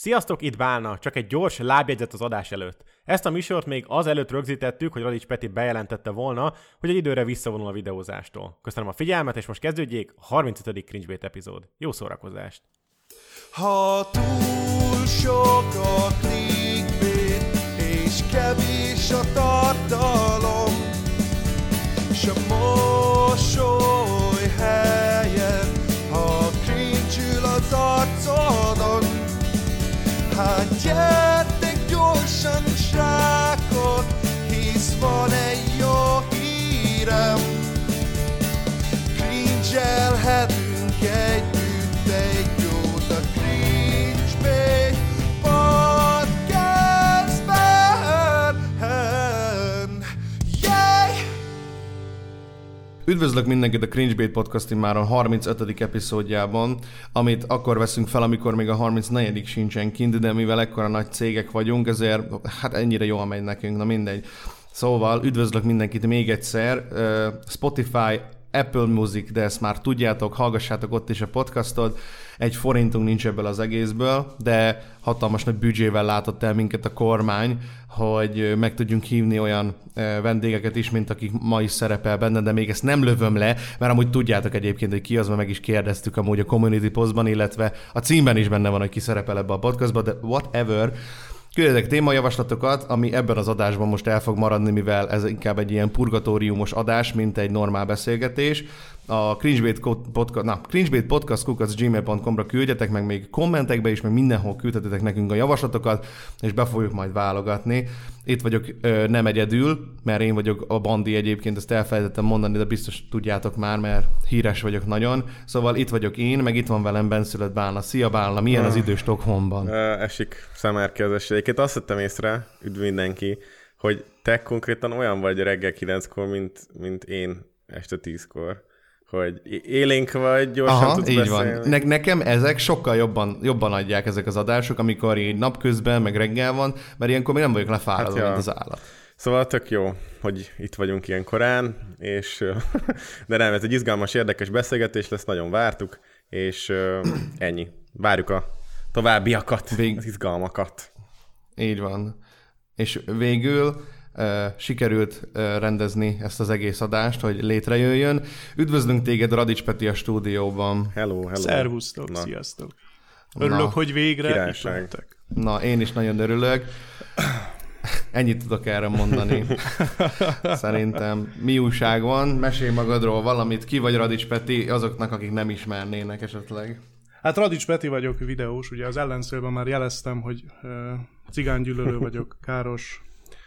Sziasztok, itt Bálna, csak egy gyors lábjegyzet az adás előtt. Ezt a műsort még azelőtt rögzítettük, hogy Radics Peti bejelentette volna, hogy egy időre visszavonul a videózástól. Köszönöm a figyelmet, és most kezdődjék a 35. Cringebait epizód. Jó szórakozást! Ha túl sok a clickbait, és kevés a tartalom, s a mosoly helyett, ha cringe-ül az arcodon, hát gyertek gyorsan, srákok, hisz van egy jó hírem. Cringe-elhetünk együtt egy jót a Cringebait podcastben. Yeah! Üdvözlök mindenkit a Cringebait podcast immáron 35. epizódjában, amit akkor veszünk fel, amikor még a 34. sincsen kint, de mivel ekkora nagy cégek vagyunk, ezért hát ennyire jól megy nekünk, na mindegy. Szóval üdvözlök mindenkit még egyszer, Spotify, Apple Music, de ezt már tudjátok, hallgassátok ott is a podcastot. Egy forintunk nincs ebből az egészből, de hatalmas nagy büdzsével látott el minket a kormány, hogy meg tudjunk hívni olyan vendégeket is, mint akik ma is szerepel benne, de még ezt nem lövöm le, mert amúgy tudjátok egyébként, hogy ki az, mert meg is kérdeztük amúgy a community postban, illetve a címben is benne van, hogy ki szerepel ebbe a podcastba, de whatever. Küldjetek témajavaslatokat, ami ebben az adásban most el fog maradni, mivel ez inkább egy ilyen purgatóriumos adás, mint egy normál beszélgetés. A cringebaitpodcast@gmail.com-ra küldjetek, meg még kommentekbe is, meg mindenhol küldhetetek nekünk a javaslatokat, és be fogjuk majd válogatni. Itt vagyok nem egyedül, mert én vagyok a Bandi egyébként, ezt elfelejtettem mondani, de biztos tudjátok már, mert híres vagyok nagyon. Szóval itt vagyok én, meg itt van velem benszülött Bálna. Szia Bálna, milyen az idő Stockholmban? Esik szemerke az eső. Egyébként azt vettem észre, üdv mindenki, hogy te konkrétan olyan vagy reggel 9-kor, mint én este 10-kor. Hogy élénk vagy, gyorsan tudsz így beszélni. Van. Nekem ezek sokkal jobban adják ezek az adások, amikor így napközben, meg reggel van, mert ilyenkor még nem vagyok lefáradva, mint az állat. Szóval tök jó, hogy itt vagyunk ilyen korán, és de nem, ez egy izgalmas, érdekes beszélgetés lesz, nagyon vártuk, és ennyi. Várjuk a továbbiakat, az izgalmakat. Így van. És végül sikerült rendezni ezt az egész adást, hogy létrejöjjön. Üdvözlünk téged, Radics Peti, a stúdióban. Hello. Szervusztok, sziasztok. Örülök, hogy végre királyság. itt lettek. Na, én is nagyon örülök. Ennyit tudok erre mondani. Szerintem mi újság van? Mesélj magadról valamit. Ki vagy Radics Peti azoknak, akik nem ismernének esetleg? Hát Radics Peti vagyok, videós, ugye az ellenszélben már jeleztem, hogy cigánygyűlölő vagyok, káros.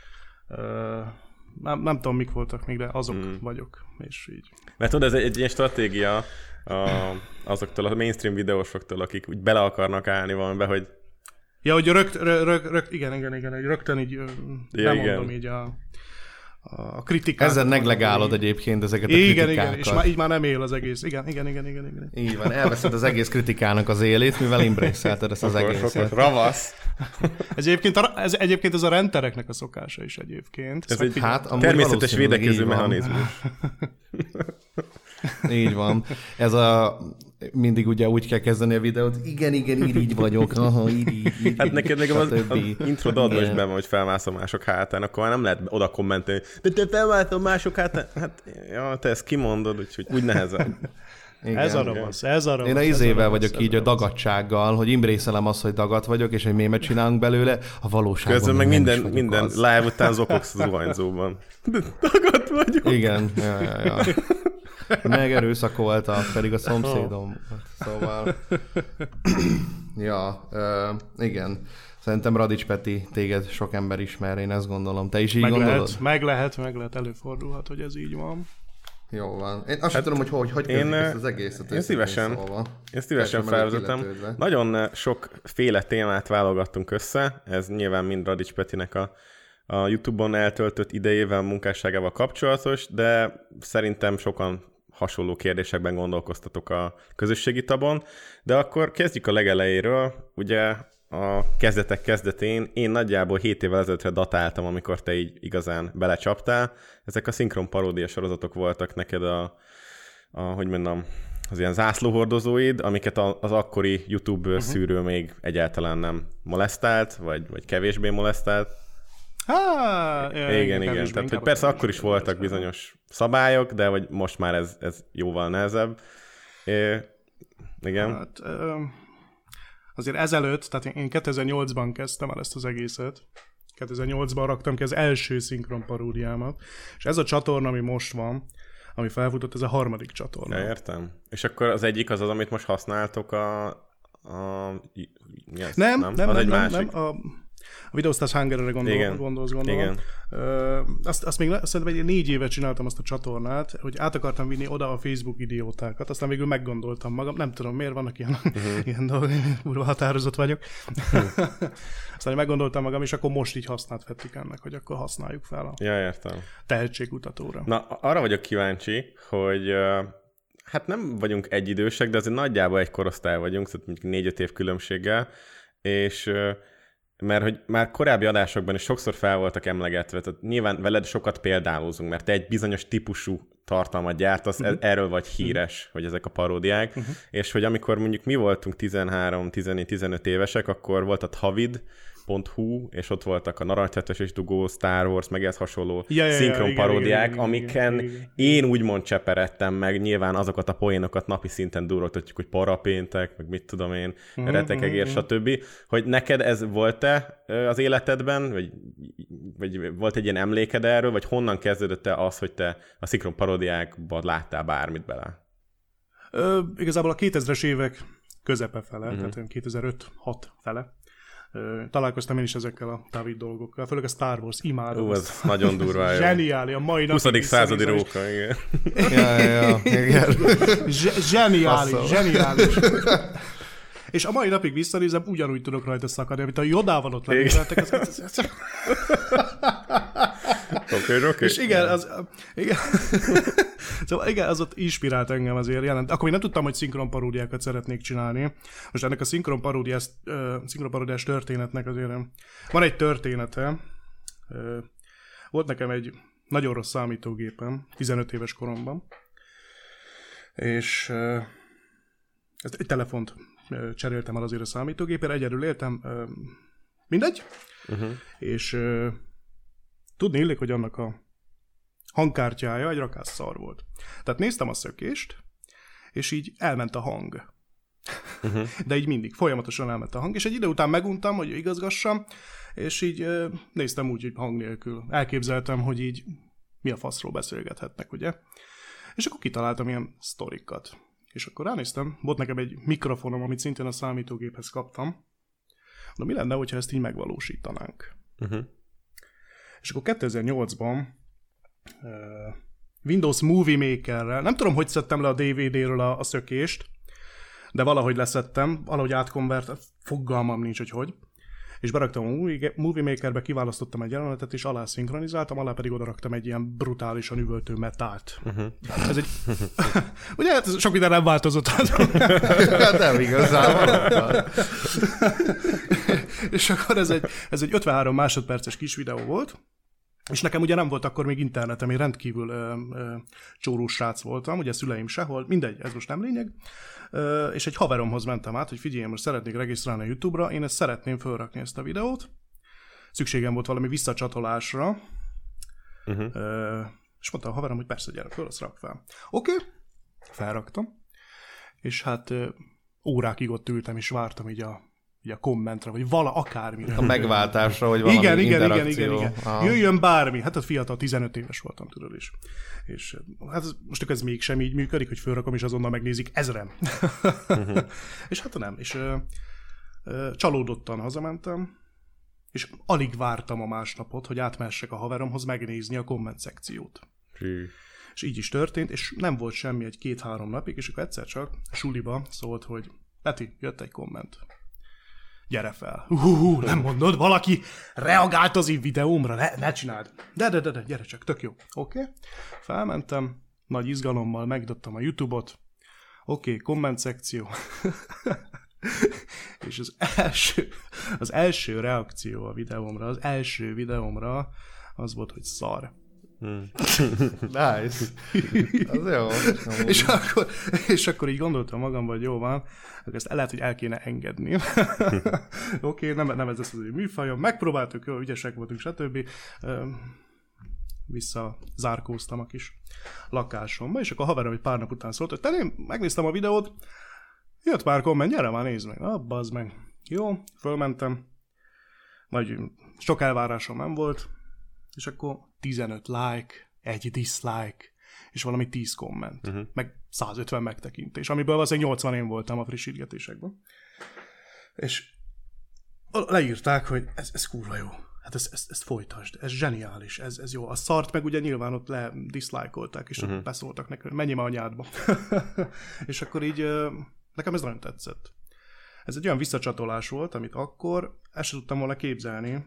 Nem tudom, mik voltak még, de azok vagyok, és így. Mert tudod, ez egy ilyen stratégia azoktól a mainstream videósoktól, akik úgy bele akarnak állni valamibe, hogy... Ja, hogy igen, hogy rögtön így bemondom így a kritikákat. Ezzel neglegálod egyébként ezeket a kritikákat. Igen, és így már nem él az egész. Igen. Így van, elveszed az egész kritikának az élét, mivel embrace-elted ezt az egészet. Ravasz. Egyébként ez a rentereknek a szokása is egyébként. Ez egy természetes védekező mechanizmus. Így van. Ez mindig ugye úgy kell kezdeni a videót. Igen, így vagyok. Aha, így. Hát neked még az introd adva is benne, hogy felmászom mások hátán, akkor már nem lehet oda kommentelni. De te felmászom mások hátán. Hát, ja, te ezt kimondod, úgyhogy úgy nehezen. Igen. Ez a ravasz. Én a izével vagyok így a dagadtsággal, hogy imbrészelem azt, hogy dagat vagyok, és egy mémet csinálunk belőle, a valóságban közben meg minden live után zokogsz a zuhanyzóban. Dagat vagyok. Igen, ja. Megerőszakolta, pedig a szomszédom. Szóval... igen. Szerintem Radics Peti, téged sok ember ismer, én ezt gondolom. Te is így gondolod? Meg lehet, előfordulhat, hogy ez így van. Jó van. Én azt sem tudom, hogy kezdjük ezt az egészet. Én szívesen felvezetem. Nagyon sokféle témát válogattunk össze, ez nyilván mind Radics Petinek a YouTube-on eltöltött idejével, munkásságával kapcsolatos, de szerintem sokan hasonló kérdésekben gondolkoztatok a közösségi tabon. De akkor kezdjük a legelejéről. Ugye a kezdetek kezdetén én nagyjából 7 évvel ezelőttre datáltam, amikor te így igazán belecsaptál. Ezek a szinkron paródia sorozatok voltak neked hogy mondom, az ilyen zászlóhordozóid, amiket az akkori YouTube szűrő még egyáltalán nem molesztált, vagy kevésbé molesztált. Igen. Tehát, hogy persze akkor is voltak bizonyos szabályok, de hogy most már ez jóval nehezebb. Igen. Hát, azért ezelőtt, tehát én 2008-ban kezdtem el ezt az egészet. 2008-ban raktam ki az első szinkron paródiámat, és ez a csatorna, ami most van, ami felfutott, ez a harmadik csatorna. Ja, értem. És akkor az egyik az, amit most használtok Nem, egy másik. A Videostars Hungerre gondolsz. Igen. Azt még szerintem 4 éve csináltam azt a csatornát, hogy át akartam vinni oda a Facebook idiótákat, aztán végül meggondoltam magam, nem tudom miért vannak ilyen dolgok, kurva határozott vagyok. Aztán meggondoltam magam, és akkor most így hasznát vettük ennek, hogy akkor használjuk fel a tehetségkutatóra. Na, arra vagyok kíváncsi, hogy hát nem vagyunk egyidősek, de azért nagyjából egy korosztály vagyunk, szóval 4-5 év különbséggel, és mert hogy már korábbi adásokban is sokszor fel voltak emlegetve, tehát nyilván veled sokat példálózunk, mert te egy bizonyos típusú tartalmat gyártasz, erről vagy híres, hogy ezek a paródiák, és hogy amikor mondjuk mi voltunk 13, 14, 15 évesek, akkor volt a Havid.hu, és ott voltak a Narancshetes és Dugó, Star Wars, meg ez hasonló szinkron paródiák, amiken én úgymond cseperedtem meg nyilván azokat a poénokat napi szinten durrogtatjuk, hogy parapéntek, meg mit tudom én, retekegér, stb. Hogy neked ez volt-e az életedben, vagy volt egy ilyen emléked erről, vagy honnan kezdődött-e az, hogy te a szinkron paródiákban láttál bármit bele? Igazából a 2000-es évek közepe fele, tehát 2005-6 fele. Találkoztam én is ezekkel a David dolgokkal, főleg a Star Wars, imádom. Ez nagyon durva. Zseniális, a mai 20. századi róka, igen. igen. Zseniális. És a mai napig visszanézem, ugyanúgy tudok rajta szakadni, amit a Jodával ott leműveltek. Oké. És igen, szóval igen, az ott inspirált engem azért jelent. Akkor még nem tudtam, hogy szinkron paródiákat szeretnék csinálni. Most ennek a szinkron paródiás történetnek azért van egy története. Volt nekem egy nagyon rossz számítógépem, 15 éves koromban. És egy telefont cseréltem el azért a számítógépére, egyedül éltem, mindegy. És tudni illik, hogy annak a hangkártyája egy rakás szar volt. Tehát néztem a szökést, és így elment a hang. De így mindig, folyamatosan elment a hang, és egy idő után meguntam, hogy igazgassam, és így néztem úgy, hogy hang nélkül. Elképzeltem, hogy így mi a faszról beszélgethetnek, ugye? És akkor kitaláltam ilyen sztorikat. És akkor ránéztem, volt nekem egy mikrofonom, amit szintén a számítógéphez kaptam. De mi lenne, hogyha ezt így megvalósítanánk? És akkor 2008-ban Windows Movie Makerrel, nem tudom, hogy szedtem le a DVD-ről a szökést, de valahogy leszettem, valahogy átkonvert, fogalmam nincs, hogy. És beraktam a Movie Makerbe, kiválasztottam egy jelenetet, és alá szinkronizáltam, alá pedig odaraktam egy ilyen brutálisan üvöltő metált. Ez egy... Ugye, hát sok minden nem változott. Hát nem igazán. És akkor ez egy 53 másodperces kis videó volt, és nekem ugye nem volt akkor még internetem, én rendkívül csórós srác voltam, ugye szüleim sehol, mindegy, ez most nem lényeg. És egy haveromhoz mentem át, hogy figyelj, most szeretnék regisztrálni a YouTube-ra, én ezt szeretném felrakni ezt a videót. Szükségem volt valami visszacsatolásra. És mondta a haverom, hogy persze, gyere föl, azt rak fel. Oké, felraktam. És hát órákig ott ültem, és vártam így a kommentre, vagy akármire. A megváltásra, hogy valami interakció. Igen. Jöjjön bármi. Hát a fiatal, 15 éves voltam, tudod is. És hát most ez mégsem így működik, hogy fölrakom, és azonnal megnézik 1000-en. És hát nem. És csalódottan hazamentem, és alig vártam a másnapot, hogy átmehessek a haveromhoz megnézni a komment szekciót. És így is történt, és nem volt semmi egy 2-3 napig, és akkor egyszer csak suliba szólt, hogy Peti, jött egy komment. Gyere fel. Nem mondod, valaki reagált az én videómra, ne csináld. De, gyere csak, tök jó. Oké. Felmentem, nagy izgalommal megdobtam a YouTube-ot. Oké, komment szekció. És az első reakció a videómra, az volt, hogy szar. Nice. Az jó. és akkor így gondoltam magamban, hogy jó van, ezt lehet, hogy el kéne engedni. Oké, nem ez az ő műfajom, megpróbáltuk, jó, ügyesek voltunk, stb. Visszazárkóztam a kis lakásomba, és akkor a haverom egy pár nap után szólt, hogy te én megnéztem a videót, jött pár komment, gyere már nézd meg. Bazd meg. Jó, fölmentem, nagy sok elvárásom nem volt, és akkor 15 like, 1 dislike, és valami 10 komment, meg 150 megtekintés, amiből valószínűleg 80 én voltam a frissítgetésekben. És leírták, hogy ez kurva jó. Hát ezt folytasd, ez zseniális, ez jó. A szart meg ugye nyilván ott dislike-olták, és beszóltak neki, hogy menj ma anyádba. És akkor így nekem ez nagyon tetszett. Ez egy olyan visszacsatolás volt, amit akkor ezt sem tudtam volna képzelni,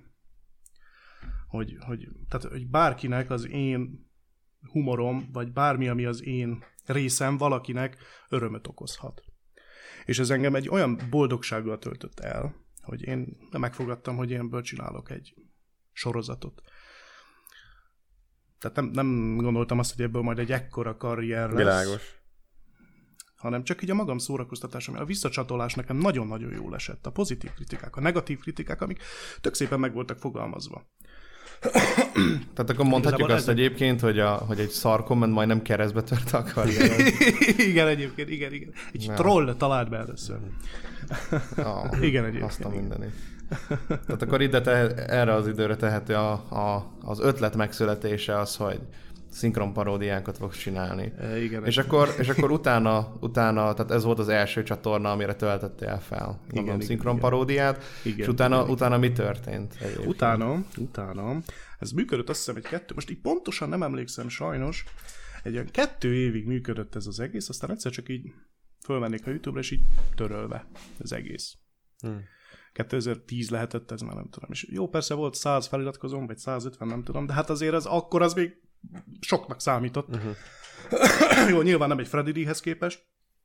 hogy bárkinek az én humorom, vagy bármi, ami az én részem valakinek örömöt okozhat. És ez engem egy olyan boldogsággal töltött el, hogy én megfogadtam, hogy én ebből csinálok egy sorozatot. Tehát nem gondoltam azt, hogy ebből majd egy ekkora karrier lesz. Világos. Hanem csak így a magam szórakoztatása, mert a visszacsatolás nekem nagyon-nagyon jól esett. A pozitív kritikák, a negatív kritikák, amik tök szépen meg voltak fogalmazva. Tehát akkor mondhatjuk azt egyébként, hogy egy szar komment majdnem keresztbe törte a karrieret. Igen, egyébként, igen. Egy troll talált be először. Igen, egyébként. Azt a mindenit. Tehát akkor erre az időre tehető az ötlet megszületése az, hogy szinkronparódiákat fogsz csinálni. Igen. És akkor utána, tehát ez volt az első csatorna, amire töltöttél fel a szinkronparódiát, és utána mi történt? Utána, ez működött azt hiszem egy 2, most így pontosan nem emlékszem sajnos, egy olyan 2 évig működött ez az egész, aztán egyszer csak így fölmennék a YouTube-ra, és így törölve az egész. 2010 lehetett, ez már nem tudom. És jó, persze volt 100 feliratkozóm, vagy 150, nem tudom, de hát azért akkor az még soknak számított. Jó, nyilván nem egy Freddy D-hez képest.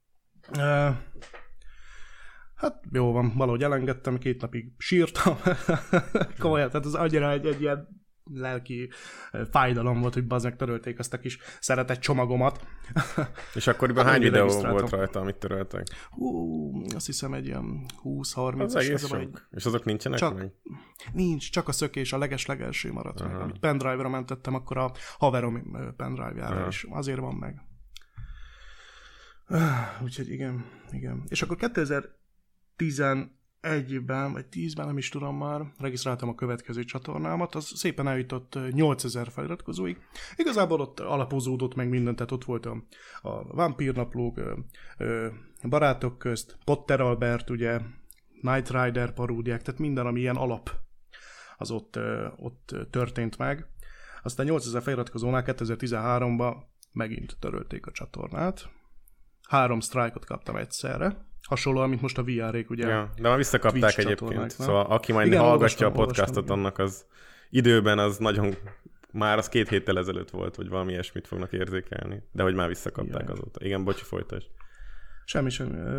Hát jó van, valahogy elengedtem, 2 napig sírtam. Komolyan, tehát az annyira egy ilyen lelki fájdalom volt, hogy bazdmeg törölték azt a kis szeretett csomagomat. És akkoriban hány videó volt rajta, amit töröltek? Azt hiszem egy ilyen 20-30. Az egész sok. És azok nincsenek meg? Nincs, csak a szökés, a leges-legelső maradt meg. Amit pendrive-ra mentettem, akkor a haverom pendrive-jára is azért van meg. Úgyhogy igen. És akkor 2011-ben, vagy 10-ben, nem is tudom már, regisztráltam a következő csatornámat, az szépen eljutott 8000 feliratkozóig. Igazából ott alapozódott meg minden, tehát ott volt a vámpírnaplók, barátok közt, Potter Albert, ugye, Knight Rider paródiák, tehát minden, ami ilyen alap, az ott történt meg. Aztán 8000 feliratkozónál 2013-ban megint törölték a csatornát. 3 sztrájkot kaptam egyszerre. Hasonlóan, mint most a VR-ék, ugye? Ja, de már visszakapták egyébként. Szóval aki majd hallgatja a podcastot, annak az időben az nagyon... Már az 2 héttel ezelőtt volt, hogy valami ilyesmit fognak érzékelni. De hogy már visszakapták azóta. Igen, bocsi, folytasd. Semmi.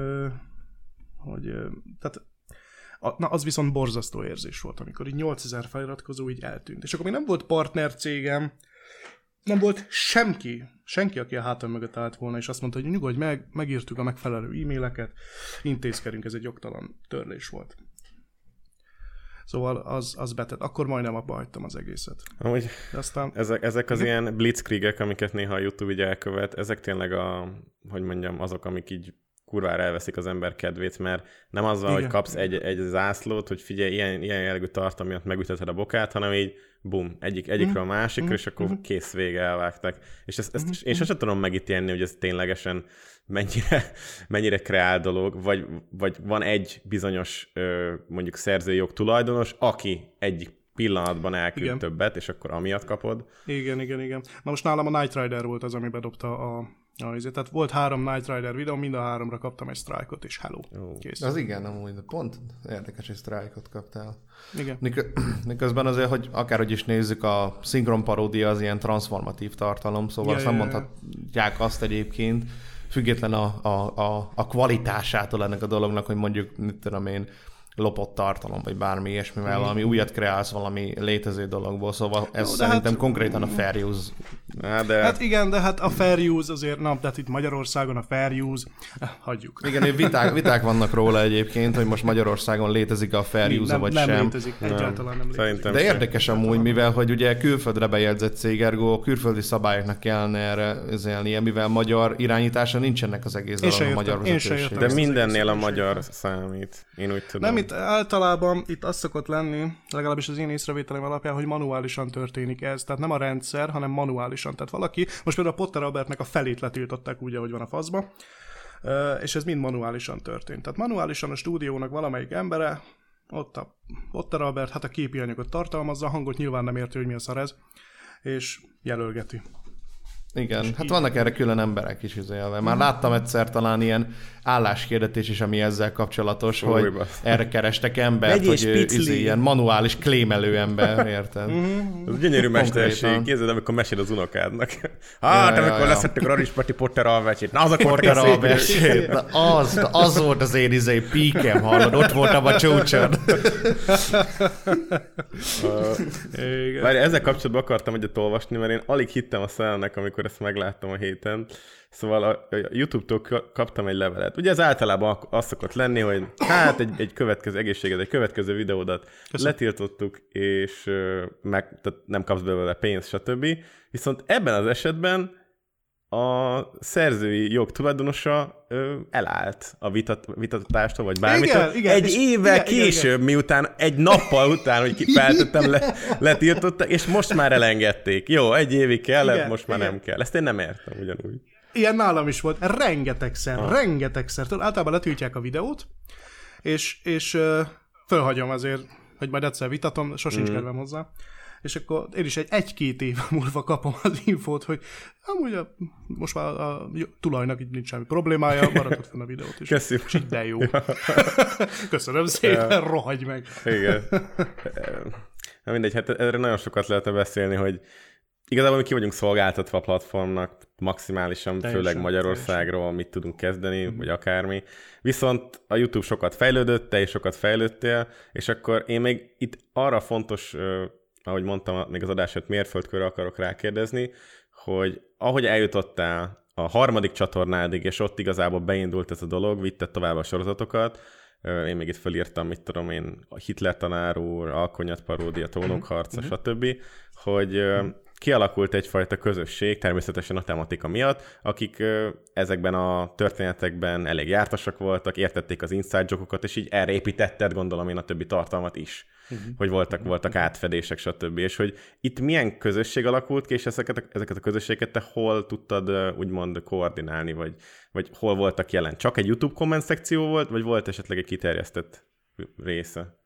Tehát az viszont borzasztó érzés volt, amikor így 8000 feliratkozó így eltűnt. És akkor még nem volt partnercégem, nem volt senki, aki a hátam mögött állt volna, és azt mondta, hogy nyugodj meg, megírtuk a megfelelő e-maileket, intézkedünk, ez egy jogtalan törlés volt. Szóval az betett. Akkor majdnem abba hagytam az egészet. Amúgy aztán... ezek az ilyen blitzkriegek, amiket néha a YouTube így elkövet, ezek tényleg azok, amik így kurvára elveszik az ember kedvét, mert nem az van, hogy kapsz egy zászlót, hogy figyelj, ilyen jellegű tartalom miatt megütheted a bokát, hanem így bum, egyikről a másikra, és akkor kész, vége, elvágták. És ezt én sem tudom megítélni, hogy ez ténylegesen mennyire kreál dolog, vagy van egy bizonyos mondjuk szerzőjog tulajdonos, aki egyik pillanatban elküld többet, és akkor amiatt kapod. Igen. Na most nálam a Knight Rider volt az, ami bedobta tehát volt 3 Knight Rider videó, mind a 3-ra kaptam egy sztrájkot, és hello. Kész. Az igen, amúgy, de pont érdekes, hogy sztrájkot kaptál. Igen. Miközben azért, hogy akárhogy is nézzük, a szinkronparódia az ilyen transformatív tartalom, szóval azt nem mondhatják azt egyébként, független a kvalitásától ennek a dolognak, hogy mondjuk, mit tudom én, lopott tartalom, vagy bármi ilyesmivel, valami újat kreálsz valami létező dologból, szóval ez szerintem konkrétan a fair use. Hát igen, de hát a fair use azért, tehát itt Magyarországon a fair use, hagyjuk. Igen, viták vannak róla egyébként, hogy most Magyarországon létezik a fair use vagy sem. Nem létezik, egyáltalán nem létezik. De érdekes amúgy, mivel hogy ugye külföldre bejegyzett cég, ergo külföldi szabályoknak kellene erre üzelnie, mivel magyar irányítása nincsenek az egész a magyar vezetőség. De mindennél a magyar számít. Én úgy tudom. Nem, itt általában itt az szokott lenni, legalábbis az én észrevételem alapján, hogy manuálisan történik ez. Tehát nem a rendszer, hanem manuálisan. Tehát valaki, most például a Potter Albertnek a felét letiltották úgy, ahogy van a faszba, és ez mind manuálisan történt. Tehát manuálisan a stúdiónak valamelyik embere, ott a Potter Albert, hát a képi anyagot tartalmazza, a hangot nyilván nem érti, hogy mi a szar ez, és jelölgeti. Igen, hát vannak erre külön emberek is izélve. Már láttam egyszer talán ilyen álláshirdetés is, ami ezzel kapcsolatos, hogy erre kerestek embert, hogy ilyen manuális klémelő ember, érted? Ez gyönyörű mesterség. Képzeld, amikor mesél az unokádnak. Amikor leszettük a Radics Peti Potter Albertjét. Na, az a Potter Albertjét. Az volt az én píkem, hallod? Ott voltam a csúcson. Várj, ezzel kapcsolatban akartam egyet olvasni, mert én alig hittem a szememnek, amikor ezt megláttam a héten. Szóval a YouTube-tól kaptam egy levelet. Ugye ez általában az szokott lenni, hogy hát egy következő videódat letiltottuk, és tehát nem kapsz belőle pénzt, stb. Viszont ebben az esetben a szerzői jog tulajdonosa elállt a vitatástól, vagy bármit. Egy évvel később, miután egy nappal után, hogy feltettem, letiltották, és most már elengedték. Jó, egy évig kellett, most már nem kell. Ezt én nem értem ugyanúgy. Ilyen nálam is volt. Rengetegszer. Általában letiltják a videót, és fölhagyom azért, hogy majd egyszer vitatom, sosincs kedvem hozzá. És akkor én is egy-két év múlva kapom az infót, hogy amúgy most már a tulajnak így nincs semmi problémája, maradott fenn a videót is. Köszönöm. De jó. Köszönöm szépen, rohagy meg. Igen. Na mindegy, hát erre nagyon sokat lehetne beszélni, hogy igazából mi ki vagyunk szolgáltatva a platformnak maximálisan, főleg Magyarországról, mit tudunk kezdeni, vagy akármi. Viszont a YouTube sokat fejlődött, te is sokat fejlődtél, és akkor én még itt arra fontos, ahogy mondtam, még az adását mérföldkörre akarok rákérdezni, hogy ahogy eljutottál a harmadik csatornádig, és ott igazából beindult ez a dolog, vitted tovább a sorozatokat, én még itt felírtam, mit tudom én, a Hitler tanár úr, Alkonyat paródia, Tónokharca, stb., hogy kialakult egyfajta közösség, természetesen a tematika miatt, akik ezekben a történetekben elég jártasak voltak, értették az inside joke-okat, és így erre építetted, gondolom én, a többi tartalmat is. Hogy voltak átfedések, stb. És hogy itt milyen közösség alakult ki, és ezeket a közösségeket te hol tudtad úgymond koordinálni, vagy hol voltak jelen? Csak egy YouTube komment szekció volt, vagy volt esetleg egy kiterjesztett része?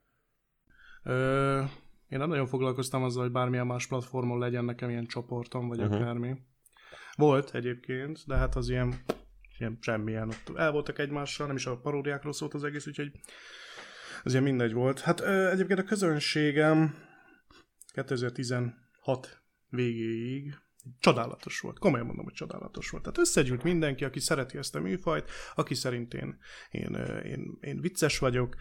Én nem nagyon foglalkoztam azzal, hogy bármilyen más platformon legyen nekem ilyen csoportom, vagy akármi. Volt egyébként, de hát az ilyen semmilyen. Ott el voltak egymással, nem is a paródiákról szólt az egész, úgyhogy az ilyen mindegy volt. Hát egyébként a közönségem 2016 végéig csodálatos volt. Komolyan mondom, hogy csodálatos volt. Tehát összegyűlt mindenki, aki szereti ezt a műfajt, aki szerint én vicces vagyok,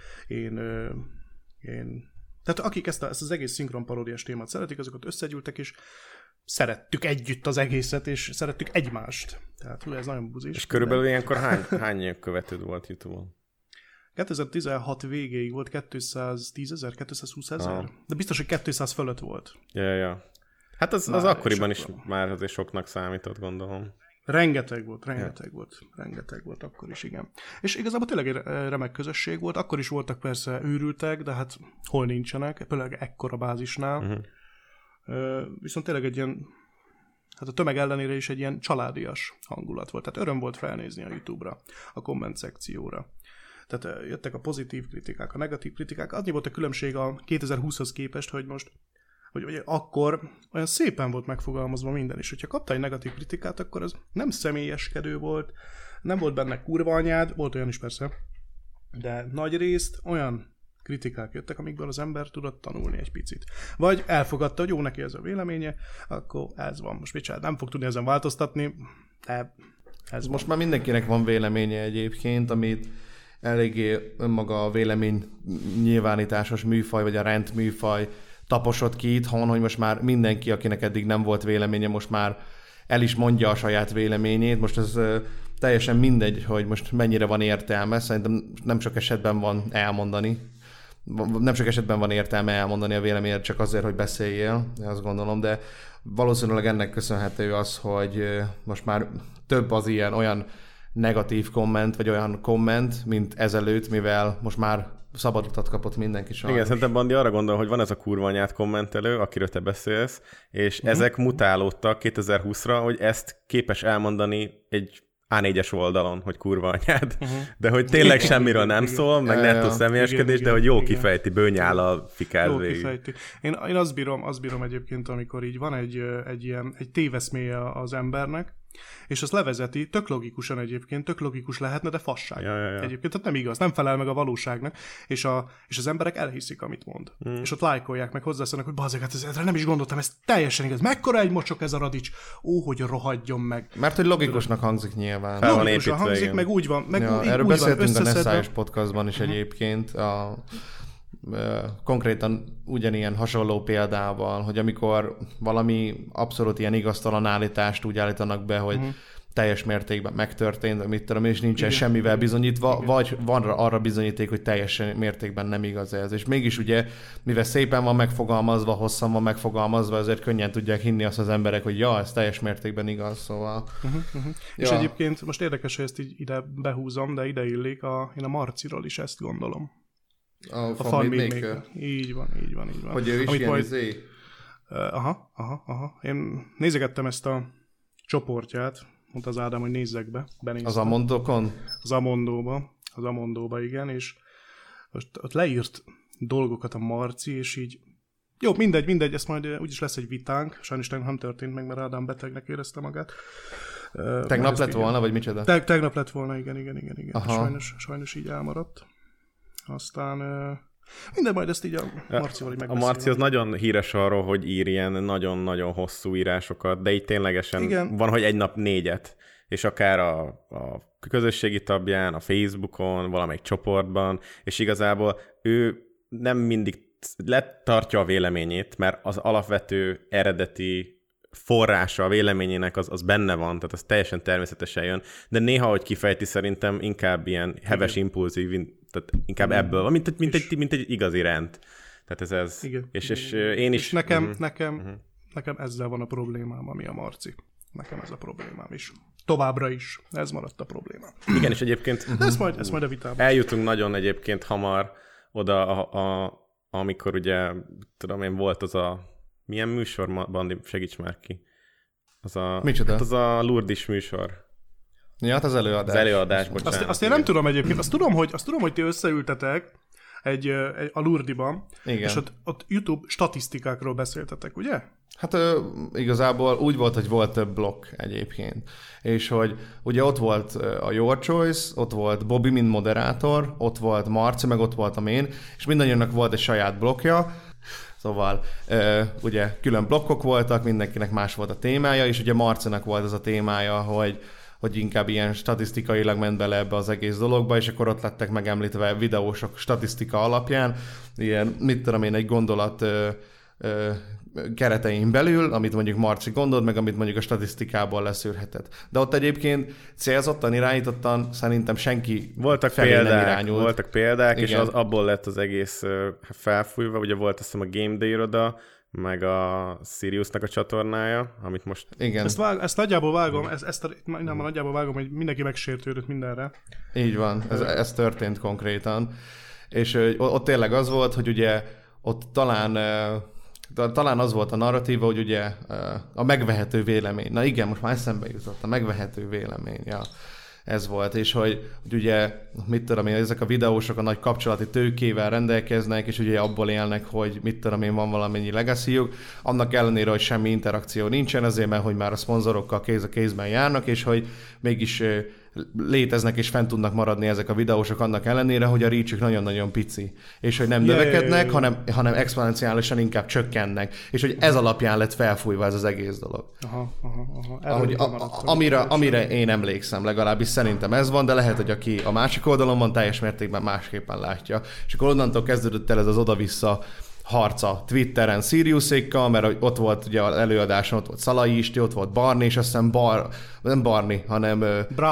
tehát akik ezt az egész szinkron paródiás témát szeretik, azokat összegyűltek, és szerettük együtt az egészet, és szerettük egymást. Tehát ez nagyon buzis. És körülbelül ilyenkor hány követőd volt YouTube-on? 2016 végéig volt 210 000, 220 000, de biztos, hogy 200 fölött volt. Ja. Hát az akkoriban is már azért soknak számított, gondolom. Rengeteg volt akkor is, igen. És igazából tényleg egy remek közösség volt, akkor is voltak persze őrültek, de hát hol nincsenek, például ekkora bázisnál. Viszont tényleg egy ilyen, hát a tömeg ellenére is egy ilyen családias hangulat volt. Tehát öröm volt felnézni a YouTube-ra, a komment szekcióra. Tehát jöttek a pozitív kritikák, a negatív kritikák. Annyi volt a különbség a 2020-hoz képest, hogy most hogy akkor olyan szépen volt megfogalmazva minden is. Hogyha kaptál egy negatív kritikát, akkor az nem személyeskedő volt, nem volt benne kurva anyád, volt olyan is persze, de nagy részt olyan kritikák jöttek, amikből az ember tudott tanulni egy picit. Vagy elfogadta, hogy jó, neki ez a véleménye, akkor ez van. Most mit csinál? Nem fog tudni ezen változtatni, de ez most már mindenkinek van véleménye egyébként, amit eléggé önmaga a vélemény nyilvánításos műfaj, vagy a rendműfaj taposott ki itthon, hogy most már mindenki, akinek eddig nem volt véleménye, most már el is mondja a saját véleményét. Most ez teljesen mindegy, hogy most mennyire van értelme. Szerintem nem sok esetben van elmondani. Nem sok esetben van értelme elmondani a véleményed csak azért, hogy beszéljél, azt gondolom, de valószínűleg ennek köszönhető az, hogy most már több az olyan negatív komment, vagy olyan komment, mint ezelőtt, mivel most már szabad utat kapott mindenki sajnos. Igen, szerintem Bandi arra gondol, hogy van ez a kurva anyát kommentelő, akiről te beszélsz, és ezek mutálódtak 2020-ra, hogy ezt képes elmondani egy A4-es oldalon, hogy kurva anyád, de hogy tényleg semmiről nem szól, meg nettó személyeskedés, de hogy jó kifejti, bőnyállal fikáz végig. Jó kifejti. Én azt bírom egyébként, amikor így van egy téveszméje az embernek, és azt levezeti, tök logikusan egyébként, tök logikus lehetne, de fasság. Egyébként, tehát nem igaz, nem felel meg a valóságnak, és az emberek elhiszik, amit mond. És ott lájkolják, meg hozzászólnak, hogy bazzeg, hát ezre nem is gondoltam, ez teljesen igaz. Mekkora egy mocsok ez a Radics? Ó, hogy rohadjon meg. Mert hogy logikusnak hangzik nyilván. Logikusan hangzik, igen. Meg úgy van. Meg erről beszéltünk a Nessályos podcastban is egyébként, konkrétan ugyanilyen hasonló példával, hogy amikor valami abszolút ilyen igaztalan állítást úgy állítanak be, hogy teljes mértékben megtörtént, mit tudom, és nincsen semmivel bizonyítva, vagy van arra bizonyíték, hogy teljes mértékben nem igaz ez. És mégis ugye, mivel szépen van megfogalmazva, hosszan van megfogalmazva, ezért könnyen tudják hinni azt az emberek, hogy ja, ez teljes mértékben igaz, szóval... Ja. És egyébként most érdekes, hogy ezt így ide behúzom, de ide illik, én a Marciról is ezt gondolom. A Farmmaker. Így van. Hogy ő is amit ilyen izé? Aha. Én nézegettem ezt a csoportját, mondta az Ádám, hogy nézzek be. Benéztem. Az Amondokon? Az Amondóba, igen, és ott leírt dolgokat a Marci, és így jó, mindegy, ezt majd úgyis lesz egy vitánk. Sajnos nem történt meg, mert Ádám betegnek érezte magát. Tegnap lett volna, vagy micsoda? Tegnap lett volna, igen. Sajnos így elmaradt. Aztán minden majd ezt így a Marcival így megbeszélünk. A Marci az nagyon híres arról, hogy ír ilyen nagyon-nagyon hosszú írásokat, de így ténylegesen van, hogy egy nap 4-et, és akár a közösségi tabján, a Facebookon, valamelyik csoportban, és igazából ő nem mindig letartja a véleményét, mert az alapvető eredeti forrása a véleményének az benne van, tehát az teljesen természetesen jön, de néha, hogy kifejti, szerintem inkább ilyen heves, impulzív, tehát inkább ebből van, mint egy igazi rend. Tehát ez. Igen. És én is... És nekem ezzel van a problémám, ami a Marci. Nekem ez a problémám is. Továbbra is. Ez maradt a problémám. Igen, és egyébként... De ezt majd a vitában. Eljutunk nagyon egyébként hamar oda, amikor ugye, tudom én, volt az a... Milyen műsor, Bandi? Segíts már ki. Micsoda? Hát az a Lourdis műsor. Ja, hát az előadás. Az előadás, bocsánat. Azt én nem tudom egyébként. Azt tudom, hogy ti összeültetek a Lourdiban, és ott YouTube statisztikákról beszéltetek, ugye? Hát igazából úgy volt, hogy volt több blokk egyébként. És hogy ugye ott volt a Your Choice, ott volt Bobby, mint moderátor, ott volt Marci, meg ott voltam én, és mindannyiunknak volt egy saját blokkja. Szóval ugye külön blokkok voltak, mindenkinek más volt a témája, és ugye Marcinak volt az a témája, hogy inkább ilyen statisztikailag ment bele ebbe az egész dologba, és akkor ott lettek megemlítve videósok statisztika alapján, ilyen, mit tudom én, egy gondolat keretein belül, amit mondjuk Marci gondolt, meg amit mondjuk a statisztikából leszűrhetett. De ott egyébként célzottan, irányítottan szerintem senki felé nem irányult. Voltak példák, igen. És abból lett az egész felfújva. Ugye volt azt hiszem a Game Day iroda, meg a Siriusnak a csatornája, amit most... Igen. Ezt nagyjából vágom, nagyjából vágom, hogy mindenki megsértődött mindenre. Így van, ez történt konkrétan. És ott tényleg az volt, hogy ugye ott talán az volt a narratíva, hogy ugye a megvehető vélemény. Na igen, most már eszembe jutott, a megvehető vélemény. Ja, ez volt, és hogy ugye, mit tudom én, ezek a videósok a nagy kapcsolati tőkével rendelkeznek, és ugye abból élnek, hogy mit tudom én, van valamennyi legacyjuk, annak ellenére, hogy semmi interakció nincsen, azért, mert hogy már a szponzorokkal kéz a kézben járnak, és hogy mégis léteznek és fent tudnak maradni ezek a videósok annak ellenére, hogy a reach-ük nagyon-nagyon pici. És hogy nem növekednek, hanem exponenciálisan inkább csökkennek. És hogy ez alapján lett felfújva ez az egész dolog. Amire én emlékszem, legalábbis szerintem ez van, de lehet, hogy aki a másik oldalon van, teljes mértékben másképpen látja. És akkor onnantól kezdődött el ez az oda-vissza harca Twitteren Siriusékkal, mert ott volt ugye az előadáson, ott volt Szalai Isti, ott volt Barni, és azt hiszem nem Barni, hanem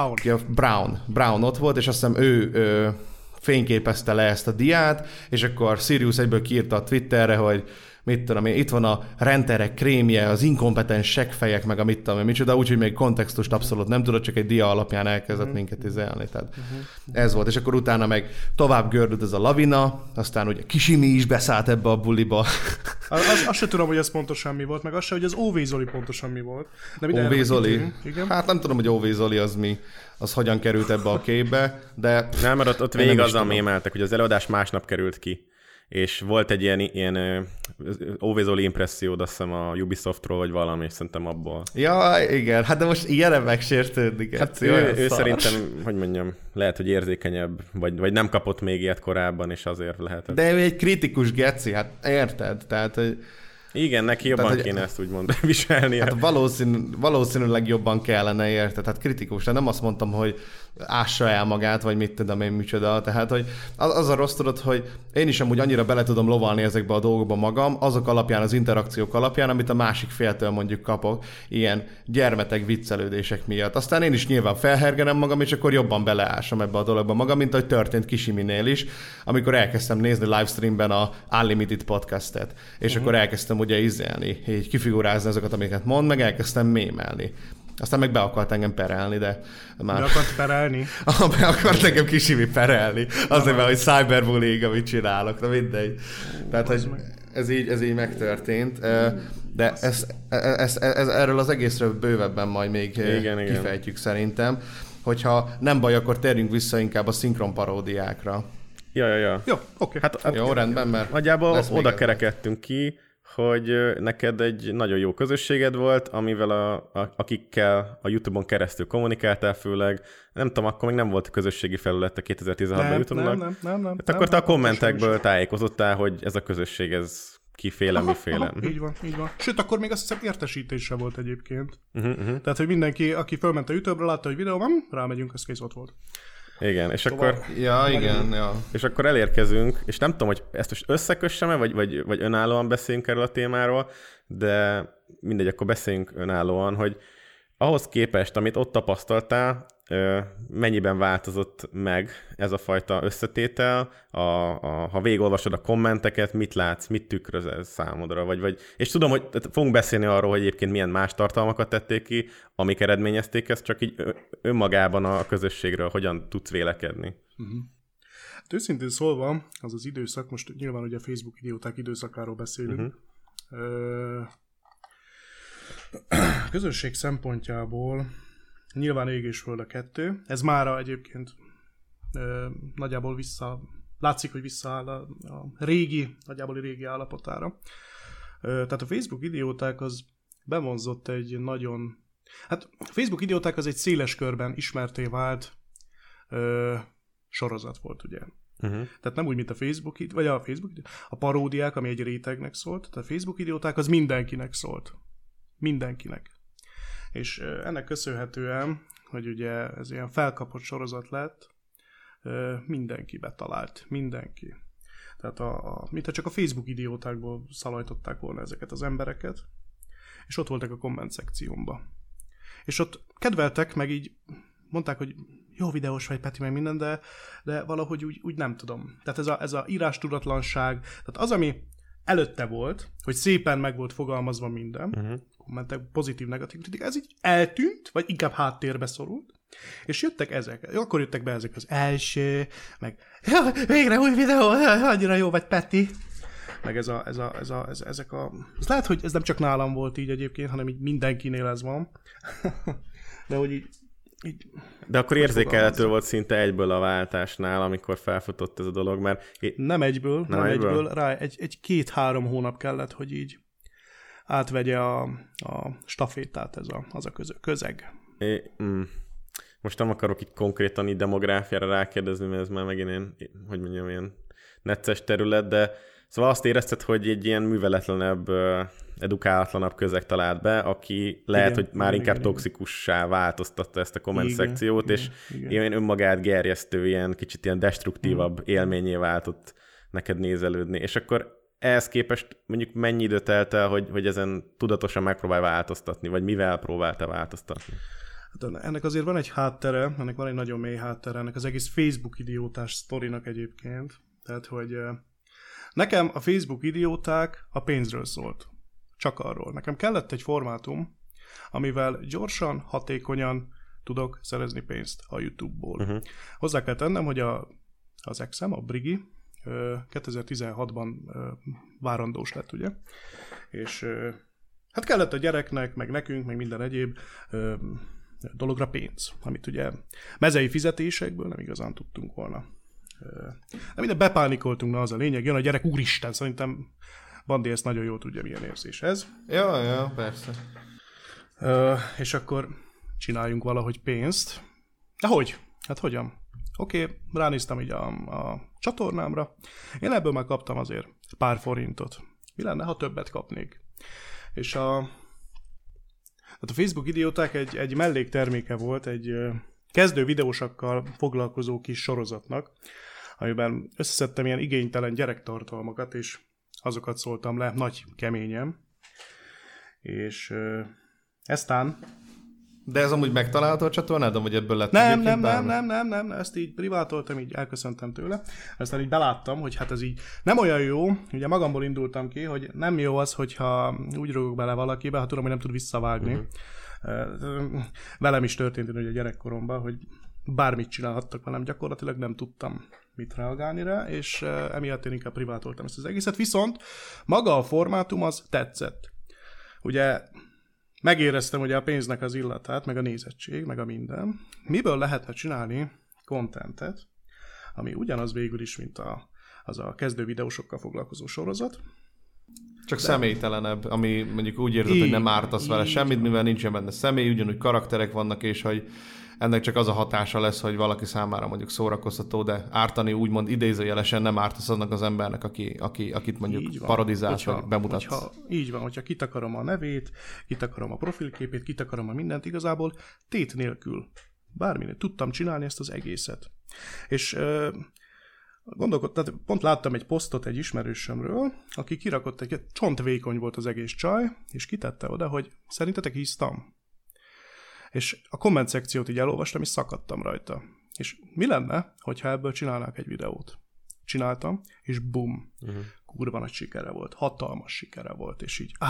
Brown ott volt, és azt hiszem ő fényképezte le ezt a diát, és akkor Sirius egyből kiírta a Twitterre, hogy mit tudom én, itt van a renterek krémje, az inkompetens seggfejek, meg a mit tudom én, micsoda, úgyhogy még kontextust abszolút nem tudod, csak egy dia alapján elkezdett minket izelni. Tehát ez volt, és akkor utána meg tovább gördült ez a lavina, aztán ugye Kisimi is beszállt ebbe a buliba. Azt sem tudom, hogy ez pontosan mi volt, meg azt sem, hogy az OV Zoli pontosan mi volt. OV Zoli? Hát nem tudom, hogy OV Zoli az mi, az hogyan került ebbe a képbe, de... Nem, mert ott végig azzal mémeltek, hogy az előadás másnap került ki. És volt egy ilyen OV Zoli impressziód, azt hiszem a Ubisoftról, vagy valami, és szerintem abból. Ja, igen, hát de most ilyenre megsértődni. Hát ő szerintem, hogy mondjam, lehet, hogy érzékenyebb, vagy nem kapott még ilyet korábban, és azért lehetett. De ő egy kritikus geci, hát érted? Tehát, hogy... Igen, neki jobban kéne ezt úgymond viselni. Hát valószínűleg jobban kellene, érted? Tehát kritikus. Tehát nem azt mondtam, hogy ássa el magát, vagy mit tudom én micsoda. Tehát, hogy az a rossz tudod, hogy én is amúgy annyira bele tudom lovalni ezekbe a dolgokba magam, azok alapján, az interakciók alapján, amit a másik féltől mondjuk kapok, ilyen gyermetek viccelődések miatt. Aztán én is nyilván felhergenem magam, és akkor jobban beleásom ebbe a dologba magam, mint ahogy történt Kisiminél is, amikor elkezdtem nézni livestreamben a Unlimited podcastet, és akkor elkezdtem ugye izélni, így kifigurázni azokat, amiket mond, meg elkezdtem mémelni. Aztán meg be akart engem perelni, de már... Be akart perelni? Be akart engem Kisimi perelni. Azért, mert hogy cyberbullying, amit csinálok, de mindegy. Tehát, hogy ez így megtörtént. De erről az egészről bővebben majd még kifejtjük szerintem. Hogyha nem baj, akkor térjünk vissza inkább a szinkron paródiákra. Ja. Jó, oké. Hát jó, rendben, mert... Nagyjából oda kerekedtünk ki, hogy neked egy nagyon jó közösséged volt, amivel akikkel a YouTube-on keresztül kommunikáltál főleg. Nem tudom, akkor még nem volt a közösségi felület a 2016-ban YouTube-nak. Nem. Hát akkor te a kommentekből tájékozottál, hogy ez a közösség, ez kiféle, miféle. Így van. Sőt, akkor még azt hiszem értesítése volt egyébként. Tehát, hogy mindenki, aki fölment a YouTube-ra, látta, hogy videó van, rámegyünk, ez kész, ott volt. Igen, és akkor... Ja. És akkor elérkezünk, és nem tudom, hogy ezt most összekössem-e, vagy önállóan beszéljünk erről a témáról, de mindegy, akkor beszéljünk önállóan, hogy ahhoz képest, amit ott tapasztaltál, mennyiben változott meg ez a fajta összetétel, ha végigolvasod a kommenteket, mit látsz, mit tükröz ez számodra, és tudom, hogy fogunk beszélni arról, hogy egyébként milyen más tartalmakat tették ki, amik eredményezték ezt, csak így önmagában a közösségről hogyan tudsz vélekedni. Hát őszintén szólva, az az időszak, most nyilván ugye a Facebook idióták időszakáról beszélünk, közösség szempontjából nyilván ég és föld a kettő. Ez mára egyébként nagyjából látszik, hogy visszaáll a nagyjából régi állapotára. Tehát a Facebook idióták az bevonzott egy nagyon... Hát a Facebook idióták az egy széles körben ismerté vált sorozat volt, ugye. Tehát nem úgy, mint a Facebook, vagy a paródiák, ami egy rétegnek szólt. Tehát a Facebook idióták az mindenkinek szólt. Mindenkinek. És ennek köszönhetően, hogy ugye ez ilyen felkapott sorozat lett, mindenki betalált. Mindenki. Tehát mintha csak a Facebook idiótákból szalajtották volna ezeket az embereket, és ott voltak a komment szekciómba. És ott kedveltek, meg így mondták, hogy jó videós vagy, Peti, meg minden, de valahogy úgy nem tudom. Tehát ez a írástudatlanság, tehát az, ami előtte volt, hogy szépen meg volt fogalmazva minden, kommentek, pozitív, negatív kritika, ez így eltűnt, vagy inkább háttérbe szorult, és jöttek ezek. Akkor jöttek be ezek az első, meg végre új videó, annyira jó vagy, Peti. Meg ezek a... Ez lehet, hogy ez nem csak nálam volt így egyébként, hanem így mindenkinél ez van. De hogy így de akkor érzékelhető volt szinte egyből a váltásnál, amikor felfutott ez a dolog, mert... Nem egyből, rá egy 2-3 hónap kellett, hogy így átvegye a stafétát az a közeg. most nem akarok itt konkrétan így demográfiára rákérdezni, mert ez már megint ilyen necces terület, de szóval azt érezted, hogy egy ilyen műveletlenebb, edukálatlanabb közeg talált be, aki lehet, hogy már inkább toxikussá változtatta ezt a komment szekciót, és ilyen önmagát gerjesztő, ilyen kicsit ilyen destruktívabb élményé váltott neked nézelődni. És akkor ehhez képest mondjuk mennyi idő telt el, hogy ezen tudatosan megpróbálj változtatni, vagy mivel próbáltál változtatni? Hát ennek azért van egy háttere, ennek van egy nagyon mély háttere, ennek az egész Facebook idiótás sztorinak egyébként. Tehát, hogy nekem a Facebook idióták a pénzről szólt. Csak arról. Nekem kellett egy formátum, amivel gyorsan, hatékonyan tudok szerezni pénzt a YouTube-ból. Hozzá kell tennem, hogy az exem, a Brigi, 2016-ban várandós lett, ugye? És hát kellett a gyereknek, meg nekünk, meg minden egyéb dologra pénz, amit ugye mezei fizetésekből nem igazán tudtunk volna. De minden bepánikoltunk, na az a lényeg, jön a gyerek, úristen, szerintem Bandi ezt nagyon jól tudja, milyen érzés ez. Ja, persze. És akkor csináljunk valahogy pénzt. De hogy? Hát hogyan? Oké, ránéztem így a csatornámra. Én ebből már kaptam azért pár forintot. Mi lenne, ha többet kapnék? És a Facebook idióták egy mellékterméke volt, egy kezdő videósakkal foglalkozó kis sorozatnak, amiben összeszedtem ilyen igénytelen gyerektartalmakat, és azokat szóltam le nagy keményen. És eztán... De ez amúgy megtalálható a csatornádon, vagy ebből lett? Nem, ezt így privátoltam, így elköszöntem tőle. Aztán így beláttam, hogy hát ez így nem olyan jó, ugye magamból indultam ki, hogy nem jó az, hogyha úgy rúgok bele valakibe, ha tudom, hogy nem tud visszavágni. Velem is történt, hogy a gyerekkoromban, hogy bármit csinálhattak velem, gyakorlatilag nem tudtam mit reagálni rá, és emiatt én inkább privátoltam ezt az egészet. Viszont maga a formátum az tetszett. Ugye megéreztem ugye a pénznek az illatát, meg a nézettség, meg a minden. Miből lehetne csinálni contentet, ami ugyanaz végül is, mint az a kezdő videósokkal foglalkozó sorozat. Csak személytelenebb, ami mondjuk úgy érzed, hogy nem ártasz vele semmit, mivel nincsen benne személy, ugyanúgy karakterek vannak, és hogy ennek csak az a hatása lesz, hogy valaki számára mondjuk szórakoztató, de ártani úgymond idézőjelesen nem ártasz annak az embernek, akit mondjuk parodizálsz, vagy bemutatsz. Így van, hogyha kitakarom a nevét, kitakarom a profilképét, kitakarom a mindent, igazából tét nélkül. Bárminél tudtam csinálni ezt az egészet. És tehát pont láttam egy posztot egy ismerősömről, aki kirakott egy csontvékony volt az egész csaj, és kitette oda, hogy szerintetek hisztam. És a komment szekciót így elolvastam, és szakadtam rajta. És mi lenne, hogyha ebből csinálnák egy videót? Csináltam, és bum, kurva nagy sikere volt, hatalmas sikere volt, és így,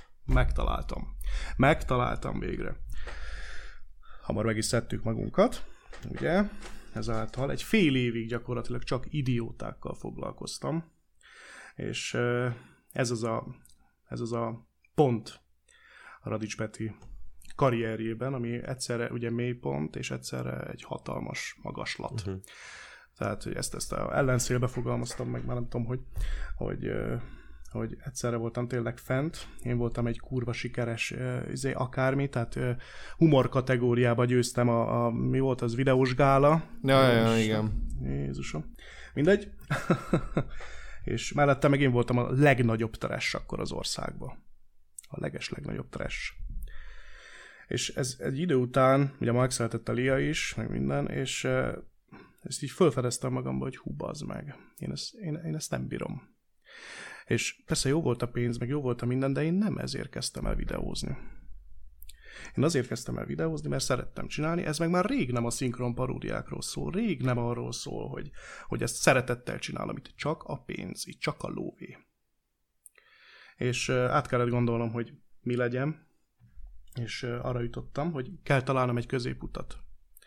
megtaláltam végre. Hamar meg is szedtük magunkat, ugye, ezáltal egy fél évig gyakorlatilag csak idiótákkal foglalkoztam, és ez az a pont a Radics Peti karrierjében, ami egyszerre ugye mélypont, és egyszerre egy hatalmas magaslat. Tehát, hogy ezt ellenszélbe fogalmaztam meg, már nem tudom, hogy egyszerre voltam tényleg fent, én voltam egy kurva sikeres akármi, tehát humor kategóriába győztem mi volt az, videós gála. Ja, igen. Jézusom. Mindegy. És mellette meg én voltam a legnagyobb trash akkor az országban. A legnagyobb trash. És ez egy idő után, ugye ma megszületett a Lia is, meg minden, és ezt így felfedeztem magamba, hogy hú, bazd meg. Én ezt nem bírom. És persze jó volt a pénz, meg jó volt a minden, de én nem ezért kezdtem el videózni. Én azért kezdtem el videózni, mert szerettem csinálni, ez meg már rég nem a szinkron paródiákról szól, rég nem arról szól, hogy ezt szeretettel csinálom, itt csak a pénz, itt csak a lóvé. És át kellett gondolnom, hogy mi legyen, és arra jutottam, hogy kell találnom egy középutat.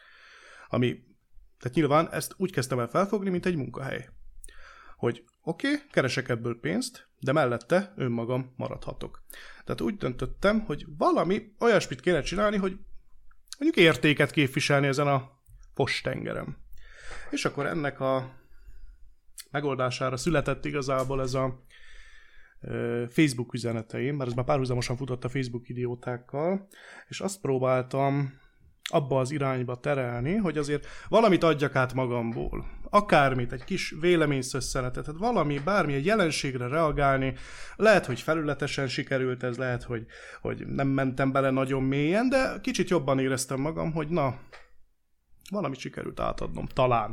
Tehát nyilván ezt úgy kezdtem el felfogni, mint egy munkahely. Hogy oké, keresek ebből pénzt, de mellette önmagam maradhatok. Tehát úgy döntöttem, hogy valami olyasmit kéne csinálni, hogy mondjuk értéket képviselni ezen a fostengeren. És akkor ennek a megoldására született igazából ez a Facebook üzeneteim, mert ez már párhuzamosan futott a Facebook idiótákkal, és azt próbáltam abba az irányba terelni, hogy azért valamit adjak át magamból. Akármit, egy kis véleményszösszenetet, tehát valami, bármi, egy jelenségre reagálni. Lehet, hogy felületesen sikerült ez, lehet, hogy nem mentem bele nagyon mélyen, de kicsit jobban éreztem magam, hogy na, valamit sikerült átadnom, talán.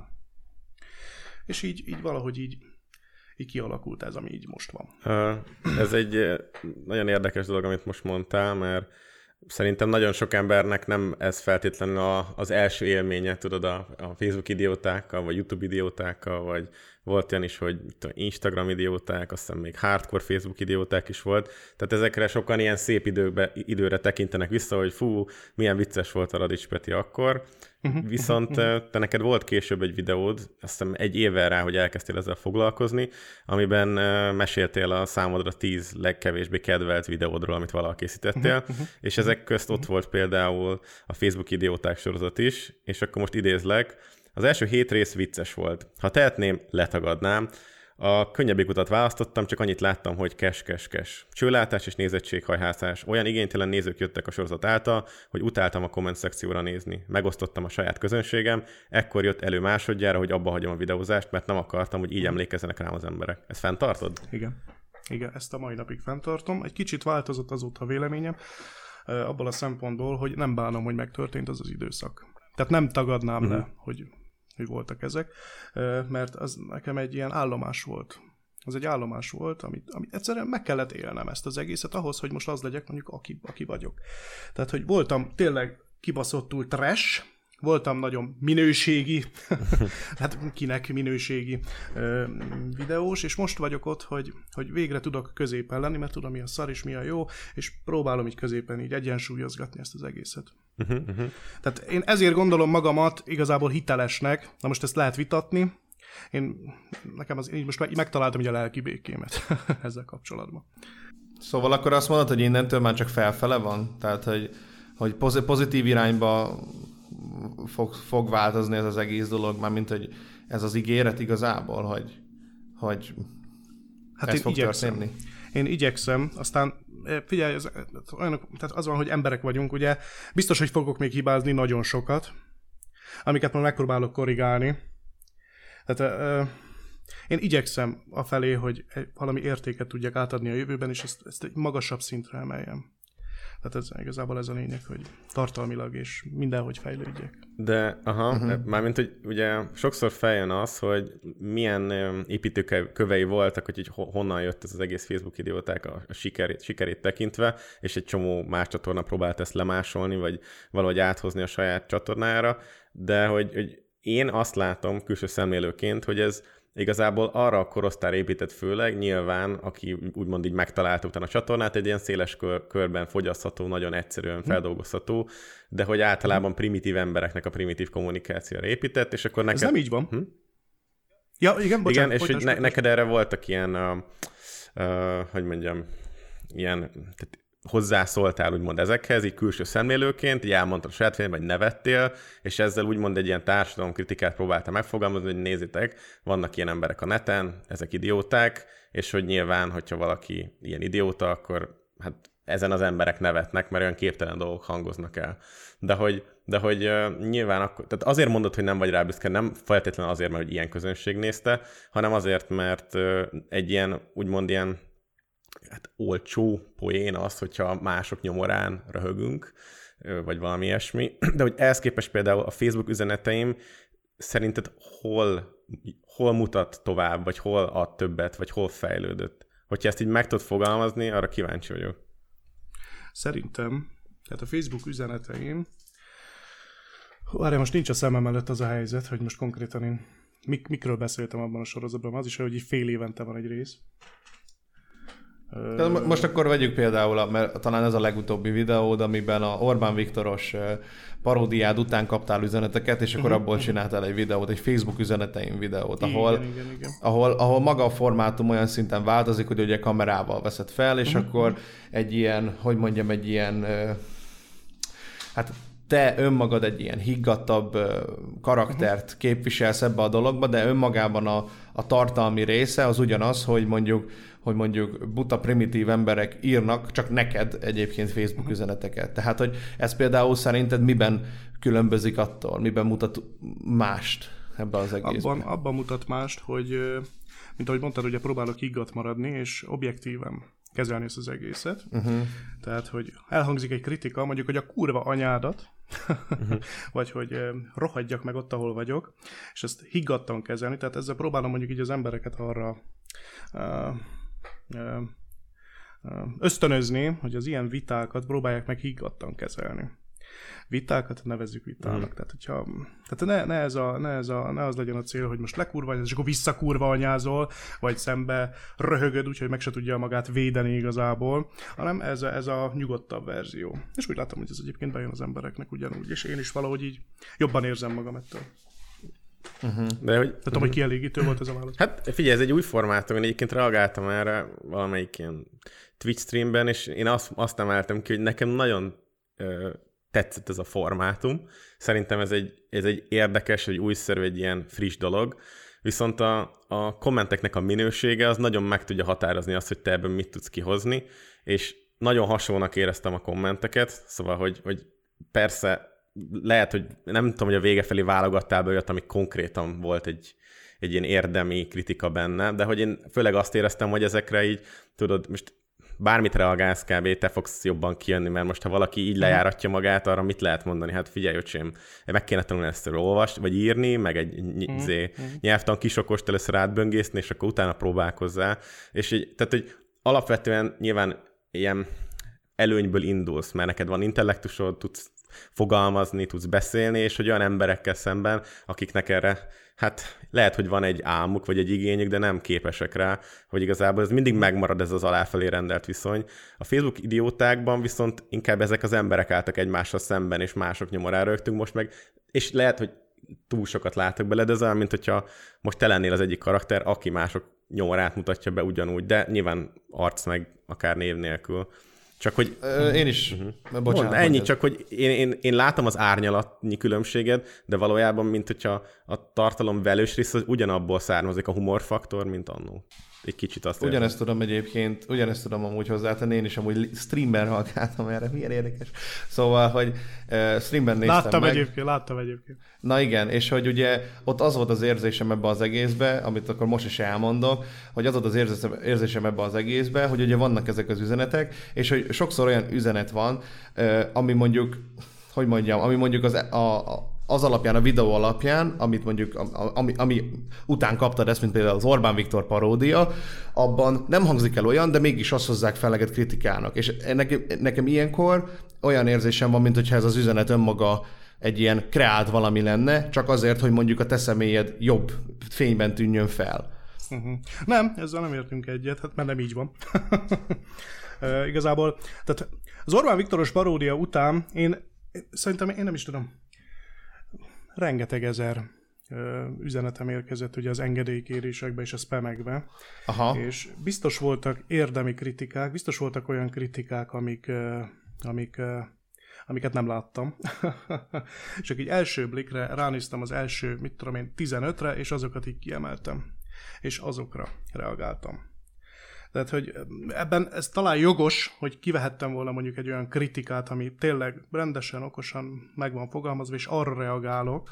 És így valahogy így kialakult ez, ami így most van. Ez egy nagyon érdekes dolog, amit most mondtál, mert szerintem nagyon sok embernek nem ez feltétlenül az első élménye, tudod, a Facebook idiótákkal, vagy YouTube idiótákkal, vagy volt olyan is, hogy Instagram idióták, azt hiszem még hardcore Facebook idióták is volt. Tehát ezekre sokan ilyen szép időre tekintenek vissza, hogy fú, milyen vicces volt a Radics Peti akkor. Viszont te neked volt később egy videód, azt hiszem 1 évvel rá, hogy elkezdtél ezzel foglalkozni, amiben meséltél a számodra 10 legkevésbé kedvelt videódról, amit valaha készítettél, és ezek közt ott volt például a Facebook idióták sorozat is, és akkor most idézlek, az első 7 rész vicces volt. Ha tehetném, letagadnám. A könnyebbik utat választottam, csak annyit láttam, hogy kes. Csőlátás és nézettséghajhászás. Olyan igénytelen nézők jöttek a sorozat által, hogy utáltam a komment szekcióra nézni. Megosztottam a saját közönségem, ekkor jött elő másodjára, hogy abba hagyom a videózást, mert nem akartam, hogy így emlékezzenek rám az emberek. Ezt fenntartod? Igen, ezt a mai napig fenntartom. Egy kicsit változott azóta a véleményem, abból a szempontból, hogy nem bánom, hogy megtörtént az időszak. Tehát nem tagadnám le, hogy voltak ezek, mert az nekem egy ilyen állomás volt. Az egy állomás volt, amit egyszerűen meg kellett élnem ezt az egészet ahhoz, hogy most az legyek mondjuk, aki vagyok. Tehát, hogy voltam tényleg kibaszottul trash, voltam nagyon minőségi, hát kinek minőségi videós, és most vagyok ott, hogy végre tudok középen lenni, mert tudom, mi a szar és mi a jó, és próbálom így középen így egyensúlyozgatni ezt az egészet. Tehát én ezért gondolom magamat igazából hitelesnek, na most ezt lehet vitatni, nekem így most megtaláltam így a lelki békémet ezzel kapcsolatban. Szóval akkor azt mondod, hogy innentől már csak felfele van? Tehát, hogy pozitív irányba fog változni ez az egész dolog, mármint, hogy ez az ígéret igazából, hogy hát ez fog történni? Én igyekszem, aztán figyelj, tehát az van, hogy emberek vagyunk, ugye, biztos, hogy fogok még hibázni nagyon sokat, amiket majd megpróbálok korrigálni. Tehát én igyekszem afelé, hogy valami értéket tudjak átadni a jövőben, és ezt egy magasabb szintre emeljem. Tehát igazából ez a lényeg, hogy tartalmilag és mindenhogy fejlődjek. De, mármint, hogy ugye sokszor feljön az, hogy milyen építőkövei voltak, hogy honnan jött ez az egész Facebook idióták a sikerét tekintve, és egy csomó más csatorna próbált ezt lemásolni, vagy valahogy áthozni a saját csatornára, de hogy én azt látom külső szemlélőként, hogy ez igazából arra a korosztályra épített főleg, nyilván, aki úgymond így megtalálta utána a csatornát, egy ilyen széles körben fogyasztható, nagyon egyszerűen feldolgozható, de hogy általában primitív embereknek a primitív kommunikációra épített, és akkor neked... Ez nem így van. Ja, igen, bocsánat. Igen, és hogy neked erre voltak ilyen, hogy mondjam, ilyen... Tehát hozzászóltál úgymond ezekhez, így külső szemlélőként, így elmondtad a saját véleményt, vagy nevettél, és ezzel úgymond egy ilyen társadalomkritikát próbáltál megfogalmazni, hogy nézzétek, vannak ilyen emberek a neten, ezek idióták, és hogy nyilván, hogyha valaki ilyen idióta, akkor hát ezen az emberek nevetnek, mert olyan képtelen dolgok hangoznak el. De hogy nyilván akkor, tehát azért mondod, hogy nem vagy rá büszke, nem feltétlenül azért, mert hogy ilyen közönség nézte, hanem azért, mert egy ilyen, úgymond ilyen olcsó poén az, hogyha mások nyomorán röhögünk, vagy valami ilyesmi. De hogy ehhez képest például a Facebook üzeneteim szerinted hol mutat tovább, vagy hol ad többet, vagy hol fejlődött? Hogyha ezt így meg tudod fogalmazni, arra kíváncsi vagyok. Szerintem, tehát a Facebook üzeneteim, most nincs a szemem előtt az a helyzet, hogy most konkrétan én mikről beszéltem abban a sorozatban, az is, hogy így fél évente van egy rész. Most akkor vegyük például, mert talán ez a legutóbbi videód, amiben a Orbán Viktoros paródiád után kaptál üzeneteket, és akkor abból csináltál egy videót, egy Facebook üzeneteim videót, ahol, igen. ahol maga a formátum olyan szinten változik, hogy ugye kamerával veszed fel, és akkor egy ilyen, hogy mondjam, egy ilyen, hát te önmagad egy ilyen higgadtabb karaktert képviselsz ebbe a dologba, de önmagában a tartalmi része az ugyanaz, hogy mondjuk, hogy mondjuk buta primitív emberek írnak csak neked egyébként Facebook üzeneteket. Tehát, hogy ez például szerinted miben különbözik attól, miben mutat mást ebben az egészben? Abban mutat mást, hogy mint ahogy mondtad, ugye próbálok higgadt maradni, és objektíven kezelni ezt az egészet. Tehát, hogy elhangzik egy kritika, mondjuk, hogy a kurva anyádat, vagy hogy rohadjak meg ott, ahol vagyok, és ezt higgadtan kezelni, tehát ezzel próbálom mondjuk így az embereket arra ösztönözni, hogy az ilyen vitákat próbálják meg higgadtan kezelni. Vitákat nevezzük vitának. Tehát ne az legyen a cél, hogy most lekurva, és akkor visszakurva anyázol, vagy szembe röhögöd, úgyhogy meg se tudja magát védeni igazából, hanem ez a nyugodtabb verzió. És úgy látom, hogy ez egyébként bejön az embereknek ugyanúgy, és én is valahogy így jobban érzem magam ettől. De hogy... Tudom, hogy kielégítő volt ez a válasz. Hát figyelj, ez egy új formátum, én egyébként reagáltam erre valamelyik ilyen Twitch streamben, és én azt emeltem ki, hogy nekem nagyon tetszett ez a formátum. Szerintem ez egy érdekes, egy újszerű, egy ilyen friss dolog. Viszont a kommenteknek a minősége az nagyon meg tudja határozni azt, hogy te ebből mit tudsz kihozni, és nagyon hasonlónak éreztem a kommenteket, szóval, hogy persze lehet, hogy nem tudom, hogy a vége felé válogattál be olyat, ami konkrétan volt egy ilyen érdemi kritika benne, de hogy én főleg azt éreztem, hogy ezekre így, tudod, most bármit reagálsz kb. Te fogsz jobban kijönni, mert most ha valaki így lejáratja magát, arra mit lehet mondani? Hát figyelj, öcsém, meg kéne tanulni ezt olvasni, vagy írni, meg egy nyelvtan kisokost először átböngészni, és akkor utána próbálkozzál. És így, tehát, hogy alapvetően nyilván ilyen előnyből indulsz, mert neked van intellektusod, tudsz fogalmazni, tudsz beszélni, és hogy olyan emberekkel szemben, akiknek erre, hát lehet, hogy van egy álmuk, vagy egy igényük, de nem képesek rá, hogy igazából ez mindig megmarad ez az aláfelé rendelt viszony. A Facebook idiótákban viszont inkább ezek az emberek álltak egymással szemben, és mások nyomorára rögtünk most meg, és lehet, hogy túl sokat látok bele, de ez olyan, mint hogyha most te lennél az egyik karakter, aki mások nyomorát mutatja be ugyanúgy, de nyilván arc meg akár név nélkül. Csak hogy... Én is. Bocsánat. Ennyi, csak hogy én látom az árnyalatnyi különbséget, de valójában, mint hogyha a tartalom velős része ugyanabból származik a humorfaktor, mint annó. Egy kicsit azt ugyanezt tudom egyébként, ugyanezt tudom amúgy hozzátenni, én is amúgy streamben hallgattam erre, milyen érdekes. Szóval, hogy streamben néztem Láttam egyébként. Na igen, és hogy ugye ott az volt az érzésem ebbe az egészbe, amit akkor most is elmondok, hogy az volt az érzésem ebbe az egészbe, hogy ugye vannak ezek az üzenetek, és hogy sokszor olyan üzenet van, ami mondjuk, hogy mondjam, ami mondjuk az alapján, a videó alapján, amit mondjuk, ami után kaptad ezt, mint például az Orbán Viktor paródia, abban nem hangzik el olyan, de mégis azt hozzák fel kritikának. És nekem ilyenkor olyan érzésem van, mint hogyha ez az üzenet önmaga egy ilyen kreált valami lenne, csak azért, hogy mondjuk a te személyed jobb fényben tűnjön fel. Nem, ezzel nem értünk egyet, hát mert nem így van. Igazából, tehát az Orbán Viktoros paródia után szerintem én nem is tudom, rengeteg ezer üzenetem érkezett ugye az engedélykérésekbe és a spamekbe. Aha. És biztos voltak érdemi kritikák, biztos voltak olyan kritikák, amiket nem láttam. Csak így első blikre ránéztem az első, 15-re, és azokat így kiemeltem. És azokra reagáltam. Tehát, hogy ebben ez talán jogos, hogy kivehettem volna mondjuk egy olyan kritikát, ami tényleg rendesen, okosan meg van fogalmazva, és arra reagálok.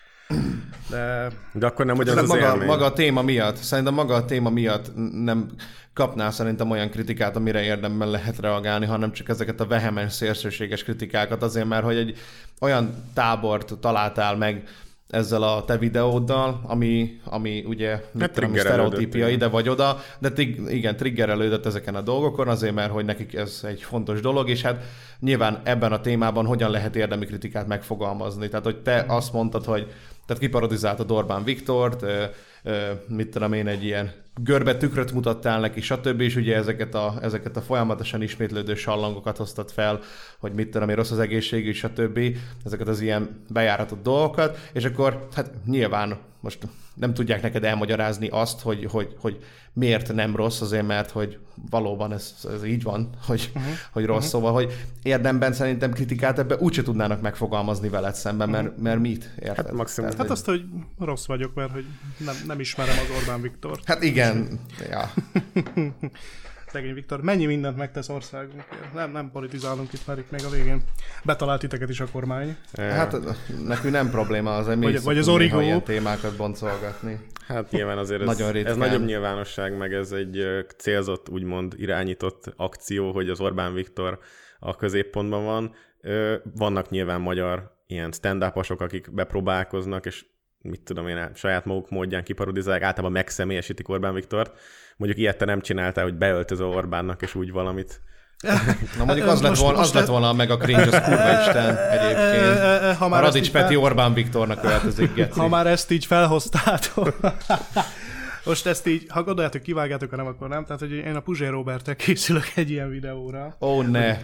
De akkor nem ugyanaz az élmény. Maga a téma miatt, szerintem maga a téma miatt nem kapnál szerintem olyan kritikát, amire érdemben lehet reagálni, hanem csak ezeket a vehemens, szélsőséges kritikákat azért, mert hogy egy olyan tábort találtál meg ezzel a te videóddal, ami ugye sztereotípia ide vagy oda, de igen, triggerelődött ezeken a dolgokon, azért, mert hogy nekik ez egy fontos dolog, és hát nyilván ebben a témában hogyan lehet érdemi kritikát megfogalmazni. Tehát, hogy te azt mondtad, hogy tehát kiparodizáltad Orbán Viktort, mit tudom én, egy ilyen görbe tükröt mutattál neki, stb. És ugye ezeket a folyamatosan ismétlődő sallangokat hoztad fel, hogy mit tudom én, rossz az egészségű, stb. Ezeket az ilyen bejáratott dolgokat, és akkor hát nyilván most nem tudják neked elmagyarázni azt, hogy miért nem rossz, azért mert hogy valóban ez így van, hogy rossz. Szóval, hogy érdemben szerintem kritikát ebbe úgyse tudnának megfogalmazni veled szemben, mert mit érted? Hát maximum. Hát azt, hogy rossz vagyok, mert hogy nem ismerem az Orbán Viktort. Hát igen, ja. Szegény Viktor, mennyi mindent megtesz országunkért. Nem politizálunk itt, mert itt még a végén betalált titeket is a kormány. Hát nekünk nem probléma az, vagy az origó. Ilyen témákat boncolgatni. Hát nyilván azért ez nagyobb nyilvánosság, meg ez egy célzott, úgymond irányított akció, hogy az Orbán Viktor a középpontban van. Vannak nyilván magyar ilyen stand-uposok, akik bepróbálkoznak, és mit tudom én, saját maguk módján kiparodizálják, általában megszemélyesítik Orbán Viktort. Mondjuk ilyet te nem csináltál, hogy beöltözöl Orbánnak, és úgy valamit. Na mondjuk az lett volna meg a cringe, az kurva isten egyébként. A Radics Peti Orbán Viktornak öltözik, geci. Ha már ezt így felhoztátok. Most ezt így, ha gondoljátok, kivágjátok, ha nem, akkor nem. Tehát, hogy én a Puzsér Roberttel készülök egy ilyen videóra. Ó, ne!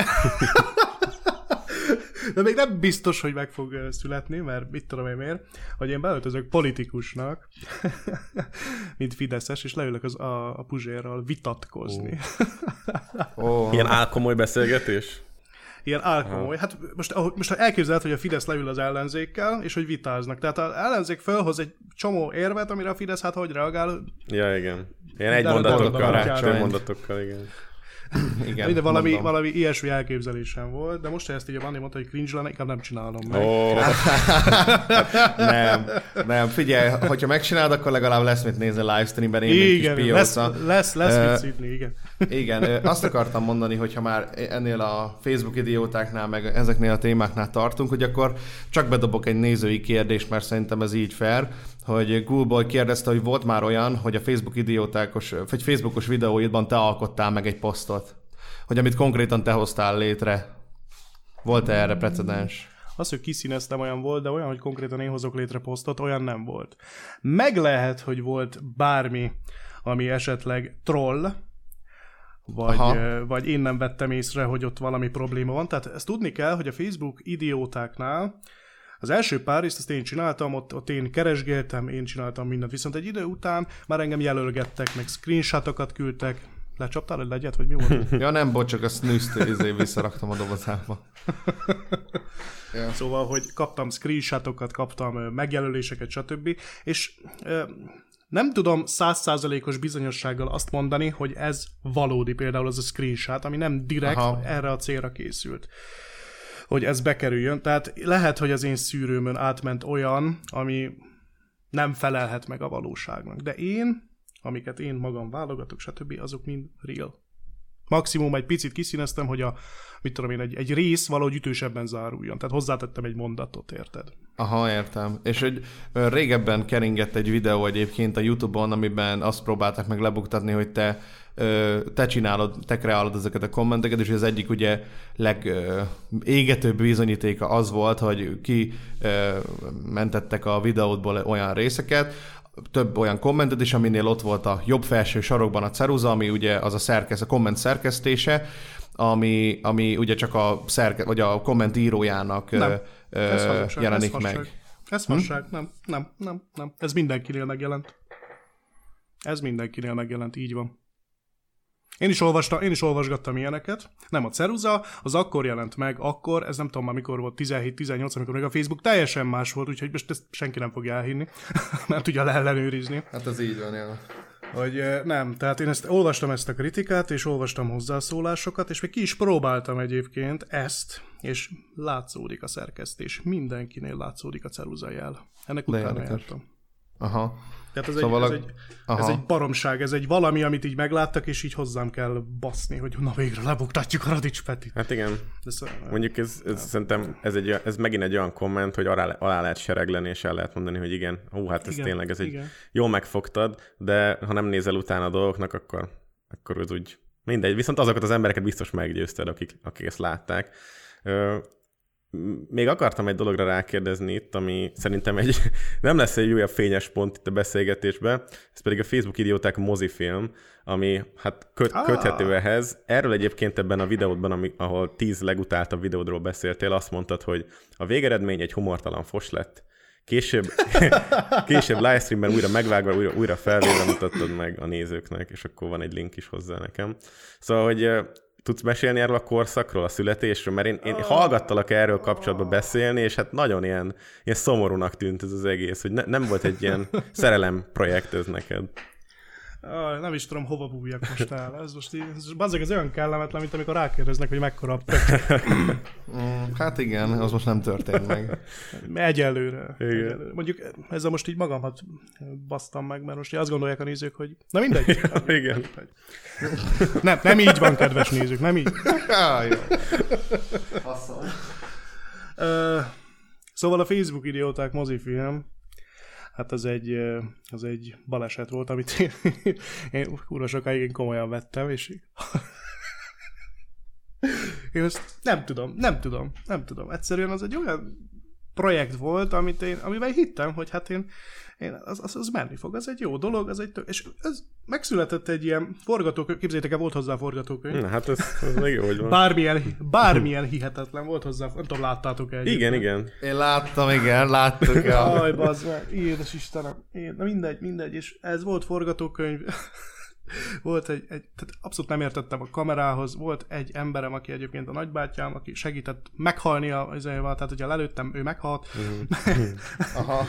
De még nem biztos, hogy meg fog születni, mert mit tudom én miért, hogy én beöltözök politikusnak, mint fideszes, és leülök a Puzsérral vitatkozni. Ilyen álkomoly beszélgetés? Ilyen álkomoly. Hát most elképzelhet, hogy a Fidesz leül az ellenzékkel, és hogy vitáznak. Tehát az ellenzék fölhoz egy csomó érvet, amire a Fidesz hát hogy reagál? Ja, igen. Ilyen egy mondatokkal, igen. Igen, de valami ilyesmi elképzelésem volt, de most, hogy ezt így a Vandi mondta, hogy cringe lenne, inkább nem csinálom meg. Nem, figyelj, hogyha megcsinálod, akkor legalább lesz mit nézni livestreamben, én még kis pióca. Lesz mit szidni, igen. Igen, azt akartam mondani, hogy ha már ennél a Facebook idiótáknál, meg ezeknél a témáknál tartunk, hogy akkor csak bedobok egy nézői kérdést, mert szerintem ez így fair, hogy Google kérdezte, hogy volt már olyan, hogy a Facebook idiótákos, vagy Facebookos videóidban te alkottál meg egy posztot, hogy amit konkrétan te hoztál létre. Volt-e erre precedens? Az, hogy kiszíneztem, olyan volt, de olyan, hogy konkrétan én hozok létre posztot, olyan nem volt. Meg lehet, hogy volt bármi, ami esetleg troll, vagy én nem vettem észre, hogy ott valami probléma van. Tehát ezt tudni kell, hogy a Facebook idiótáknál az első pár részt azt én csináltam, ott én keresgéltem, én csináltam mindent, viszont egy idő után már engem jelölgettek, meg screenshotokat küldtek. Lecsaptál egy legyet, vagy mi volt? Ja nem, bocs, csak a snooze-t visszaraktam a dobozába. Ja. Szóval, hogy kaptam screenshotokat, kaptam megjelöléseket, stb. És nem tudom 100%-os bizonyossággal azt mondani, hogy ez valódi, például az a screenshot, ami nem direkt erre a célra készült, hogy ez bekerüljön. Tehát lehet, hogy az én szűrőmön átment olyan, ami nem felelhet meg a valóságnak. De amiket én magam válogatok, stb., azok mind real. Maximum egy picit kiszíneztem, hogy egy rész valahogy ütősebben záruljon. Tehát hozzátettem egy mondatot, érted? Aha, értem. És hogy régebben keringett egy videó egyébként a YouTube-on, amiben azt próbálták meg lebuktatni, hogy te kreálod ezeket a kommenteket, és az egyik ugye legégetőbb bizonyítéka az volt, hogy mentettek a videódból olyan részeket, több olyan kommentet is, aminél ott volt a jobb felső sarokban a ceruza, ami ugye az a komment szerkesztése, ami ugye csak a komment írójának jelenik meg. Ez fasság, nem. Ez mindenkinél megjelent. Így van. Én is olvasgattam ilyeneket. Nem, a ceruza, az akkor jelent meg, ez nem tudom már mikor volt, 17-18, amikor még a Facebook teljesen más volt, úgyhogy most ezt senki nem fogja elhinni, nem tudja leellenőrizni. Hát ez így van, ja. Hogy nem, tehát én olvastam ezt a kritikát, és olvastam hozzászólásokat, és még ki is próbáltam egyébként ezt, és látszódik a szerkesztés. Mindenkinél látszódik a ceruza jel. Ennek utána jártam. Aha. Tehát ez egy baromság, ez egy valami, amit így megláttak, és így hozzám kell baszni, hogy na végre lebuktatjuk a Radics Petit. Hát igen. Mondjuk szerintem ez megint egy olyan komment, hogy alá lehet seregleni, és el lehet mondani, hogy igen, ez tényleg, jól megfogtad, de ha nem nézel utána a dolgoknak, akkor ez úgy mindegy. Viszont azokat az embereket biztos meggyőzted, akik ezt látták. Még akartam egy dologra rákérdezni itt, ami szerintem nem lesz egy újabb fényes pont itt a beszélgetésben, ez pedig a Facebook idióták mozifilm, ami hát köthető ehhez. Erről egyébként ebben a videódban, ahol 10 legutáltabb videódról beszéltél, azt mondtad, hogy a végeredmény egy humortalan fos lett, később livestreamben újra megvágva, újra felvéve mutattad meg a nézőknek, és akkor van egy link is hozzá nekem. Szóval, hogy tudsz mesélni erről a korszakról, a születésről, mert én hallgattalak erről kapcsolatban beszélni, és hát nagyon ilyen szomorúnak tűnt ez az egész, hogy nem volt egy ilyen szerelem projekt ez neked. Nem is tudom, hova bújjak most el. Ez most így, ez olyan kellemetlen, mint amikor rákérdeznek, hogy mekkora Hát igen, az most nem történt meg. Egyelőre. Mondjuk ezzel most így magamat basztam meg, mert most azt gondolják a nézők, hogy... Na mindegy. Igen. Nem így van, kedves nézők, nem így. Szóval a Facebook Idióták mozifilm, hát az egy baleset volt, amit én kurva sokáig komolyan vettem, és én ezt nem tudom. Egyszerűen az egy olyan projekt volt, amivel hittem, hogy hát én az menni fog, ez egy jó dolog, és ez megszületett egy ilyen forgatókönyv, képzeljétek el, volt hozzá forgatókönyv. Na hát ez még jó, hogy van. Bármilyen hihetetlen volt hozzá, nem tudom, láttátok-e egyébként? Igen. Én láttam, igen, láttuk. Aj, bazd meg, édes Istenem. Na mindegy, és ez volt forgatókönyv. Volt tehát abszolút nem értettem a kamerához, volt egy emberem, aki egyébként a nagybátyám, aki segített meghalni azért, tehát hogyha lelőttem, ő meghalt. Aha.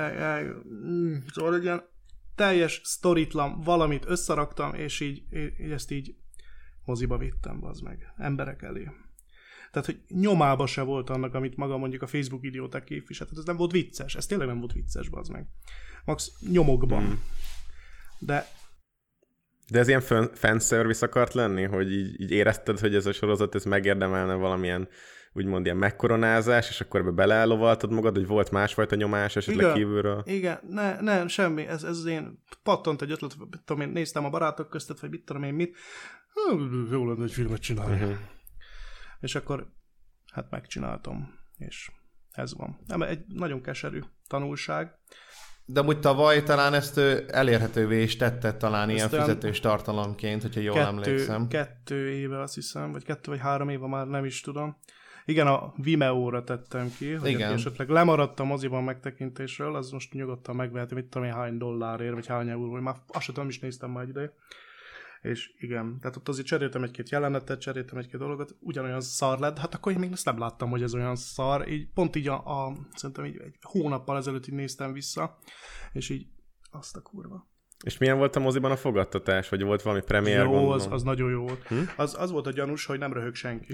Szóval egy ilyen teljes sztoritlan valamit összeraktam, és így ezt így moziba vittem, bazd meg, emberek elé. Tehát, hogy nyomába se volt annak, amit maga mondjuk a Facebook Idióták képviselt. Ez nem volt vicces, ez tényleg nem volt vicces, bazd meg. Max nyomokban. De ez ilyen fanservice akart lenni, hogy így érezted, hogy ez a sorozat ez megérdemelne valamilyen úgymond ilyen megkoronázás, és akkor ebbe beleellovaltad magad, hogy volt másfajta nyomás esetleg kívülről? Igen, nem, semmi. Ez az én pattant egy ötlet, tudom én, néztem a Barátok köztet, vagy mit tudom én mit. Jó lenne egy filmet csinálni. És akkor hát megcsináltam, és ez van. Nem, egy nagyon keserű tanulság. De amúgy tavaly talán ezt elérhetővé is tette talán ilyen fizetős tartalomként, hogyha jól emlékszem. 2 éve azt hiszem, vagy 2 vagy 3 éve már nem is tudom. Igen, a Vimeo-ra tettem ki, hogy esetleg lemaradt a moziban megtekintésről, az most nyugodtan megveheti, mit tudom én hány dollárért, vagy hány euró, már azt sem tudom, is néztem már egy ideje. És igen, tehát ott azért cseréltem egy-két jelenetet, cseréltem egy-két dolgot, ugyanolyan szar lett, hát akkor én még ezt nem láttam, hogy ez olyan szar, így pont így szerintem így egy hónappal ezelőtt így néztem vissza, és így azt a kurva. És milyen volt a moziban a fogadtatás, vagy volt valami premier? Jó, az nagyon jó volt. Az volt a gyanús, hogy nem röhög senki.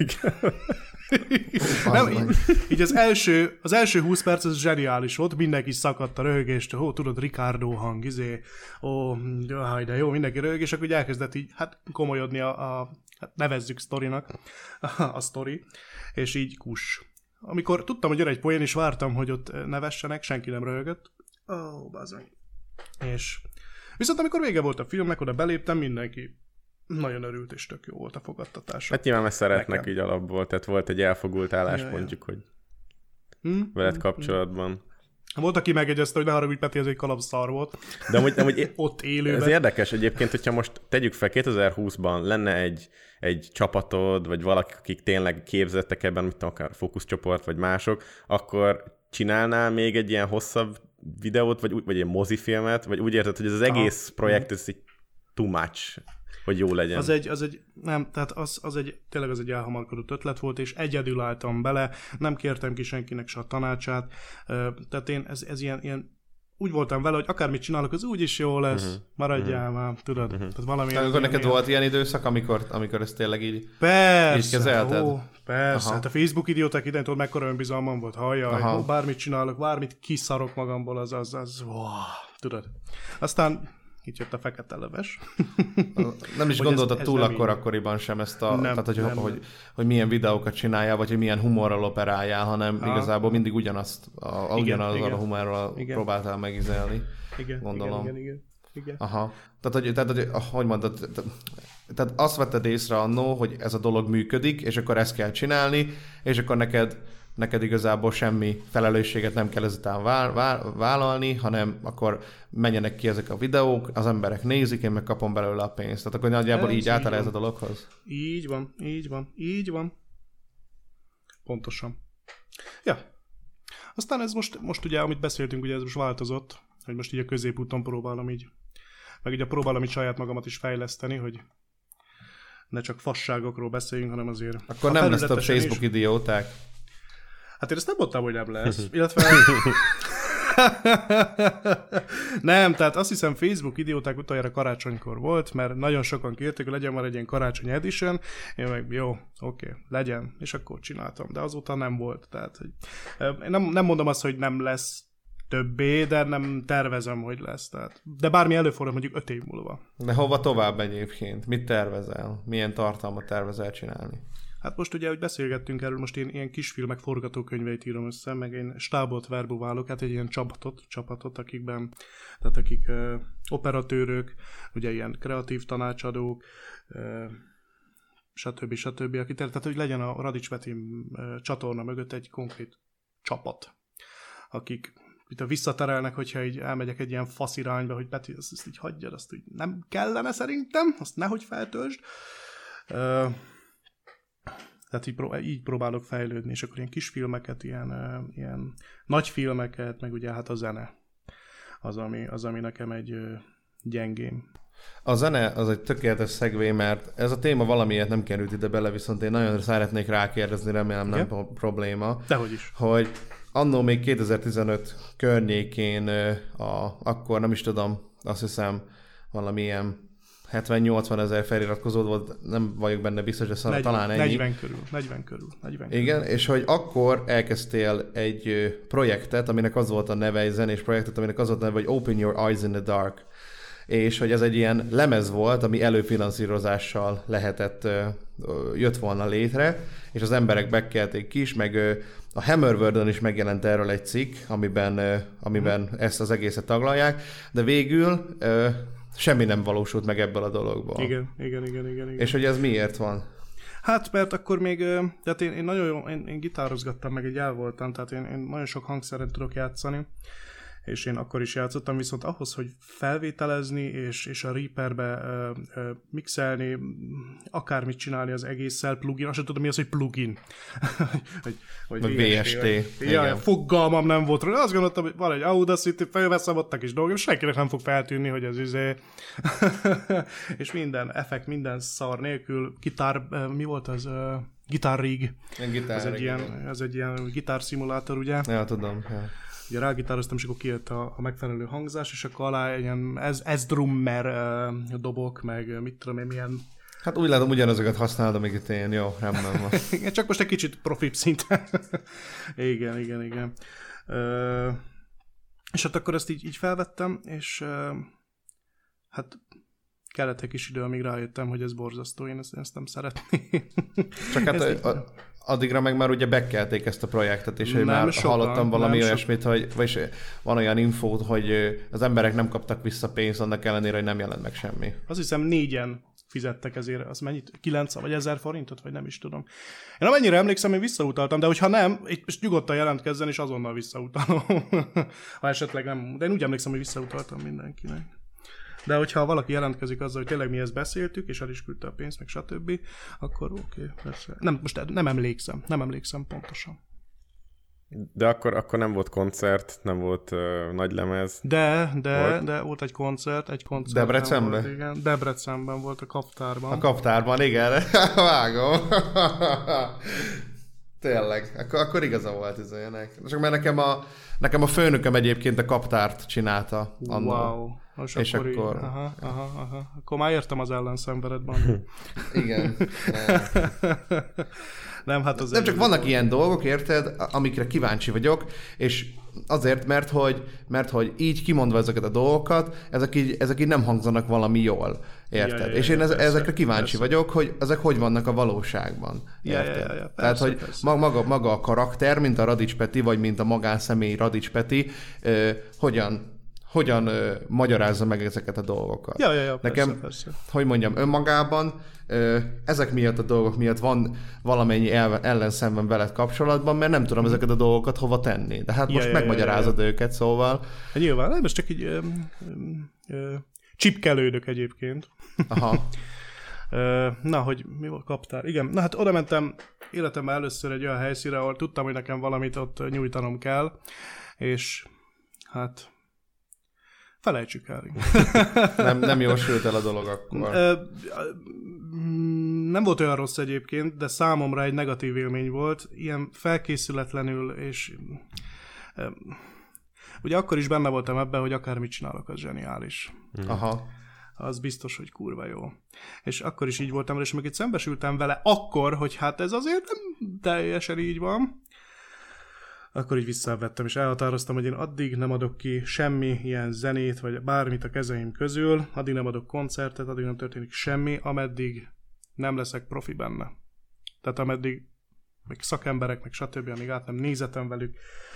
Nem, így az első 20 perc az zseniális volt, mindenki szakadt a röhögést, tudod, Ricardo hang, de jó, mindenki röhög, és akkor elkezdett így, hát komolyodni hát nevezzük sztorinak, a sztori, és így Amikor tudtam, hogy jön egy poén, és vártam, hogy ott nevessenek, senki nem röhögött. Bazd meg. És viszont amikor vége volt a filmnek, oda beléptem, mindenki nagyon örült, és tök jó volt a fogadtatása. Hát nyilván, mert szeretnek így alapból, tehát volt egy elfogult álláspontjuk, hogy veled kapcsolatban. Volt, aki megegyezte, hogy ne haragudj, Peti, ez egy kalapszar volt. De amúgy ott élőben. Ez érdekes egyébként, hogyha most tegyük fel, 2020-ban lenne egy csapatod, vagy valaki, akik tényleg képzettek ebben, mit tudom, akár fókuszcsoport, vagy mások, akkor csinálnál még egy ilyen hosszabb videót, vagy egy mozifilmet, vagy úgy érted, hogy ez az egész projekt, ez így too much, hogy jó legyen. Tényleg az egy elhamarkodott ötlet volt, és egyedül álltam bele, nem kértem ki senkinek se a tanácsát, tehát én ez ilyen úgy voltam vele, hogy akármit csinálok, az úgyis jó lesz, maradjál már, tudod. Tehát valami. Akkor neked volt ilyen időszak, amikor ezt tényleg így kezelted? Persze, hát a Facebook Idióták idején tudod, mekkora önbizalmam volt, hajjaj, bármit csinálok, bármit kiszarok magamból, az tudod. Aztán itt jött a fekete leves. Nem is gondoltad túl akkoriban sem ezt tehát, hogy milyen videókat csináljál, vagy hogy milyen humorral operáljál, hanem igazából mindig ugyanazt a humorral próbáltál megizelni. Gondolom. Igen. Aha. Tehát, hogy mondtad, tehát azt vetted észre annó, hogy ez a dolog működik, és akkor ezt kell csinálni, és akkor neked igazából semmi felelősséget nem kell ezután vállalni, hanem akkor menjenek ki ezek a videók, az emberek nézik, én meg kapom belőle a pénzt. Tehát akkor nagyjából így átáll ez a dologhoz? Így van. Pontosan. Ja. Aztán ez most ugye, amit beszéltünk, ugye ez most változott, hogy most így a középúton próbálom így, meg ugye próbálom így saját magamat is fejleszteni, hogy ne csak fasságokról beszéljünk, hanem azért... Akkor nem lesz több Facebook idióták. Hát én ezt nem mondtam, hogy nem lesz. Illetve... Nem, tehát azt hiszem Facebook idióták utoljára karácsonykor volt, mert nagyon sokan kérték, hogy legyen már egy ilyen karácsony edition, én meg jó, oké, legyen, és akkor csináltam, de azóta nem volt, tehát hogy, nem mondom azt, hogy nem lesz többé, de nem tervezem, hogy lesz, tehát, de bármi előfordul mondjuk 5 év múlva. De hova tovább egyébként? Mit tervezel? Milyen tartalmat tervezel csinálni? Hát most ugye, hogy beszélgettünk erről, most én ilyen kisfilmek forgatókönyveit írom össze, meg én stábot verbuválok, hát egy ilyen csapatot, akik operatőrök, ugye ilyen kreatív tanácsadók, stb. Akik, tehát hogy legyen a Radics Peti csatorna mögött egy konkrét csapat, akik itt visszaterelnek, hogyha így elmegyek egy ilyen fasz irányba, hogy Peti, ezt így hagyjad, azt úgy nem kellene szerintem, azt nehogy feltöltsd. Tehát így próbálok fejlődni, és akkor ilyen kisfilmeket, ilyen nagy filmeket, meg ugye hát a zene az, ami nekem egy gyengém. A zene az egy tökéletes szegvé, mert ez a téma valamiért nem került ide bele, viszont én nagyon szeretnék rákérdezni, remélem nem probléma. Dehogy is. Hogy annó még 2015 környékén, akkor nem is tudom, azt hiszem valamilyen 70-80 ezer feliratkozód volt, nem vagyok benne biztos, de talán ennyi. 40 körül. Igen, és hogy akkor elkezdtél egy projektet, aminek az volt a neve, egy zenés projektet, aminek az volt a neve, hogy Open Your Eyes in the Dark. És hogy ez egy ilyen lemez volt, ami előfinanszírozással jött volna létre, és az emberek bekkelték is, meg a Hammerworld-on is megjelent erről egy cikk, amiben ezt az egészet taglalják, de végül semmi nem valósult meg ebből a dologból. Igen. És hogy ez miért van? Hát, mert akkor még, tehát én nagyon jó, én gitározgattam, meg egy el voltam, tehát én nagyon sok hangszeren tudok játszani, és én akkor is játszottam, viszont ahhoz, hogy felvételezni, és a Reaperbe mixelni, akármit csinálni az egésszel, plugin, azt sem tudom, mi az, hogy plugin. vagy VST. Ja, fogalmam nem volt róla. Azt gondoltam, hogy van egy Audacity, felveszem ott a kis dolgom, senkinek nem fog feltűnni, hogy ez és minden effekt, minden szar nélkül, mi volt az? Guitar Rig. Ez egy ilyen gitárszimulátor, ugye? Ja, tudom. Ja. Ugye rágitároztam, és akkor kijött a megfelelő hangzás, és akkor alá ilyen ez drummer dobok, meg mit tudom én, milyen... Hát úgy látom, ugyanazokat használod, amíg itt én, jó, rendben van. Csak most egy kicsit profibb szinten. Igen. És hát akkor ezt így felvettem, és hát kellett egy kis idő, amíg rájöttem, hogy ez borzasztó, én ezt nem szeretném. Csak hát addigra meg már ugye bekelték ezt a projektet, és hogy már hallottam valami olyasmit, vagyis van olyan infót, hogy az emberek nem kaptak vissza pénzt, annak ellenére, hogy nem jelent meg semmi. Azt hiszem 4-en fizettek ezért, az mennyit? 9 vagy 1000 forintot, vagy nem is tudom. Én amennyire emlékszem, én visszautaltam, de hogyha nem, most nyugodtan jelentkezzen, és azonnal visszautalom. Ha esetleg nem, de én úgy emlékszem, hogy visszautaltam mindenkinek. De hogyha valaki jelentkezik azzal, hogy tényleg mi ezt beszéltük, és el is küldte a pénzt, meg stb., akkor oké, persze. Most nem emlékszem pontosan. De akkor nem volt koncert, nem volt nagy lemez. De volt egy koncert. Debrecenben? Volt, igen. Debrecenben volt a Kaptárban. A Kaptárban, igen. Vágom. Tényleg, akkor igaza volt ez olyanek. Csak mert nekem a főnököm egyébként a Kaptárt csinálta annól. Wow. És akkor... Aha. Akkor már értem az ellenszenveredben. Igen. Nem, hát nem csak vannak ilyen dolgok, érted, amikre kíváncsi vagyok, és azért, mert hogy így kimondva ezeket a dolgokat, ezek így nem hangzanak valami jól, érted? És én ezekre kíváncsi vagyok, hogy ezek hogy vannak a valóságban, érted? Persze, tehát, hogy maga a karakter, mint a Radics Peti, vagy mint a magánszemély Radics Peti, hogyan magyarázza meg ezeket a dolgokat. Ja, nekem, persze. Hogy mondjam, önmagában ezek miatt a dolgok miatt van valamennyi ellenszemben veled kapcsolatban, mert nem tudom ezeket a dolgokat hova tenni. De hát most megmagyarázod őket, szóval... Nyilván, most csak így csipkelődök egyébként. Aha. Na, hogy mi volt Kaptár? Igen, na hát oda mentem életemben először egy olyan helyszínre, ahol tudtam, hogy nekem valamit ott nyújtanom kell, és hát felejtsük el. Nem jól sült el a dolog akkor. Nem volt olyan rossz egyébként, de számomra egy negatív élmény volt, ilyen felkészületlenül, és ugye akkor is benne voltam ebben, hogy akármit csinálok, az zseniális. Aha. Az biztos, hogy kurva jó. És akkor is így voltam, és még itt szembesültem vele akkor, hogy hát ez azért nem teljesen így van. Akkor így visszavettem, és elhatároztam, hogy én addig nem adok ki semmi ilyen zenét, vagy bármit a kezeim közül, addig nem adok koncertet, addig nem történik semmi, ameddig nem leszek profi benne. Tehát ameddig meg szakemberek, meg stb., amíg át nem nézetem velük,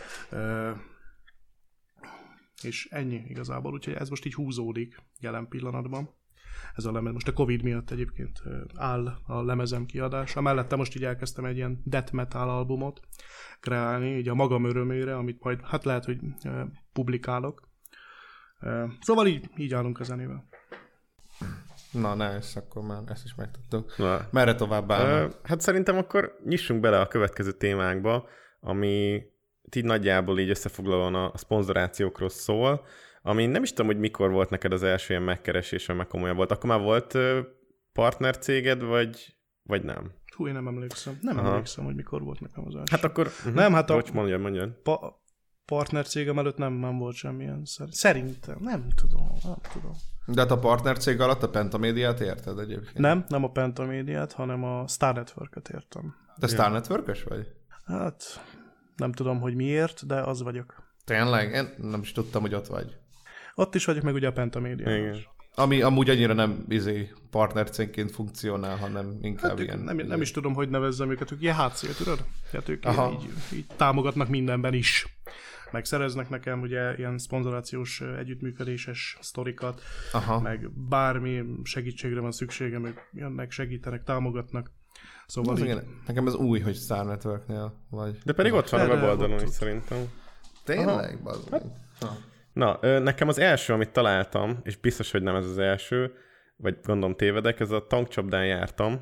és ennyi igazából, úgyhogy ez most így húzódik jelen pillanatban. Ez a lemez, most a Covid miatt egyébként áll a lemezem kiadása. Mellette most így elkezdtem egy ilyen death metal albumot kreálni, így a magam örömére, amit majd hát lehet, hogy publikálok. Szóval így állunk a zenével. Na, nice, akkor már ezt is megtudtuk. Merre tovább állnak? Hát szerintem akkor nyissunk bele a következő témánkba, ami így nagyjából így összefoglalóan a szponzorációkról szól, ami nem is tudom, hogy mikor volt neked az első ilyen megkeresés, vagy meg komolyan volt. Akkor már volt partnercéged, vagy nem? Hú, én nem emlékszem. Nem emlékszem, hogy mikor volt nekem az első. Hát akkor... Nem, hát Bocs, mondjad. Partnercégem előtt nem volt semmilyen. Szerintem. Nem tudom. De hát a partnercég alatt a Pentamédiát érted egyébként? Nem a Pentamédiát, hanem a Star Network-et értem. Te Star Network-ös vagy? Hát nem tudom, hogy miért, de az vagyok. Tényleg? Én nem is tudtam, hogy ott vagy. Ott is vagyok, meg ugye a Pentamédián. Ami amúgy annyira nem partnercégként funkcionál, hanem inkább hát ilyen... Nem is tudom, hogy nevezzem őket, ők ilyen hátszél, tudod? Tehát ők így támogatnak mindenben is. Megszereznek nekem ugye ilyen szponzorációs együttműködéses sztorikat, meg bármi segítségre van szükségem, ők jönnek, segítenek, támogatnak. Szóval így... Nekem ez új, hogy Star Networknél vagy. De pedig ott van a weboldalon is szerintem. Tényleg? Na, nekem az első, amit találtam, és biztos, hogy nem ez az első, vagy gondolom tévedek, ez a Tankcsapdán jártam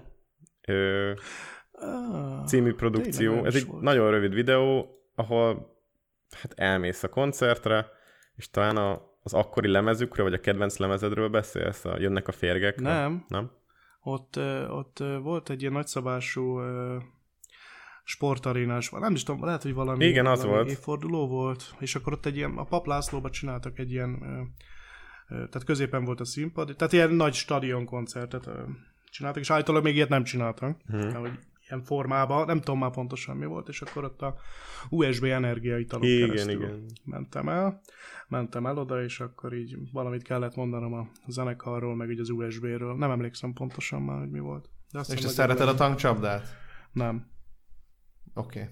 című produkció. Ez egy nagyon rövid videó, ahol hát elmész a koncertre, és talán az akkori lemezükről, vagy a kedvenc lemezedről beszélsz, Jönnek a férgek. Nem. Nem? Ott volt egy ilyen nagyszabású sportarénás, nem is tudom, lehet, hogy valami, igen, az valami volt. Évforduló volt, és akkor ott egy ilyen, a Pap Lászlóban csináltak egy ilyen, tehát középen volt a színpad, tehát ilyen nagy stadionkoncertet csináltak, és állítólag még ilyet nem csináltak, hogy ilyen formában, nem tudom már pontosan mi volt, és akkor ott a USB energiaitalon keresztül mentem el oda, és akkor így valamit kellett mondanom a zenekarról, meg így az USB-ről. Nem emlékszem pontosan már, hogy mi volt. De és te szereted a tankcsapdát? Nem. Oké.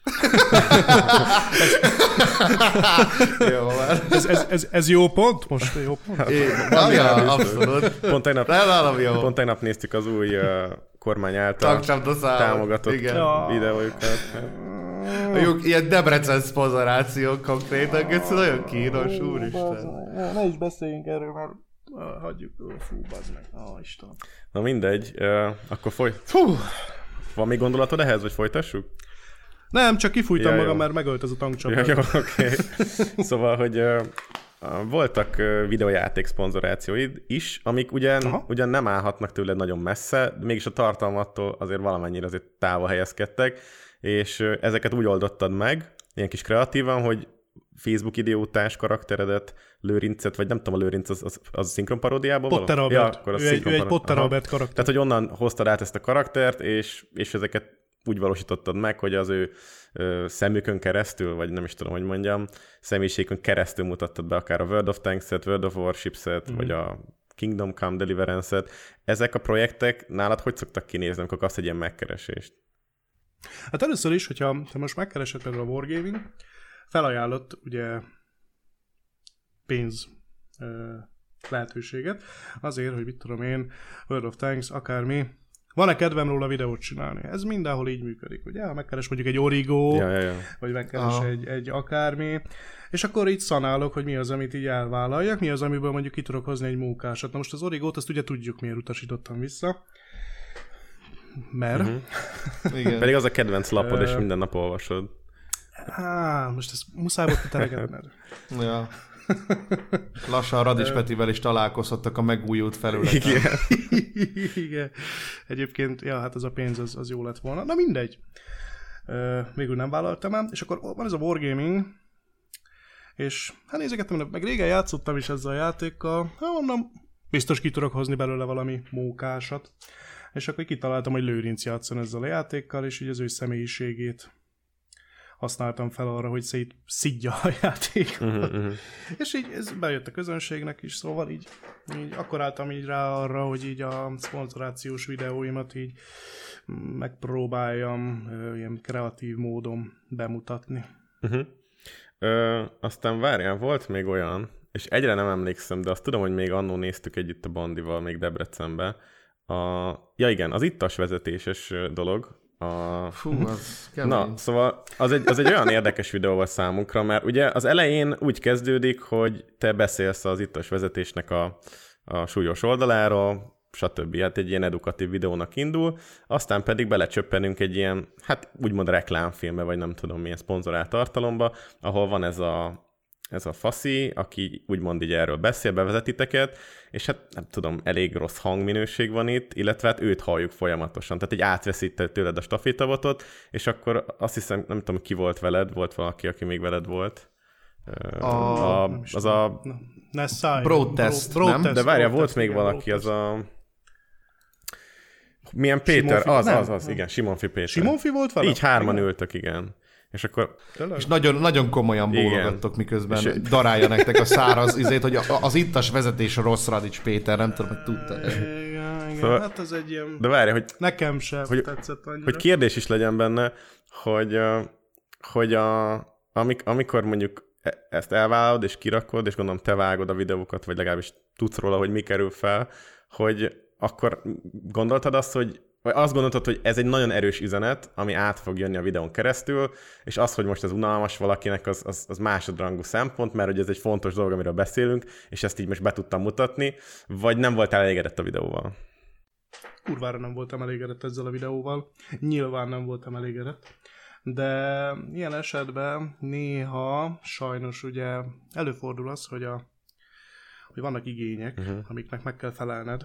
Jó, ez jó pont? Most jó pont? Abszolút. Pont tegnap néztük az új kormány által támogatott videójukat. Ilyen Debrecen szponzorációk konkrétan, ez nagyon kínos, úristen. Ne is beszéljünk erről, mert hagyjuk, fú, bazd meg. Istenem. Na mindegy, akkor van még gondolatod ehhez, vagy folytassuk? Nem, csak kifújtam magam, mert megölt ez a tankcsapda. Jó, oké. Szóval, hogy voltak videójáték szponzorációid is, amik ugyan nem állhatnak tőled nagyon messze, de mégis a tartalmattól azért valamennyire azért távol helyezkedtek, és ezeket úgy oldottad meg, ilyen kis kreatívan, hogy Facebook idiótás karakteredet, Lőrincet, vagy nem tudom, a Lőrinc az szinkron paródiában Potter való? Albert. Ja, akkor az ő egy Potter Albert karakter. Tehát, hogy onnan hoztad át ezt a karaktert, és ezeket úgy valósítottad meg, hogy az ő szemükön keresztül, vagy nem is tudom, hogy mondjam, személyiségön keresztül mutattad be akár a World of Tanks-et, World of Warships-et, vagy a Kingdom Come Deliverance-et. Ezek a projektek nálad hogy szoktak kinézni, amikor kapsz egy ilyen megkeresést? Hát először is, hogyha te most megkeresed például a Wargaming, felajánlott ugye pénz lehetőséget azért, hogy mit tudom én, World of Tanks, akármi, van-e kedvem róla videót csinálni? Ez mindenhol így működik, ugye? Ha megkeres mondjuk egy Origo, vagy megkeres egy akármi, és akkor így szanálok, hogy mi az, amit így elvállaljak, mi az, amiből mondjuk ki tudok hozni egy mókásat. Na most az Origót, azt ugye tudjuk, miért utasítottam vissza. Mert Igen. Pedig az a kedvenc lapod, és minden nap olvasod. Most ezt muszáj volt telegetned. Ja. Lassan Radics Petivel is találkozhattak a megújult felületen. Igen. Igen. Egyébként, hát ez a pénz, az jó lett volna. Na mindegy. Végül nem vállaltam el. És akkor van ez a Wargaming, és hát nézegettem, meg régen játszottam is ezzel a játékkal. Mondom, biztos ki tudok hozni belőle valami mókásat. És akkor kitaláltam, hogy Lőrinc játszon ezzel a játékkal, és így az ő személyiségét használtam fel arra, hogy szidja a játékot. És így ez bejött a közönségnek is, szóval így akkor álltam így rá arra, hogy így a szponzorációs videóimat így megpróbáljam ilyen kreatív módon bemutatni. Aztán várjál, volt még olyan, és egyre nem emlékszem, de azt tudom, hogy még annó néztük együtt a Bandival, még Debrecenbe. Ja igen, az ittas vezetéses dolog. Fú, az kemény. Na, szóval az egy olyan érdekes videó volt számunkra, mert ugye az elején úgy kezdődik, hogy te beszélsz az ittas vezetésnek a súlyos oldaláról, stb. Hát egy ilyen edukatív videónak indul, aztán pedig belecsöppenünk egy ilyen, hát úgymond reklámfilmbe, vagy nem tudom milyen szponzorált tartalomba, ahol van ez a faszi, aki úgymond így erről beszél, bevezetiteket, és hát nem tudom, elég rossz hangminőség van itt, illetve hát őt halljuk folyamatosan. Tehát egy átveszít tőled a stafétavotot, és akkor azt hiszem, nem tudom, ki volt veled, volt valaki, aki még veled volt. Broadtest, nem? De várjál, volt még valaki, az a... Milyen Péter? Simonfi, igen, Simonfi Péter. Simonfi volt vele? Így hárman ültök, igen. És akkor... És nagyon, nagyon komolyan bólogattok, miközben darálja nektek a száraz izét, hogy az ittas vezetés a rossz Radics Péter, nem tudom, hogy tudta. Igen, szóval, hát ez egy ilyen... De várj, hogy... Nekem sem tetszett annyira. Hogy kérdés is legyen benne, hogy amikor mondjuk ezt elvállalod és kirakod, és gondolom te vágod a videókat, vagy legalábbis tudsz róla, hogy mi kerül fel, hogy akkor gondoltad azt, vagy azt gondoltad, hogy ez egy nagyon erős üzenet, ami át fog jönni a videón keresztül, és az, hogy most ez unalmas valakinek, az másodrangú szempont, mert hogy ez egy fontos dolog, amiről beszélünk, és ezt így most be tudtam mutatni, vagy nem voltál elégedett a videóval? Kurvára nem voltam elégedett ezzel a videóval. Nyilván nem voltam elégedett. De ilyen esetben néha sajnos ugye előfordul az, hogy vannak igények, amiknek meg kell felelned.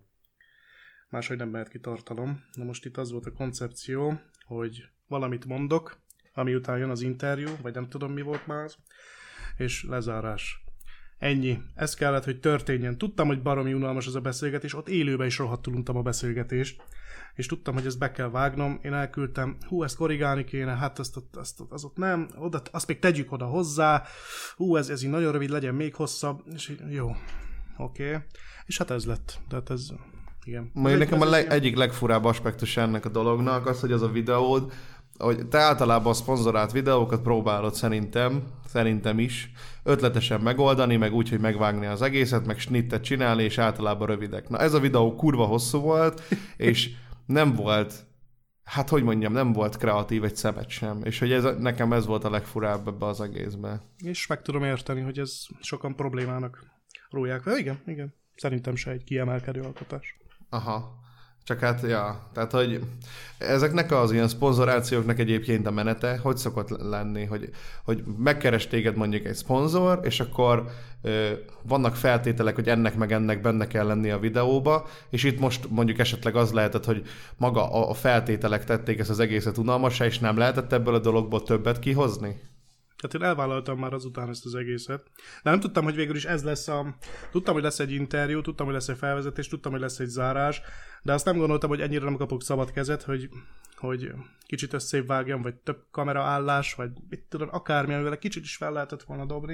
Máshogy nem mehet ki tartalom. Na most itt az volt a koncepció, hogy valamit mondok, ami után jön az interjú, vagy nem tudom mi volt már, és lezárás. Ennyi. Ez kellett, hogy történjen. Tudtam, hogy baromi unalmas ez a beszélgetés, ott élőben is rohadtul untam a beszélgetést, és tudtam, hogy ezt be kell vágnom. Én elküldtem, ezt korrigálni kéne, hát az ott nem, oda, azt még tegyük oda hozzá, ez így nagyon rövid, legyen még hosszabb, és így, jó, oké. És hát ez lett. Tehát ez... Igen. Majd nekem egyik legfurább aspektus ennek a dolognak az, hogy az a videód, hogy te általában a szponzorált videókat próbálod szerintem is ötletesen megoldani, meg úgy, hogy megvágni az egészet, meg snittet csinálni, és általában rövidek. Na ez a videó kurva hosszú volt, és nem volt, hát hogy mondjam, nem volt kreatív egy szemet sem. És hogy nekem ez volt a legfurább ebbe az egészbe. És meg tudom érteni, hogy ez sokan problémának róják. Igen. Szerintem se egy kiemelkedő alkotás. Aha. Csak hát, tehát, hogy ezeknek az ilyen szponzorációknak egyébként a menete, hogy szokott lenni, hogy megkeres téged mondjuk egy szponzor, és akkor vannak feltételek, hogy ennek meg ennek benne kell lenni a videóba, és itt most mondjuk esetleg az lehetett, hogy maga a feltételek tették ezt az egészet unalmassá, és nem lehetett ebből a dologból többet kihozni? Tehát én elvállaltam már azután ezt az egészet. De nem tudtam, hogy végül is ez lesz Tudtam, hogy lesz egy interjú, tudtam, hogy lesz egy felvezetés, tudtam, hogy lesz egy zárás, de azt nem gondoltam, hogy ennyire nem kapok szabad kezet, hogy kicsit összébb vágjam, vagy több kameraállás, vagy mit tudom, akármi, amivel egy kicsit is fel lehetett volna dobni.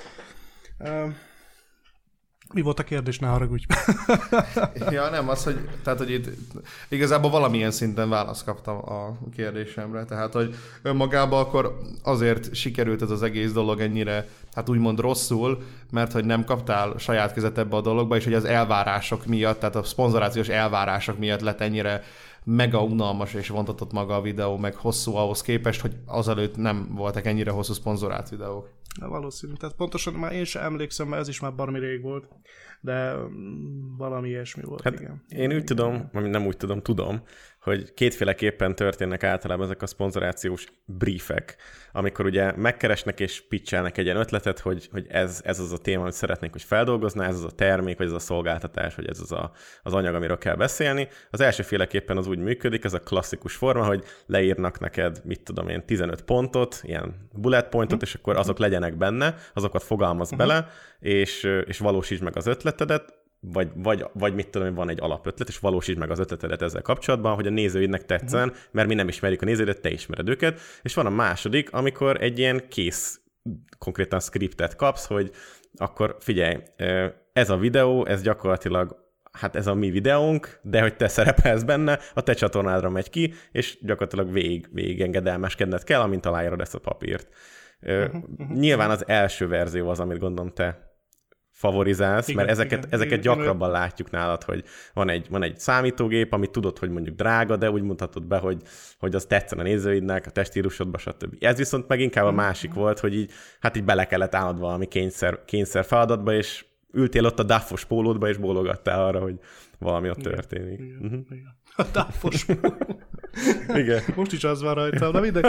Mi volt a kérdés, ne haragudj. Ja, nem, az, hogy, tehát, hogy itt igazából valamilyen szinten választ kaptam a kérdésemre, tehát, hogy önmagában akkor azért sikerült ez az egész dolog ennyire, hát úgymond rosszul, mert hogy nem kaptál saját kezet ebbe a dologba, és hogy az elvárások miatt, tehát a szponzorációs elvárások miatt lett ennyire mega unalmas és vontatott maga a videó, meg hosszú ahhoz képest, hogy azelőtt nem voltak ennyire hosszú szponzorált videók. Valószínű. Tehát pontosan már én sem emlékszem, mert ez is már baromi rég volt, de valami ilyesmi volt, hát igen. Én úgy tudom, nem úgy tudom, hogy kétféleképpen történnek általában ezek a szponzorációs briefek, amikor ugye megkeresnek és pitchelnek egy ilyen ötletet, hogy ez az a téma, amit szeretnénk, hogy feldolgozná, ez az a termék, vagy ez a szolgáltatás, vagy ez az anyag, amiről kell beszélni. Az elsőféleképpen az úgy működik, ez a klasszikus forma, hogy leírnak neked, 15 pontot, ilyen bullet pointot, és akkor azok legyenek benne, azokat fogalmaz bele, és valósítsd meg az ötletedet, vagy mit tudom, van egy alapötlet, és valósítsd meg az ötletedet ezzel kapcsolatban, hogy a nézőidnek tetszen, mert mi nem ismerjük a nézőidet, te ismered őket. És van a második, amikor egy ilyen kész, konkrétan scriptet kapsz, hogy akkor figyelj, ez a videó, ez gyakorlatilag, hát ez a mi videónk, de hogy te szerepelsz benne, a te csatornádra megy ki, és gyakorlatilag végig engedelmeskedned kell, amint aláírod ezt a papírt. Nyilván az első verzió az, amit gondolom te favorizálsz, igen, mert ezeket gyakrabban látjuk nálad, hogy van egy számítógép, amit tudod, hogy mondjuk drága, de úgy mutatod be, hogy az tetszen a nézőidnek, a teststílusodba, stb. Ez viszont meg inkább a másik volt, hogy így bele kellett állnod valami kényszer feladatba, és ültél ott a dáfos pólódba, és bólogattál arra, hogy valami ott történik. Igen. A dáfos póló. Igen. Most is az van rajta, de mindegy.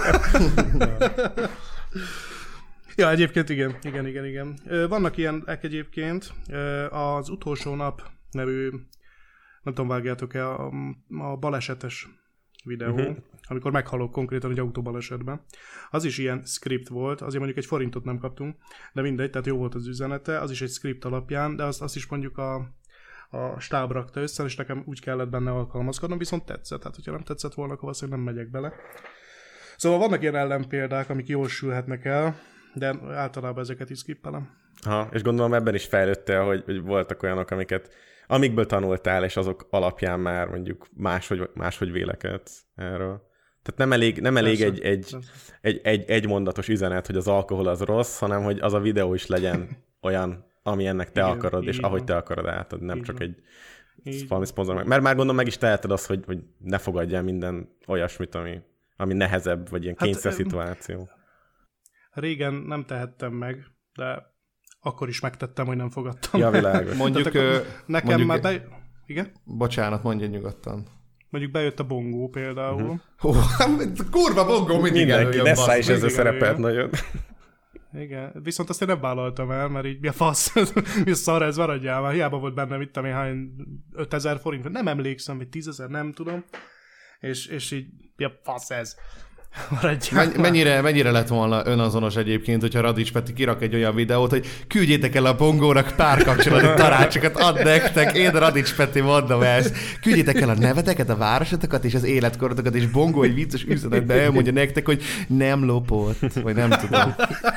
Ja, egyébként igen. Vannak ilyenek egyébként. Az Utolsó nap nevű, nem tudom, vágjátok-e, a balesetes videó, amikor meghalok konkrétan egy autóbalesetben. Az is ilyen script volt, azért mondjuk egy forintot nem kaptunk, de mindegy, tehát jó volt az üzenete, az is egy script alapján, de azt is mondjuk a stáb rakta össze, és nekem úgy kellett benne alkalmazkodnom, viszont tetszett. Tehát, hogyha nem tetszett volna, akkor valószínűleg nem megyek bele. Szóval vannak ilyen ellenpéldák, amik jól sülhetnek el, de általában ezeket is skippelem. És gondolom ebben is fejlődtél, hogy voltak olyanok, amikből tanultál, és azok alapján már mondjuk máshogy vélekedsz erről. Tehát nem elég egy mondatos üzenet, hogy az alkohol az rossz, hanem hogy az a videó is legyen olyan, ami ennek te akarod, és ahogy te akarod átadni, nem csak egy valami szponzor. Mert már gondolom meg is teheted azt, hogy ne fogadjál minden olyasmit, ami nehezebb, vagy ilyen kényszer szituáció. Régen nem tehettem meg, de akkor is megtettem, hogy nem fogadtam. Ja, világos. Mondjuk... Nekem már igen? Bocsánat, mondja nyugodtan. Mondjuk bejött a bongó például. Kurva bongó mindig előjön. Nessá is ezzel szerepelt nagyon. Igen, viszont azt én nem vállaltam el, mert így mi a fasz, mi a szar, ez maradjál már. Hiába volt benne, mit tudom én, hány 5000 forint, nem emlékszem, vagy 10 000, nem tudom. És így, mi a fasz ez? Mennyire lett volna önazonos egyébként, hogyha Radics Peti kirak egy olyan videót, hogy küldjétek el a bongónak párkapcsolati tanácsokat, add nektek, én Radics Peti mondom ezt. Küldjétek el a neveteket, a városotokat és az életkorotokat, és bongó egy vicces üzenetbe elmondja nektek, hogy nem lopott, vagy nem tudom.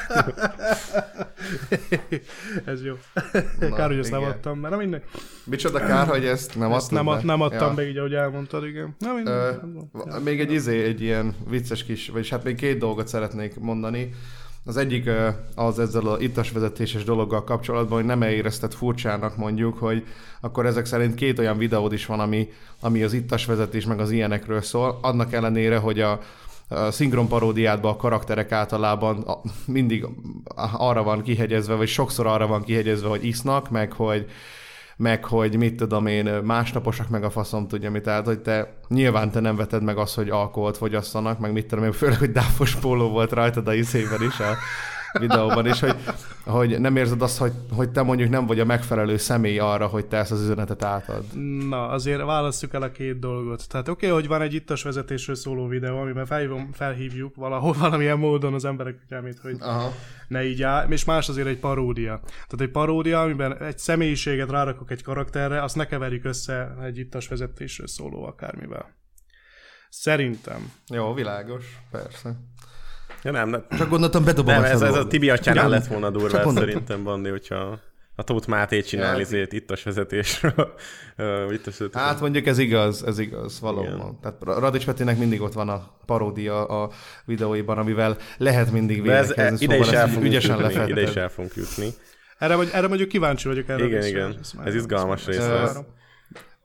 Ez jó. Kár, hogy ezt nem adtam, mert minden. Micsoda kár, hogy ezt nem adtam be? Nem adtam be így, ahogy elmondtad, igen. Még egy ilyen vicces kis, vagyis hát még két dolgot szeretnék mondani. Az egyik az ezzel a ittasvezetéses dologgal kapcsolatban, hogy nem érezted furcsának mondjuk, hogy akkor ezek szerint két olyan videód is van, ami az ittasvezetés meg az ilyenekről szól, annak ellenére, hogy a szinkron paródiádban a karakterek általában mindig arra van kihegyezve, vagy sokszor arra van kihegyezve, hogy isznak, meg hogy mit tudom én, másnaposak, meg a faszom tudja mit, tehát hogy nyilván te nem veted meg azt, hogy alkoholt fogyasszanak, meg mit tudom én, főleg, hogy dáfos póló volt rajtad a izében is, a videóban is, hogy nem érzed azt, hogy te mondjuk nem vagy a megfelelő személy arra, hogy te ezt az üzenetet átad. Na, azért válasszuk el a két dolgot. Tehát oké, hogy van egy ittas vezetésről szóló videó, amiben felhívjuk valahol valamilyen módon az emberek figyelmét, hogy ne így áll, és más azért egy paródia. Tehát egy paródia, amiben egy személyiséget rárakok egy karakterre, azt ne keverjük össze egy ittas vezetésről szóló akármivel. Szerintem. Jó, világos, persze. Ja, nem. Csak gondoltam, bedobom nem, ez a Tibi atyánál lett volna durva, szerintem, Bandi, hogyha a Tóth Máté csinál ittas vezetésről. Hát mondjuk ez igaz, valóban. Igen. Tehát Radics Petinek mindig ott van a paródia a videóiban, amivel lehet mindig védekezni. Ide is el fogunk jutni. Erre mondjuk kíváncsi vagyok erre. Igen. Ez izgalmas rész lesz.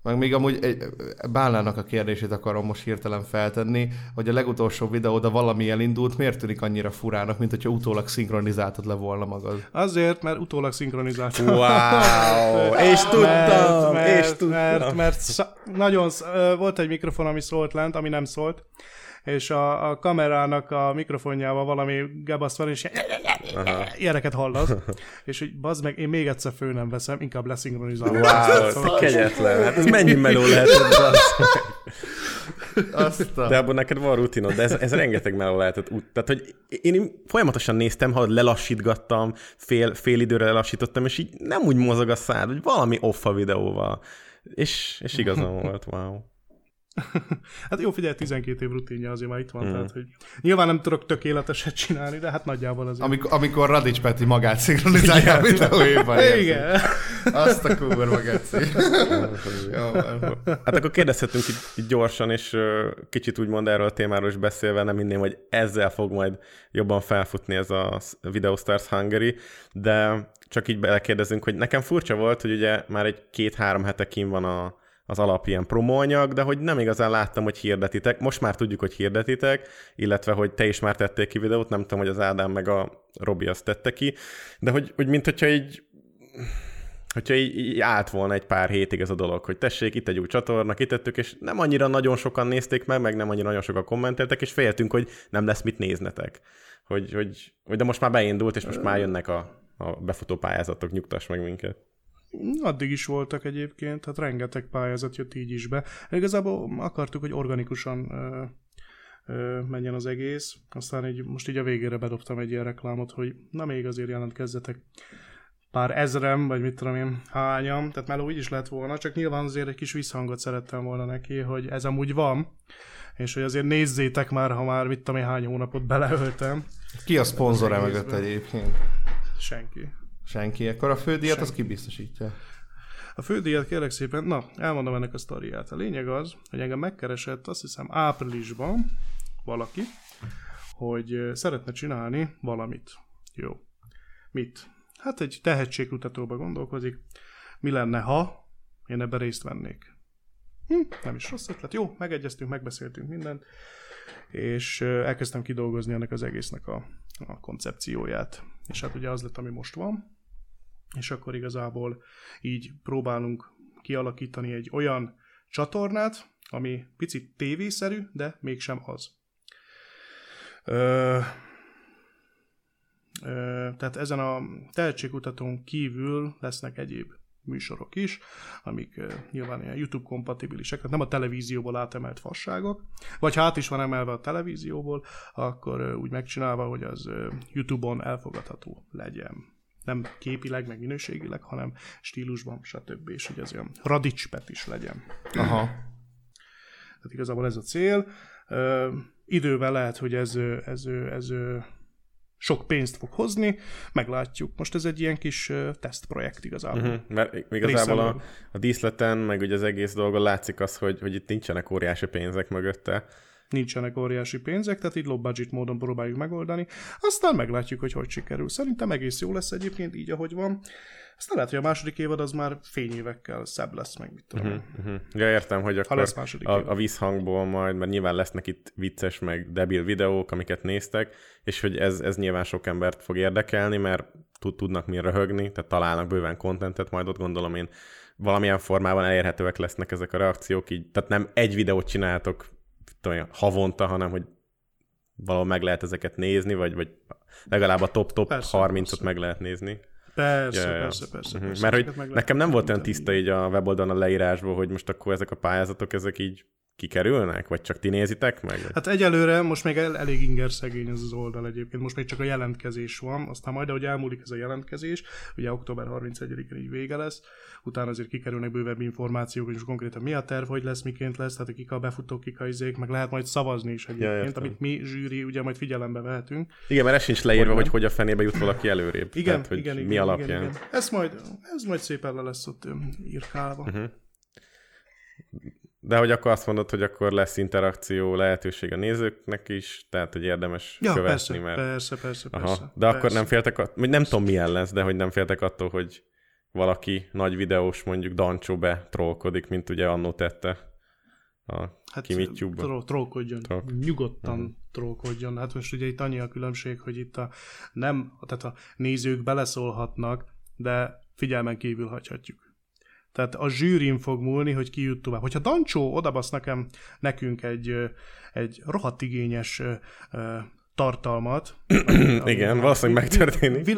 Meg még amúgy Bálnának a kérdését akarom most hirtelen feltenni, hogy a legutolsó videóda valami elindult, miért tűnik annyira furának, mint hogyha utólag szinkronizáltad le volna magad? Azért, mert utólag szinkronizáltam. Wow! És tudtam! Mert nagyon volt egy mikrofon, ami szólt lent, ami nem szólt, és a kamerának a mikrofonjával valami gebasz van, és ilyeneket hallasz. És hogy bazd meg, én még egyszer föl nem veszem, inkább leszinkronizálom. Wow, kegyetlen. Hát ez mennyi meló lehetett, De abban neked van rutinod, de ez rengeteg meló lehetett. Tehát, hogy én folyamatosan néztem, ha lelassítgattam, fél időre lelassítottam, és így nem úgy mozog a szád, hogy valami off a videóval. És igazam volt, wow. Hát jó, figyelj, 12 év rutinja azért már itt van, tehát hogy nyilván nem tudok tökéleteset csinálni, de hát nagyjából azért. Amikor Radics Peti magát szinkronizálja a videójában. Igen. Azt a kurva geci. Hát akkor kérdezhetünk itt gyorsan, és kicsit úgymond erről a témáról is beszélve, nem inném, hogy ezzel fog majd jobban felfutni ez a Video Stars Hungary, de csak így belekérdezünk, hogy nekem furcsa volt, hogy ugye már egy 2-3 hete kín van az alap ilyen promóanyag, de hogy nem igazán láttam, hogy hirdetitek. Most már tudjuk, hogy hirdetitek, illetve, hogy te is már tettél ki videót, nem tudom, hogy az Ádám meg a Robi azt tette ki, de hogy mint hogyha így állt volna egy pár hétig ez a dolog, hogy tessék, itt egy új csatorna, kitettük, és nem annyira nagyon sokan nézték meg nem annyira nagyon sokan kommenteltek, és féltünk, hogy nem lesz mit néznetek. Hogy de most már beindult, és most már jönnek a befutó pályázatok, nyugtass meg minket. Addig is voltak egyébként, hát rengeteg pályázat jött így is be. Igazából akartuk, hogy organikusan menjen az egész, aztán most így a végére bedobtam egy ilyen reklámot, hogy na még azért jelentkezzetek pár ezrem, vagy mit tudom én, hányam, tehát meló így is lett volna, csak nyilván azért egy kis visszhangot szerettem volna neki, hogy ez amúgy van, és hogy azért nézzétek már, ha már mit tudom én, hány hónapot beleöltem. Ki a szponzora mögött egyébként? Senki. Akkor a fődíjat az kibiztosítja? A fődíjat kérlek szépen, elmondom ennek a sztoriát. A lényeg az, hogy engem megkeresett, azt hiszem áprilisban valaki, hogy szeretne csinálni valamit. Jó. Mit? Hát egy tehetségkutatóba gondolkozik. Mi lenne, ha én ebben részt vennék? Nem is rossz ötlet. Jó, megegyeztünk, megbeszéltünk mindent, és elkezdtem kidolgozni ennek az egésznek a koncepcióját. És hát ugye az lett, ami most van, és akkor igazából így próbálunk kialakítani egy olyan csatornát, ami picit tévészerű, de mégsem az. Tehát ezen a tehetségkutatón kívül lesznek egyéb műsorok is, amik nyilván ilyen YouTube kompatibilisek, tehát nem a televízióból átemelt fasságok, vagy ha át is van emelve a televízióból, akkor úgy megcsinálva, hogy az YouTube-on elfogadható legyen. Nem képileg, meg minőségileg, hanem stílusban, stb. És hogy ez olyan Radics-pet is legyen. Aha. Tehát igazából ez a cél. Idővel lehet, hogy ez sok pénzt fog hozni, meglátjuk. Most ez egy ilyen kis tesztprojekt igazából. Mert igazából a díszleten, meg ugye az egész dolgon látszik az, hogy itt nincsenek óriási pénzek mögötte. Nincsenek óriási pénzek, tehát így low budget módon próbáljuk megoldani. Aztán meglátjuk, hogy sikerül. Szerintem egész jó lesz egyébként, így ahogy van. Aztán lehet, hogy a második évad az már fényévekkel szebb lesz, meg mit tudom. Ja, értem, hogy akkor a vízhangból majd, mert nyilván lesznek itt vicces, meg debil videók, amiket néztek, és hogy ez nyilván sok embert fog érdekelni, mert tudnak mi röhögni, tehát találnak bőven contentet, majd ott gondolom én valamilyen formában elérhetőek lesznek ezek a reakciók, így, tehát nem egy videót csináltok havonta, hanem hogy valahol meg lehet ezeket nézni, vagy legalább a top 30-ot meg lehet nézni. Persze. Mert hogy nekem nem volt olyan tiszta így a weboldalon a leírásból, hogy most akkor ezek a pályázatok, ezek így kikerülnek? Vagy csak ti nézitek meg? Hát egyelőre most még elég ingerszegény ez az oldal egyébként. Most még csak a jelentkezés van, aztán majd, ahogy elmúlik ez a jelentkezés, ugye október 31-én így vége lesz, utána azért kikerülnek bővebb információk, hogy most konkrétan mi a terv, hogy lesz, miként lesz, tehát kik a befutók, kik a izék, meg lehet majd szavazni is egyébként, amit mi zsűri ugye majd figyelembe vehetünk. Igen, mert ez sincs leírva, hogy a fenébe jut valaki előrébb. Igen, tehát, igen, mi alapján. Igen. Ez majd szépen le lesz ott írkálva. De hogy akkor azt mondod, hogy akkor lesz interakció lehetőség a nézőknek is, tehát hogy érdemes követni, persze, mert... Persze. De akkor nem féltek, nem tudom milyen lesz, de hogy nem féltek attól, hogy valaki nagy videós, mondjuk Dancsó be trollkodik, mint ugye annó tette a Kimitube-ban. Trollkodjon. Nyugodtan trollkodjon. Hát most ugye itt annyi a különbség, hogy itt tehát a nézők beleszólhatnak, de figyelmen kívül hagyhatjuk. Tehát a zsűrin fog múlni, hogy ki jut tovább. Hogyha Dancsó odabasz nekünk egy rohadt igényes tartalmat. Igen, valószínűleg megtörténik.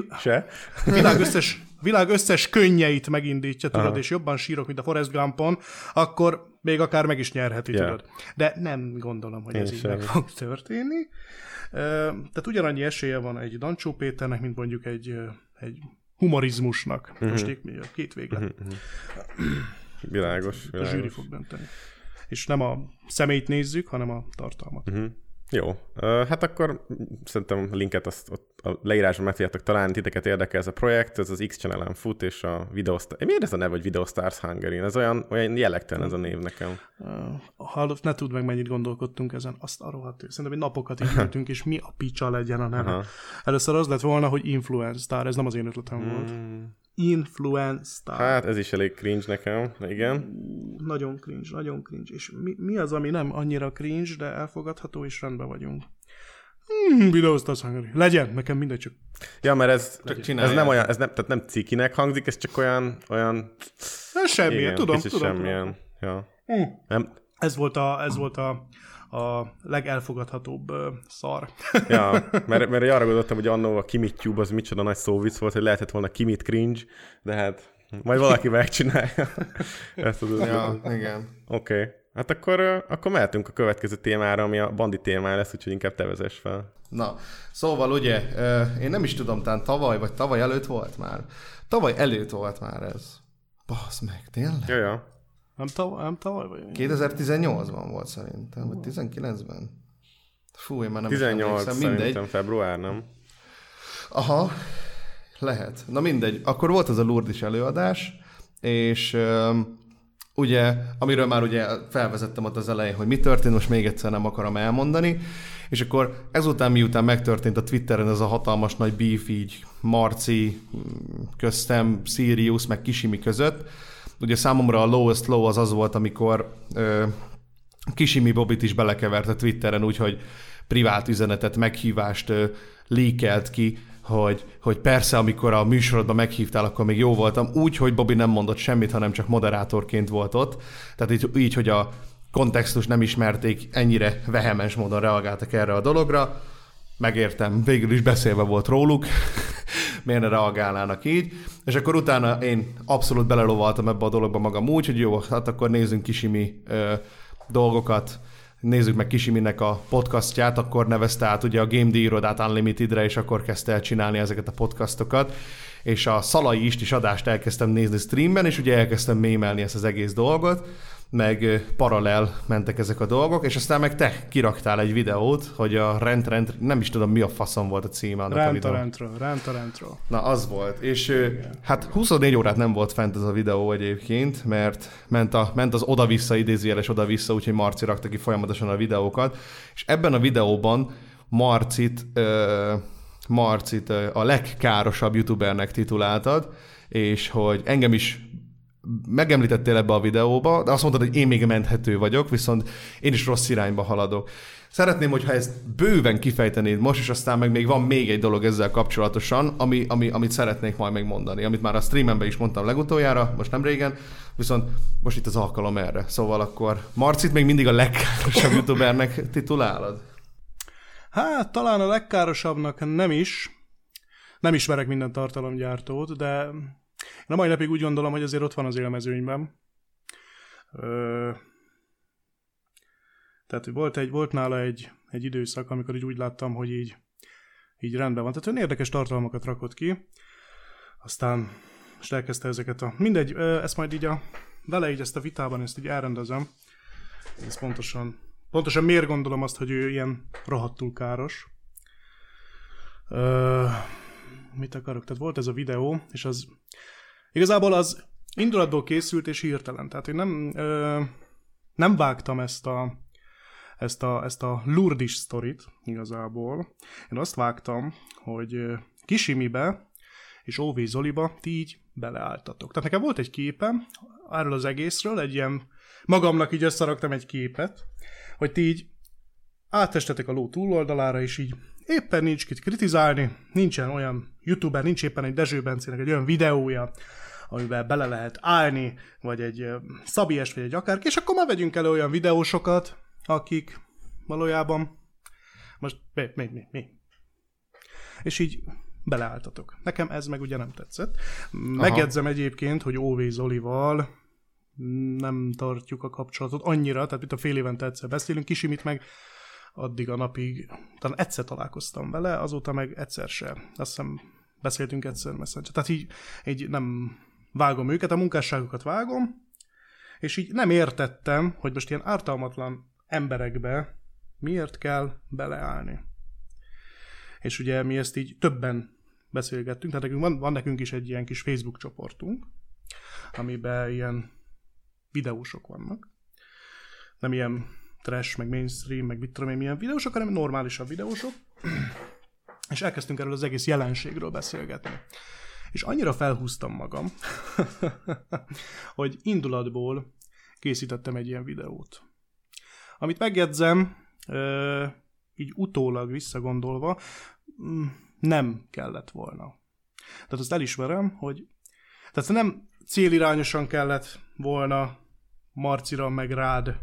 Világ összes könnyeit megindítja, tudod, és jobban sírok, mint a Forrest Gumpon, akkor még akár meg is nyerheti, tudod. De nem gondolom, hogy ez így meg fog történni. Tehát ugyanannyi esélye van egy Dancsó Péternek, mint mondjuk egy humorizmusnak. Most két véglet. Világos. A zsűri fog dönteni. És nem a személyt nézzük, hanem a tartalmat. Jó. Hát akkor szerintem a linket a leírásban meg tudjátok találni, titeket érdekel ez a projekt, ez az X-Channel-en fut, és a Videostars... Miért ez a neve, hogy Videostars Hungary? Ez olyan jellegtelen ez a név nekem. Ne tudd meg, mennyit gondolkodtunk ezen. Azt a rohadt. Szerintem, hogy napokat írtunk, és mi a picsa legyen a neve. Először az lett volna, hogy Influence Star, ez nem az én ötletem volt. Influence Star. Hát ez is elég cringe nekem, igen. Nagyon cringe. És mi az, ami nem annyira cringe, de elfogadható, és rendben vagyunk. Videostars Hungary. Legyen, nekem mindegy csak. Ja, mert ez nem olyan, tehát nem cikinek hangzik, ez csak olyan... Ez semmilyen, igen, tudom. Semmilyen. Ja. Nem. Ez volt a legelfogadhatóbb szar. Ja, mert arra gondoltam, hogy annó a Kimitube az micsoda nagy szóvic volt, hogy lehetett volna Kimit cringe, de hát majd valaki megcsinálja. Ezt igen. Oké. Hát akkor mehetünk a következő témára, ami a bandi témája lesz, úgyhogy inkább te vezess fel. Na, szóval ugye, én nem is tudom, talán tavaly előtt volt már. Tavaly előtt volt már ez. Basz meg, tényleg? Ja. Nem tavaly vagy? 2018-ban volt szerintem, vagy 19-ben. Fú, én már nem 18 szerintem február, nem? Aha, lehet. Na mindegy. Akkor volt az a Lourdes előadás, és ugye, amiről már ugye felvezettem ott az elején, hogy mi történt, most még egyszer nem akarom elmondani, és akkor ezután, miután megtörtént a Twitteren ez a hatalmas nagy beef így Marci köztem, Sirius, meg Kisimi között, ugye számomra a lowest low az volt, amikor Kisimi Bobit is belekevert a Twitteren, úgyhogy privát üzenetet, meghívást leakelt ki, hogy persze, amikor a műsorodban meghívtál, akkor még jó voltam, úgy, hogy Bobby nem mondott semmit, hanem csak moderátorként volt ott. Tehát így, hogy a kontextus nem ismerték, ennyire vehemens módon reagáltak erre a dologra. Megértem, végül is beszélve volt róluk, miért ne reagálnának így. És akkor utána én abszolút belelovaltam ebbe a dologba magam úgy, hogy jó, hát akkor nézzünk Kisimi dolgokat, nézzük meg Kisiminek a podcastját, akkor nevezte át ugye a Game Deal irodát Unlimitedre, és akkor kezdte el csinálni ezeket a podcastokat, és a Szalai is adást elkezdtem nézni streamben, és ugye elkezdtem mémelni ezt az egész dolgot, meg paralel mentek ezek a dolgok, és aztán meg te kiraktál egy videót, hogy a rent, nem is tudom mi a faszom volt a címe annak a videónak. Rentről. Na az volt, és hát 24 órát nem volt fent ez a videó egyébként, mert ment az oda-vissza, idézőjeles oda-vissza, úgyhogy Marci rakta ki folyamatosan a videókat, és ebben a videóban Marcit a legkárosabb youtubernek tituláltad, és hogy engem is megemlítettél ebbe a videóba, de azt mondtad, hogy én még menthető vagyok, viszont én is rossz irányba haladok. Szeretném, hogyha ezt bőven kifejtenéd most, és aztán meg még van még egy dolog ezzel kapcsolatosan, amit szeretnék majd megmondani, amit már a streamemben is mondtam legutoljára, most nem régen, viszont most itt az alkalom erre. Szóval akkor Marcit még mindig a legkárosabb youtubernek titulálod? Hát talán a legkárosabbnak nem is. Nem ismerek minden tartalomgyártót, de én a mai napig úgy gondolom, hogy azért ott van az élmezőnyben. Tehát volt nála egy időszak, amikor így úgy láttam, hogy így rendben van. Tehát olyan érdekes tartalmakat rakott ki. Aztán most elkezdte ezeket mindegy, ezt majd így vele így ezt a vitában, ezt így elrendezem. Ez pontosan miért gondolom azt, hogy ő ilyen rohadtul káros. Mit akarok? Tehát volt ez a videó, és az igazából az indulatból készült és hirtelen. Tehát én nem vágtam ezt a Lourdes sztorit igazából. Én azt vágtam, hogy Kisimibe és OV Zoliba ti így beleálltatok. Tehát nekem volt egy képem erről az egészről, egy ilyen, magamnak így összeraktam egy képet, hogy ti így áttestetek a ló túloldalára, és így éppen nincs kit kritizálni, nincsen olyan youtuber, nincs éppen egy Dezső Bencének egy olyan videója, amiben bele lehet állni, vagy egy Szabiest, vagy egy akárki, és akkor már vegyünk elő olyan videósokat, akik valójában most mi? És így beleálltatok. Nekem ez meg ugye nem tetszett. Megjegyzem egyébként, hogy O.V. Zolival nem tartjuk a kapcsolatot annyira, tehát itt a fél évente egyszer beszélünk, Kisimit meg addig a napig, talán egyszer találkoztam vele, azóta meg egyszer se. Azt hiszem beszéltünk egyszer Messenger. Tehát így nem vágom őket, a munkásságokat vágom, és így nem értettem, hogy most ilyen ártalmatlan emberekbe miért kell beleállni. És ugye mi ezt így többen beszélgettünk, tehát nekünk van nekünk is egy ilyen kis Facebook csoportunk, amiben ilyen videósok vannak. Nem ilyen trash, meg mainstream, meg mit tudom én milyen videósok, hanem normálisabb videósok. És elkezdtünk erről az egész jelenségről beszélgetni. És annyira felhúztam magam, hogy indulatból készítettem egy ilyen videót. Amit megjegyzem, így utólag visszagondolva, nem kellett volna. Tehát azt elismerem, hogy tehát nem célirányosan kellett volna Marcira meg rád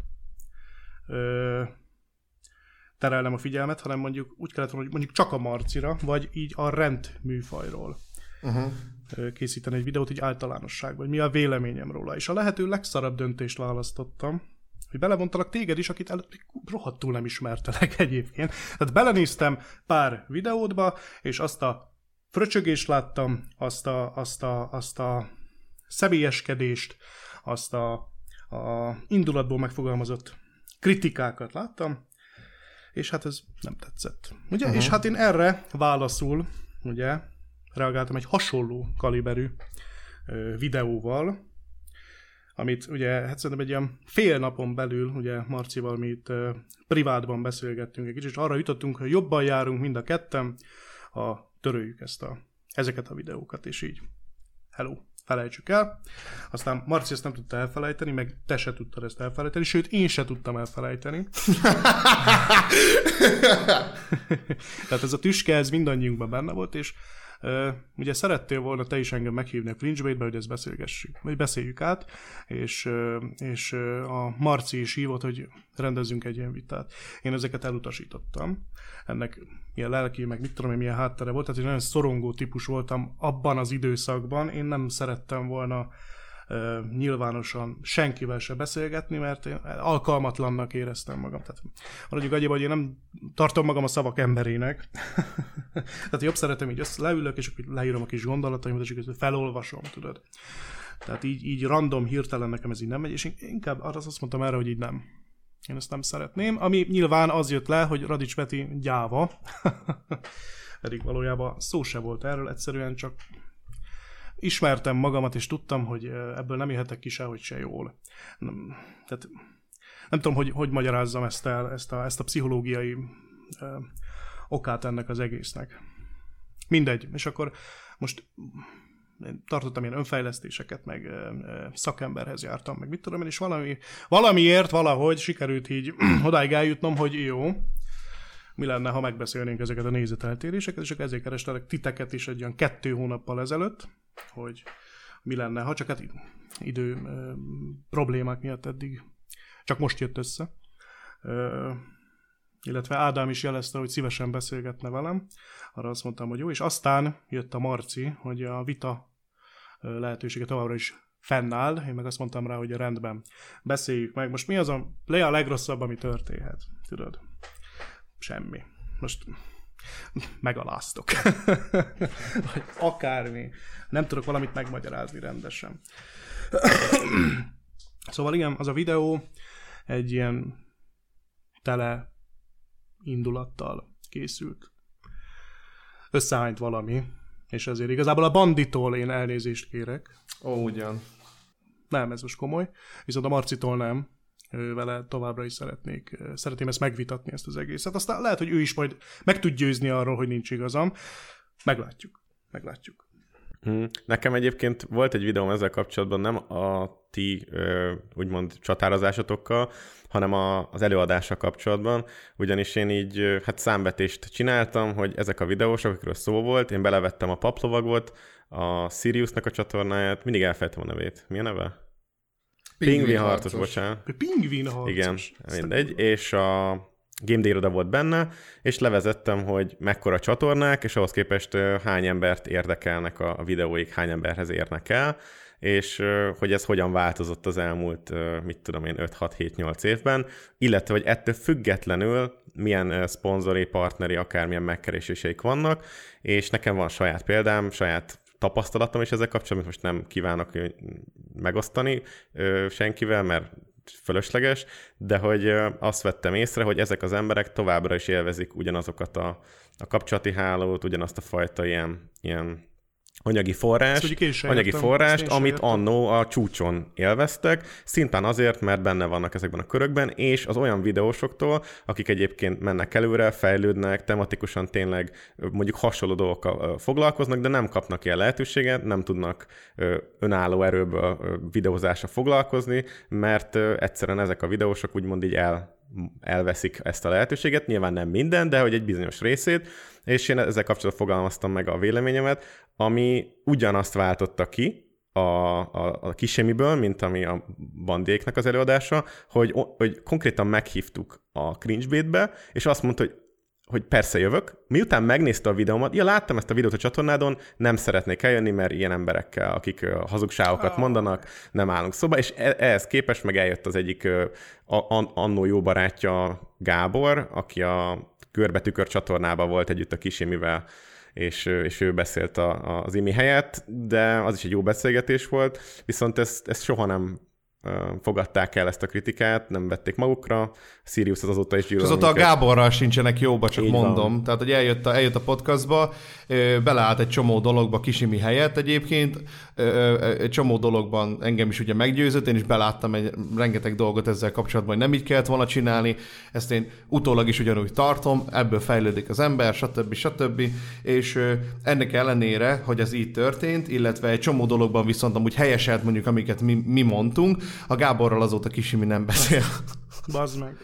terelnem a figyelmet, hanem mondjuk úgy kellett volna, hogy mondjuk csak a Marcira, vagy így a rendműfajról készíteni egy videót így általánosságban, hogy mi a véleményem róla. És a lehető legszarabb döntést választottam, hogy belevontalak téged is, akit előtt rohadtul nem ismertelek egyébként. Tehát belenéztem pár videódba, és azt a fröcsögést láttam, azt a személyeskedést, azt a indulatból megfogalmazott kritikákat láttam, és hát ez nem tetszett. Ugye? És hát én erre válaszul, ugye, reagáltam egy hasonló kaliberű videóval, amit ugye, hát szerintem egy ilyen fél napon belül, ugye Marcival mi itt privátban beszélgettünk egy kicsit, és arra jutottunk, hogy jobban járunk mind a ketten, ha töröljük ezeket a videókat, és így hello, felejtsük el. Aztán Marci ezt nem tudta elfelejteni, meg te se tudtad ezt elfelejteni, sőt én se tudtam elfelejteni. Tehát ez a tüske, ez mindannyiunkban benne volt, és ugye szerettél volna te is engem meghívni a Cringe Bait-be, hogy ezt beszélgessük, vagy beszéljük át, és a Marci is hívott, hogy rendezzünk egy ilyen vitát. Én ezeket elutasítottam. Ennek milyen lelki, meg mit tudom én, milyen háttere volt, tehát én nagyon szorongó típus voltam abban az időszakban. Én nem szerettem volna nyilvánosan senkivel se beszélgetni, mert én alkalmatlannak éreztem magam. Tehát maradjuk annyiban, hogy én nem tartom magam a szavak emberének. Tehát jobb szeretem, így leülök, és akkor leírom a kis gondolataimat, és akkor felolvasom, tudod. Tehát így random, hirtelen nekem ez így nem megy, és inkább azt mondtam erre, hogy így nem. Én ezt nem szeretném. Ami nyilván az jött le, hogy Radics Peti gyáva, pedig valójában szó se volt erről, egyszerűen csak ismertem magamat, és tudtam, hogy ebből nem jöhetek ki sehogy se jól. Tehát nem tudom, hogy magyarázzam ezt a pszichológiai okát ennek az egésznek. Mindegy. És akkor most én tartottam ilyen önfejlesztéseket, meg szakemberhez jártam, meg mit tudom én, és valamiért valahogy sikerült így odáig eljutnom, hogy jó, mi lenne, ha megbeszélnénk ezeket a nézeteltéréseket, és akkor ezért kerestelek titeket is egy olyan 2 hónappal ezelőtt, hogy mi lenne, ha csak hát idő problémák miatt eddig csak most jött össze. Illetve Ádám is jelezte, hogy szívesen beszélgetne velem. Arra azt mondtam, hogy jó, és aztán jött a Marci, hogy a vita lehetősége továbbra is fennáll. Én meg azt mondtam rá, hogy rendben, beszéljük meg. Most mi az a legrosszabb, ami történhet? Tudod? Semmi. Most megaláztok. Vagy akármi. Nem tudok valamit megmagyarázni rendesen. Szóval igen, az a videó egy ilyen tele indulattal készült. Összehányt valami, és ezért igazából a Banditól én elnézést kérek. Ó, ugyan. Nem, ez most komoly. Viszont a Marcitól nem. Vele továbbra is szeretném ezt megvitatni, ezt az egészet. Aztán lehet, hogy ő is majd meg tud győzni arról, hogy nincs igazam. Meglátjuk. Nekem egyébként volt egy videóm ezzel kapcsolatban, nem a ti úgymond csatározásatokkal, hanem az előadással kapcsolatban, ugyanis én így számvetést csináltam, hogy ezek a videósok, akikről szó volt, én belevettem a Paplovagot, a Siriusnak a csatornáját, mindig elfelejtem a nevét. Mi a neve? Pingvin harcos, bocsánat. Pingvin harcos. Igen, mindegy. És a Game Day Iroda volt benne, és levezettem, hogy mekkora csatornák, és ahhoz képest hány embert érdekelnek a videóik, hány emberhez érnek el, és hogy ez hogyan változott az elmúlt, 5-6-7-8 évben, illetve, hogy ettől függetlenül milyen szponzori, partneri, akármilyen megkereséseik vannak, és nekem van saját példám, saját tapasztalatom is ezzel kapcsolatban, most nem kívánok megosztani senkivel, mert fölösleges, de hogy azt vettem észre, hogy ezek az emberek továbbra is élvezik ugyanazokat a kapcsolati hálót, ugyanazt a fajta ilyen anyagi forrást, amit annó a csúcson élveztek, szintán azért, mert benne vannak ezekben a körökben, és az olyan videósoktól, akik egyébként mennek előre, fejlődnek, tematikusan tényleg mondjuk hasonló dolgokkal foglalkoznak, de nem kapnak ilyen lehetőséget, nem tudnak önálló erőből videózásra foglalkozni, mert egyszerűen ezek a videósok úgymond így elveszik ezt a lehetőséget, nyilván nem minden, de hogy egy bizonyos részét, és én ezzel kapcsolatban fogalmaztam meg a véleményemet, ami ugyanazt váltotta ki a Kisemiből, mint ami a Bandéknak az előadása, hogy konkrétan meghívtuk a Cringebait-be, és azt mondta, hogy persze jövök. Miután megnézte a videómat, láttam ezt a videót a csatornádon, nem szeretnék eljönni, mert ilyen emberekkel, akik hazugságokat mondanak, nem állunk szóba, és ehhez képest meg eljött az egyik annó jó barátja Gábor, aki a Görbetükör csatornában volt együtt a Kisemivel, és ő beszélt az Imi helyett, de az is egy jó beszélgetés volt, viszont ezt soha nem fogadták el ezt a kritikát, nem vették magukra, Sirius az azóta is gyűlöl. Azóta a Gáborral sincsenek jóba, csak így mondom. Van. Tehát, hogy eljött a podcastba, beleállt egy csomó dologba Kisimi helyett egyébként, egy csomó dologban engem is ugye meggyőzött, én is beláttam rengeteg dolgot ezzel kapcsolatban, hogy nem így kellett volna csinálni, ezt én utólag is ugyanúgy tartom, ebből fejlődik az ember, stb. És ennek ellenére, hogy ez így történt, illetve egy csomó dologban viszont amúgy helyeselt mondjuk, amiket mi mondtunk, a Gáborral azóta Kisimi nem beszél. Bazd meg.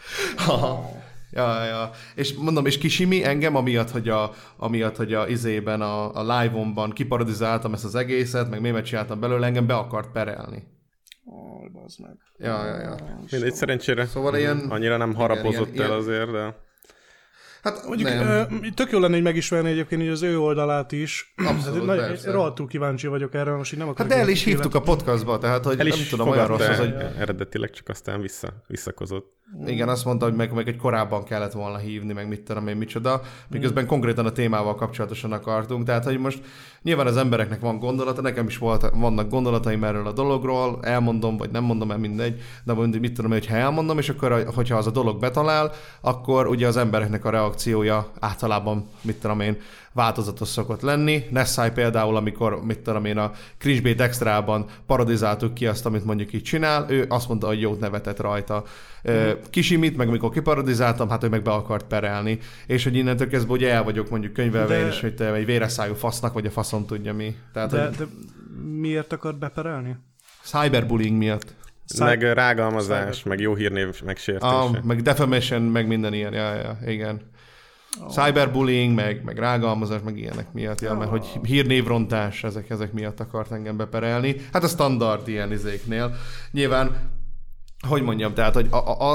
Ja. És mondom, és Kisimi engem, amiatt, hogy a izében, a live-omban kiparodizáltam ezt az egészet, meg mémet csináltam belőle, engem be akart perelni. Bazd meg. Ja. Mindegy, szerencsére szóval ilyen, annyira nem harapozott el azért, de... Hát mondjuk tök jó lenne, hogy megismerni egyébként az ő oldalát is. Abszolút, rohadtul kíváncsi vagyok erre, most így nem akarok. Hát de el is hívtuk a podcastba, tehát hogy nem tudom, olyan rossz az, hogy... eredetileg csak aztán visszakozott. Igen, azt mondta, hogy meg egy korábban kellett volna hívni, meg mit tudom én micsoda, miközben konkrétan a témával kapcsolatosan akartunk. Tehát, hogy most nyilván az embereknek van gondolata, nekem is vannak gondolataim erről a dologról, elmondom, vagy nem mondom el, mindegy, de mit tudom én, hogyha elmondom, és akkor, hogyha az a dolog betalál, akkor ugye az embereknek a reakciója általában, mit tudom én, változatos szokott lenni. Nessai például, amikor, mit tudom én, a Cringebait Extrában parodizáltuk ki azt, amit mondjuk így csinál, ő azt mondta, hogy jót nevetett rajta. Kisimit, meg amikor kiparodizáltam, hát ő meg be akart perelni. És hogy innentől kezdve ugye el vagyok mondjuk könyvelve én is, hogy te egy véreszájú fasznak, vagy a faszom tudja mi. Tehát, de miért akart beperelni? Cyberbullying miatt. Meg rágalmazás, meg jó hírnév megsértése. Meg defamation, meg minden ilyen, igen. Cyberbullying, meg rágalmazás, meg ilyenek miatt, mert hogy hírnévrontás, ezek miatt akart engem beperelni. Hát a standard ilyen izéknél. Nyilván, hogy mondjam, tehát, hogy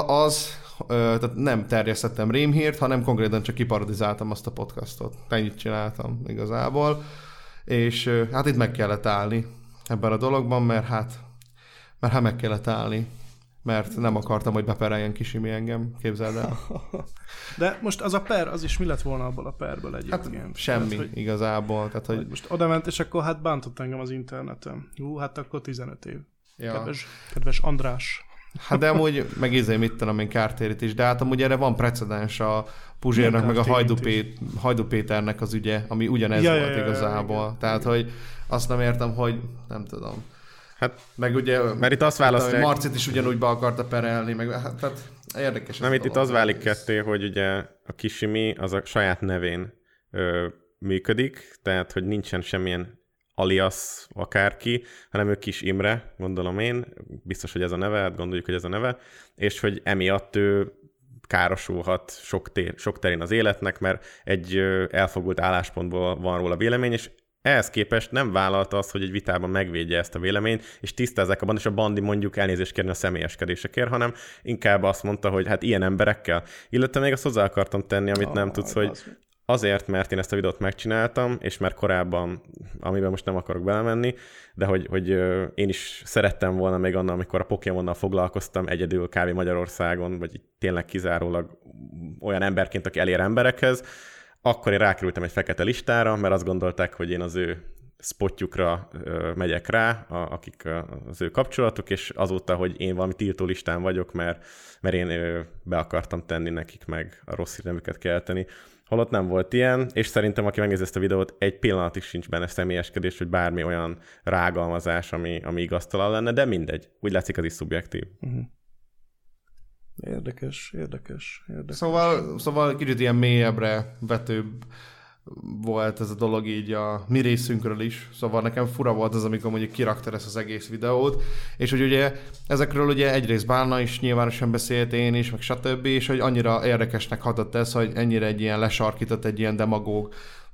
tehát nem terjesztettem rémhírt, hanem konkrétan csak kiparodizáltam azt a podcastot. Ennyit csináltam igazából. És hát itt meg kellett állni ebben a dologban, mert meg kellett állni. Mert nem akartam, hogy bepereljen Kisimi engem, képzeld el. De most az a per, az is mi lett volna abból a perből egyébként? Hát semmi tehát, igazából. Tehát, hogy... Most odament, és akkor hát bántott engem az interneten. Hát akkor 15 év. Ja. Kedves András. Hát de amúgy, meg mit tudom én, kártérítés, de hát amúgy erre van precedens a Puzsérnak, meg a Hajdú Péternek az ügye, ami ugyanez volt igazából. Tehát, hogy azt nem értem, hogy nem tudom. Hát, meg ugye, mert itt azt választják... Marcit is ugyanúgy be akarta perelni, meg hát érdekes. Nem, itt az válik ketté, hogy ugye a Kisimi az a saját nevén működik, tehát hogy nincsen semmilyen alias akárki, hanem ő Kis Imre, gondolom én, biztos, hogy ez a neve, hát gondoljuk, hogy ez a neve, és hogy emiatt ő károsulhat sok terén az életnek, mert egy elfogult álláspontból van róla vélemény, és ehhez képest nem vállalta azt, hogy egy vitában megvédje ezt a véleményt, és tisztázzák a és a Bandi mondjuk elnézést kérni a személyeskedésekért, hanem inkább azt mondta, hogy hát ilyen emberekkel. Illetve még azt hozzá akartam tenni, amit nem tudsz, hogy azért, mert én ezt a videót megcsináltam, és mert korábban, amiben most nem akarok belemenni, de hogy én is szerettem volna még annál, amikor a Pokémonnal foglalkoztam egyedül kb. Magyarországon, vagy tényleg kizárólag olyan emberként, aki elér emberekhez, akkor én rákerültem egy fekete listára, mert azt gondolták, hogy én az ő spotjukra megyek rá, akik az ő kapcsolatuk, és azóta, hogy én valami tiltó listán vagyok, mert én be akartam tenni nekik, meg a rossz hírnevüket kelteni. Holott nem volt ilyen, és szerintem, aki megnézi ezt a videót, egy pillanatig sincs benne személyeskedés, vagy bármi olyan rágalmazás, ami igaztalan lenne, de mindegy. Úgy látszik, az is szubjektív. Uh-huh. Érdekes. Szóval kicsit ilyen mélyebbre vetőbb volt ez a dolog így a mi részünkről is. Szóval nekem fura volt az, amikor mondjuk kirakta ezt az egész videót, és hogy ugye ezekről ugye egyrészt Bálna is nyilvánosan beszélt, én is, meg stb., és hogy annyira érdekesnek hatott ez, hogy ennyire egy ilyen lesarkított, egy ilyen demagóg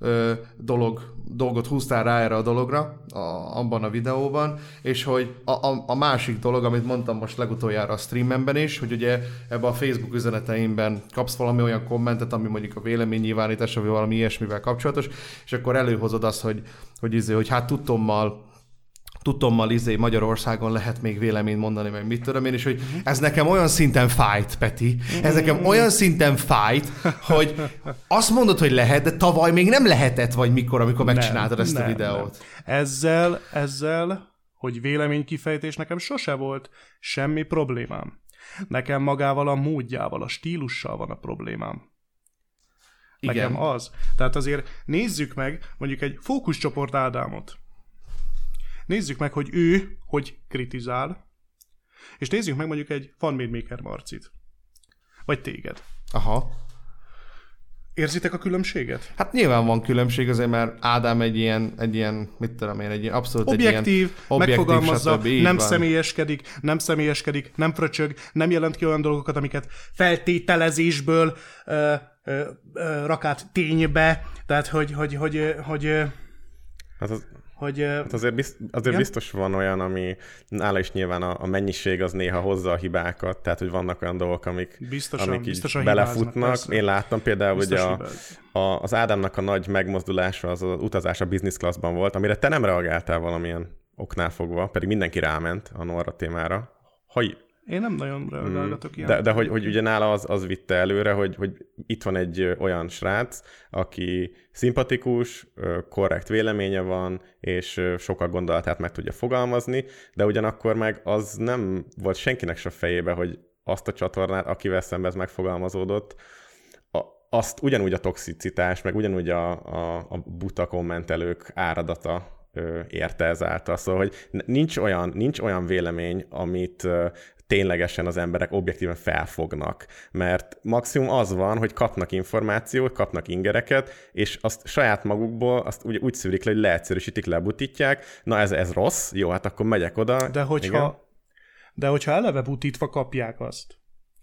dolgot húztál rá erre a dologra, abban a videóban, és hogy a másik dolog, amit mondtam most legutoljára a streamemben is, hogy ugye ebben a Facebook üzeneteimben kapsz valami olyan kommentet, ami mondjuk a véleménynyilvánítás, vagy valami ilyesmivel kapcsolatos, és akkor előhozod azt, hogy hát tudtommal Magyarországon lehet még véleményt mondani, meg mit tudom én, és hogy ez nekem olyan szinten fájt, Peti, ez nekem olyan szinten fájt, hogy azt mondod, hogy lehet, de tavaly még nem lehetett, vagy mikor, amikor megcsináltad ezt a videót. Nem. Ezzel, hogy véleménykifejtés nekem sose volt semmi problémám. Nekem magával a módjával, a stílussal van a problémám. Igen. Nekem az. Tehát azért nézzük meg mondjuk egy fókuszcsoport Ádámot. Nézzük meg, hogy ő hogy kritizál, és nézzük meg mondjuk egy Fanmade Maker Marcit. Vagy téged. Aha. Érzitek a különbséget? Hát nyilván van különbség azért, mert Ádám egy ilyen mit tudom én, egy ilyen abszolút objektív, megfogalmazza, stb. Nem személyeskedik, nem fröcsög, nem jelent ki olyan dolgokat, amiket feltételezésből rak át ténybe, tehát Hát azért biztos van olyan, ami nála is nyilván a mennyiség az néha hozza a hibákat, tehát hogy vannak olyan dolgok, amik így belefutnak. Persze. Én láttam például, hogy az Ádámnak a nagy megmozdulása az utazás a business classban volt, amire te nem reagáltál valamilyen oknál fogva, pedig mindenki ráment a Norra témára. Én nem nagyon reagálgatok ilyen. De hogy ugye nála az vitte előre, hogy itt van egy olyan srác, aki szimpatikus, korrekt véleménye van, és sokak gondolatát meg tudja fogalmazni, de ugyanakkor meg az nem volt senkinek se fejébe, hogy azt a csatornát, akivel szemben ez megfogalmazódott, azt ugyanúgy a toxicitás, meg ugyanúgy a buta kommentelők áradata érte ezáltal. Szóval, hogy nincs olyan vélemény, amit ténylegesen az emberek objektíven felfognak. Mert maximum az van, hogy kapnak információt, kapnak ingereket, és azt saját magukból azt úgy szűrik le, hogy leegyszerűsítik, lebutítják. Na ez rossz, jó, hát akkor megyek oda. De hogyha eleve butítva kapják azt,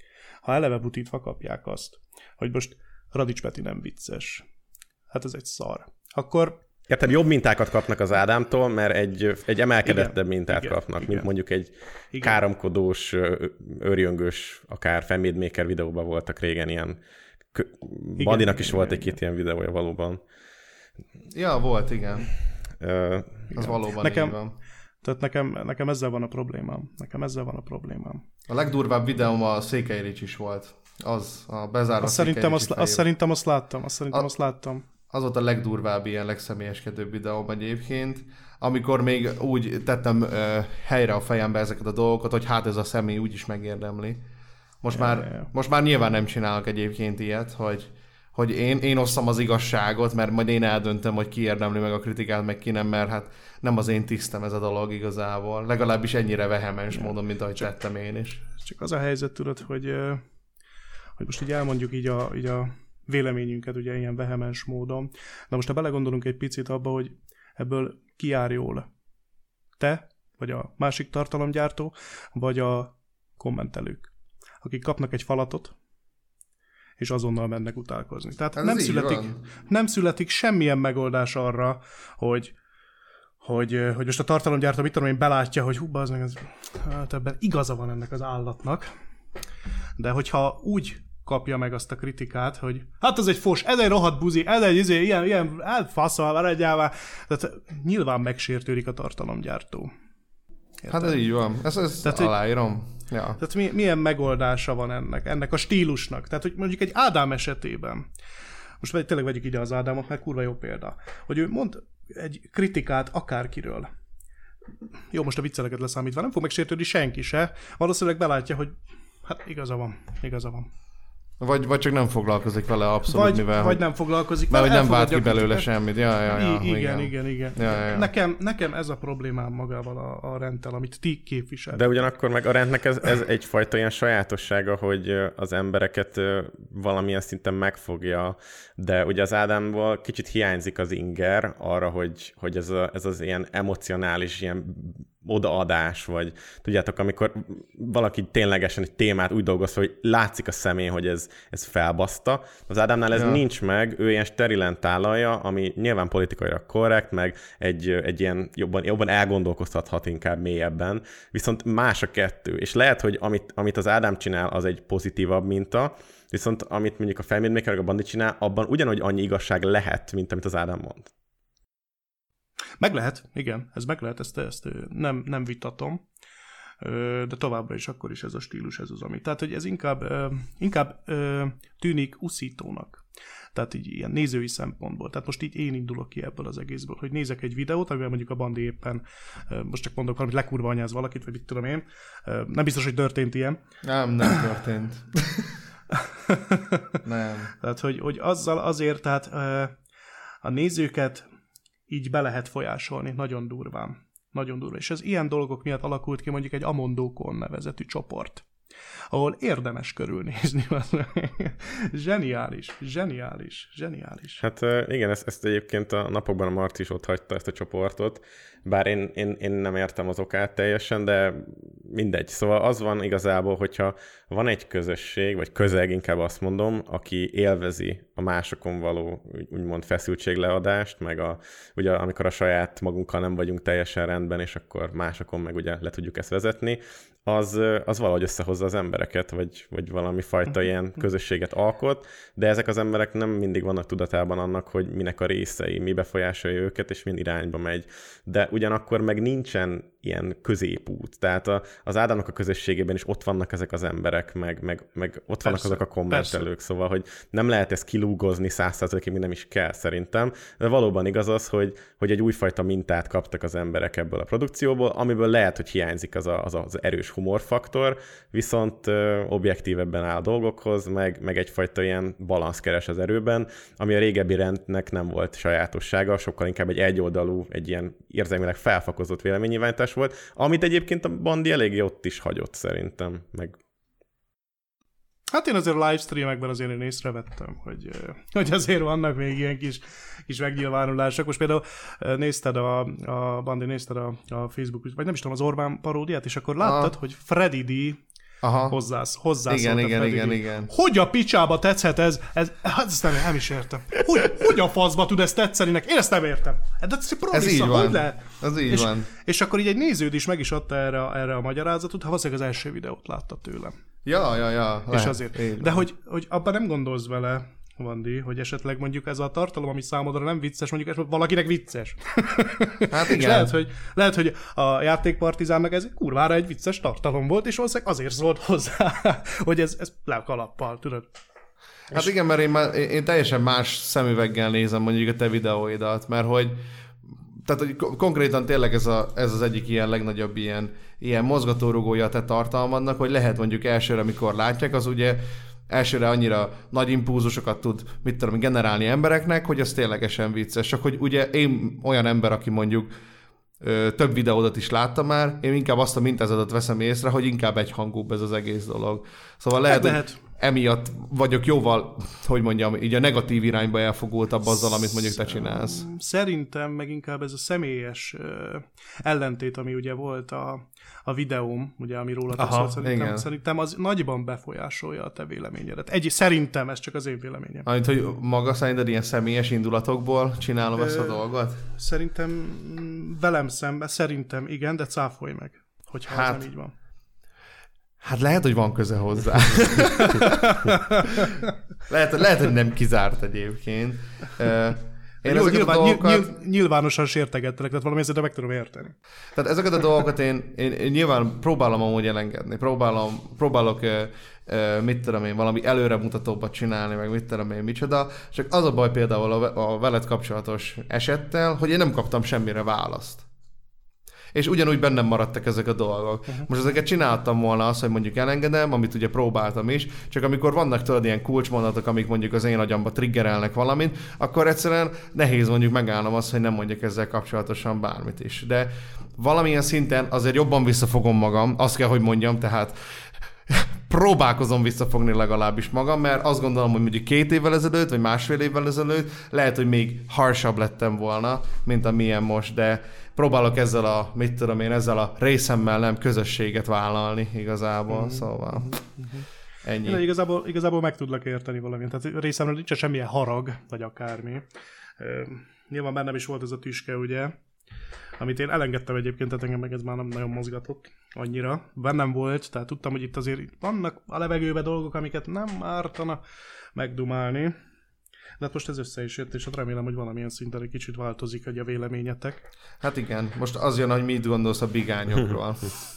hogy most Radics Peti nem vicces, hát ez egy szar, akkor tehát jobb mintákat kapnak az Ádámtól, mert egy emelkedettebb mintát kapnak, mint mondjuk egy káromkodós, örjöngős, akár Fanmade Maker videóban voltak régen ilyen. Bandinak is volt egy-két ilyen videója valóban. Ja, volt, igen. Az valóban így van. Tehát nekem ezzel van a problémám. A legdurvább videóm a Székely Ricsi is volt. Az a bezárva Székely Ricsi fejében. Szerintem azt láttam. Az volt a legdurvább, ilyen legszemélyeskedőbb videóm egyébként, amikor még úgy tettem helyre a fejembe ezeket a dolgokat, hogy hát ez a személy úgy is megérdemli. Most már nyilván nem csinálok egyébként ilyet, hogy én osszam az igazságot, mert majd én eldöntöm, hogy ki érdemli meg a kritikát, meg ki nem, mert hát nem az én tisztem ez a dolog igazából. Legalábbis ennyire vehemens módon, mint ahogy tettem én is. Csak az a helyzet, tudod, hogy most így elmondjuk így a véleményünket ugye ilyen vehemens módon. De most ha belegondolunk egy picit abba, hogy ebből ki jár jól? Te, vagy a másik tartalomgyártó, vagy a kommentelők, akik kapnak egy falatot, és azonnal mennek utálkozni. Tehát nem születik semmilyen megoldás arra, hogy most a tartalomgyártó, mit tudom én, belátja, hogy hát ebben igaza van ennek az állatnak, de hogyha úgy kapja meg azt a kritikát, hogy hát ez egy fos, ez egy rohadt buzi, ez egy ilyen faszal, maradjál. Tehát nyilván megsértődik a tartalomgyártó. Érted? Hát ez így van, ezt tehát, aláírom. Ja. Tehát milyen megoldása van ennek a stílusnak? Tehát, hogy mondjuk egy Ádám esetében, most tényleg vegyük ide az Ádámot, mert kurva jó példa, hogy ő mond egy kritikát akárkiről. Jó, most a vicceleket leszámítva, nem fog megsértődni senki se. Valószínűleg belátja, hogy hát igaza van. Vagy csak nem foglalkozik vele abszolút, mivel... Vagy nem foglalkozik vele. Mert hogy nem vált ki belőle semmit. Ja, igen. Ja. Nekem ez a problémám magával a rendtel, amit ti képvisel. De ugyanakkor meg a rendnek ez egyfajta ilyen sajátossága, hogy az embereket valamilyen szinten megfogja, de ugye az Ádámból kicsit hiányzik az inger arra, hogy ez az ilyen emocionális, ilyen odaadás, vagy tudjátok, amikor valaki ténylegesen egy témát úgy dolgoz, hogy látszik a szemén, hogy ez felbaszta. Az Ádámnál ez nincs meg, ő ilyen sterilen tálalja, ami nyilván politikailag korrekt, meg egy ilyen jobban elgondolkoztathat inkább mélyebben, viszont más a kettő. És lehet, hogy amit az Ádám csinál, az egy pozitívabb minta, viszont amit mondjuk a Felmédmaker, a Bandi csinál, abban ugyanúgy annyi igazság lehet, mint amit az Ádám mond. Meg lehet, igen, ez meg lehet, ezt nem vitatom, de továbbra is akkor is ez a stílus, ez az ami. Tehát, hogy ez inkább tűnik uszítónak. Tehát így ilyen nézői szempontból. Tehát most így én indulok ki ebből az egészből, hogy nézek egy videót, amivel mondjuk a Bandi éppen, most csak mondok valamit, lekurva anyáz valakit, vagy mit tudom én. Nem biztos, hogy történt ilyen. Nem történt. Nem. Tehát, hogy azzal azért, tehát a nézőket így be lehet folyásolni, nagyon durván. Nagyon durva. És ez ilyen dolgok miatt alakult ki mondjuk egy Amondókon nevezetű csoport, ahol érdemes körülnézni. Zseniális. Hát igen, ezt egyébként a napokban a Marci is ott hagyta, ezt a csoportot, bár én nem értem az okát teljesen, de mindegy. Szóval az van igazából, hogyha van egy közösség, vagy közeg, inkább azt mondom, aki élvezi a másokon való úgymond feszültségleadást, meg ugye amikor a saját magunkkal nem vagyunk teljesen rendben, és akkor másokon meg ugye le tudjuk ezt vezetni, az valahogy összehozza az embereket, vagy valami fajta ilyen közösséget alkot, de ezek az emberek nem mindig vannak tudatában annak, hogy minek a részei, mi befolyásolja őket, és milyen irányba megy. De ugyanakkor meg nincsen ilyen középút. Tehát az Ádámnak a közösségében is ott vannak ezek az emberek, meg ott vannak azok a kommentelők, szóval, hogy nem lehet ezt kilúgozni 100%-ig, még nem is kell szerintem, de valóban igaz az, hogy egy újfajta mintát kaptak az emberek ebből a produkcióból, amiből lehet, hogy hiányzik az erős humorfaktor, viszont objektívebben áll a dolgokhoz, meg egyfajta ilyen balansz keres az erőben, ami a régebbi rendnek nem volt sajátossága, sokkal inkább egy egyoldalú, egy ilyen érzelmileg felfakozott véleménynyilvánítás volt, amit egyébként a Bandi eléggé ott is hagyott szerintem, meg... Hát én azért a livestreamekben azért én észrevettem, hogy azért vannak még ilyen kis megnyilvánulások. Most például nézted Bandi, nézted a Facebook, vagy nem is tudom, az Orbán paródiát, és akkor láttad, hogy Freddy D hozzászólt igen. Hogy a picsába tetszhet ez? Hát ezt nem is értem. Hogy a faszba tud ezt tetszeni neki? Én ezt nem értem. De ez így van. Ez így van. És akkor így egy néződ is meg is adta erre a magyarázatot, ha valószínűleg az első videót látta tőlem. Ja. És azért. De hogy abban nem gondolsz vele, Vandi, hogy esetleg mondjuk ez a tartalom, ami számodra nem vicces, mondjuk valakinek vicces. Hát igen. És lehet, hogy a Játékpartizánnak ez kurvára egy vicces tartalom volt, és valószínűleg azért szólt hozzá, hogy ez le a kalappal, tudod. Hát igen, mert én teljesen más szemüveggel nézem mondjuk a te videóidat, mert hogy tehát, hogy konkrétan tényleg ez az egyik ilyen legnagyobb ilyen mozgatórugója a te tartalmadnak, hogy lehet mondjuk elsőre, amikor látják, az ugye elsőre annyira nagy impulzusokat tud, generálni embereknek, hogy ez ténylegesen vicces. Csak hogy ugye én olyan ember, aki mondjuk több videódat is láttam már, én inkább azt a mintázatot veszem észre, hogy inkább egyhangúbb ez az egész dolog. Szóval lehet. emiatt vagyok jóval, hogy mondjam, így a negatív irányba elfogultabb azzal, amit mondjuk te csinálsz. Szerintem meg inkább ez a személyes ellentét, ami ugye volt a videóm, ugye, ami róla szólt, szerintem az nagyban befolyásolja a te véleményedet. Szerintem, ez csak az én véleményem. Amit, hogy maga szerinted ilyen személyes indulatokból csinálom ezt a dolgot? Szerintem velem szemben, szerintem igen, de cáfolj meg, hogyha ez nem így van. Hát lehet, hogy van köze hozzá. lehet, hogy nem kizárt egyébként. Én jó, nyilvánosan sértegettelek, tehát valami ezzel meg tudom érteni. Tehát ezeket a dolgokat én nyilván próbálom amúgy elengedni. Próbálok mit tudom én, valami előremutatóbbat csinálni, meg mit tudom én, micsoda. Csak az a baj például a veled kapcsolatos esettel, hogy én nem kaptam semmire választ. És ugyanúgy bennem maradtak ezek a dolgok. Most ezeket csináltam volna azt, hogy mondjuk elengedem, amit ugye próbáltam is, csak amikor vannak tudod ilyen kulcsmondatok, amik mondjuk az én agyamba triggerelnek valamit, akkor egyszerűen nehéz mondjuk megállnom azt, hogy nem mondjak ezzel kapcsolatosan bármit is. De valamilyen szinten azért jobban visszafogom magam, azt kell, hogy mondjam, tehát próbálkozom visszafogni legalábbis magam, mert azt gondolom, hogy mondjuk 2 évvel ezelőtt, vagy másfél évvel ezelőtt lehet, hogy még harsabb lettem volna, mint amilyen most, de próbálok ezzel ezzel a részemmel nem közösséget vállalni igazából, szóval ennyi. De igazából meg tudlak érteni valamit, tehát részemről nincs semmilyen harag, vagy akármi. Nyilván bennem is volt ez a tüske, ugye, amit én elengedtem egyébként, tehát engem meg ez már nem nagyon mozgatott annyira. Bennem volt, tehát tudtam, hogy itt azért vannak a levegőben dolgok, amiket nem ártana megdumálni. De hát most ez össze is jött, és hát remélem, hogy valamilyen szinten egy kicsit változik, hogy a véleményetek. Hát igen, most az jön, hogy mit gondolsz a bigányokról.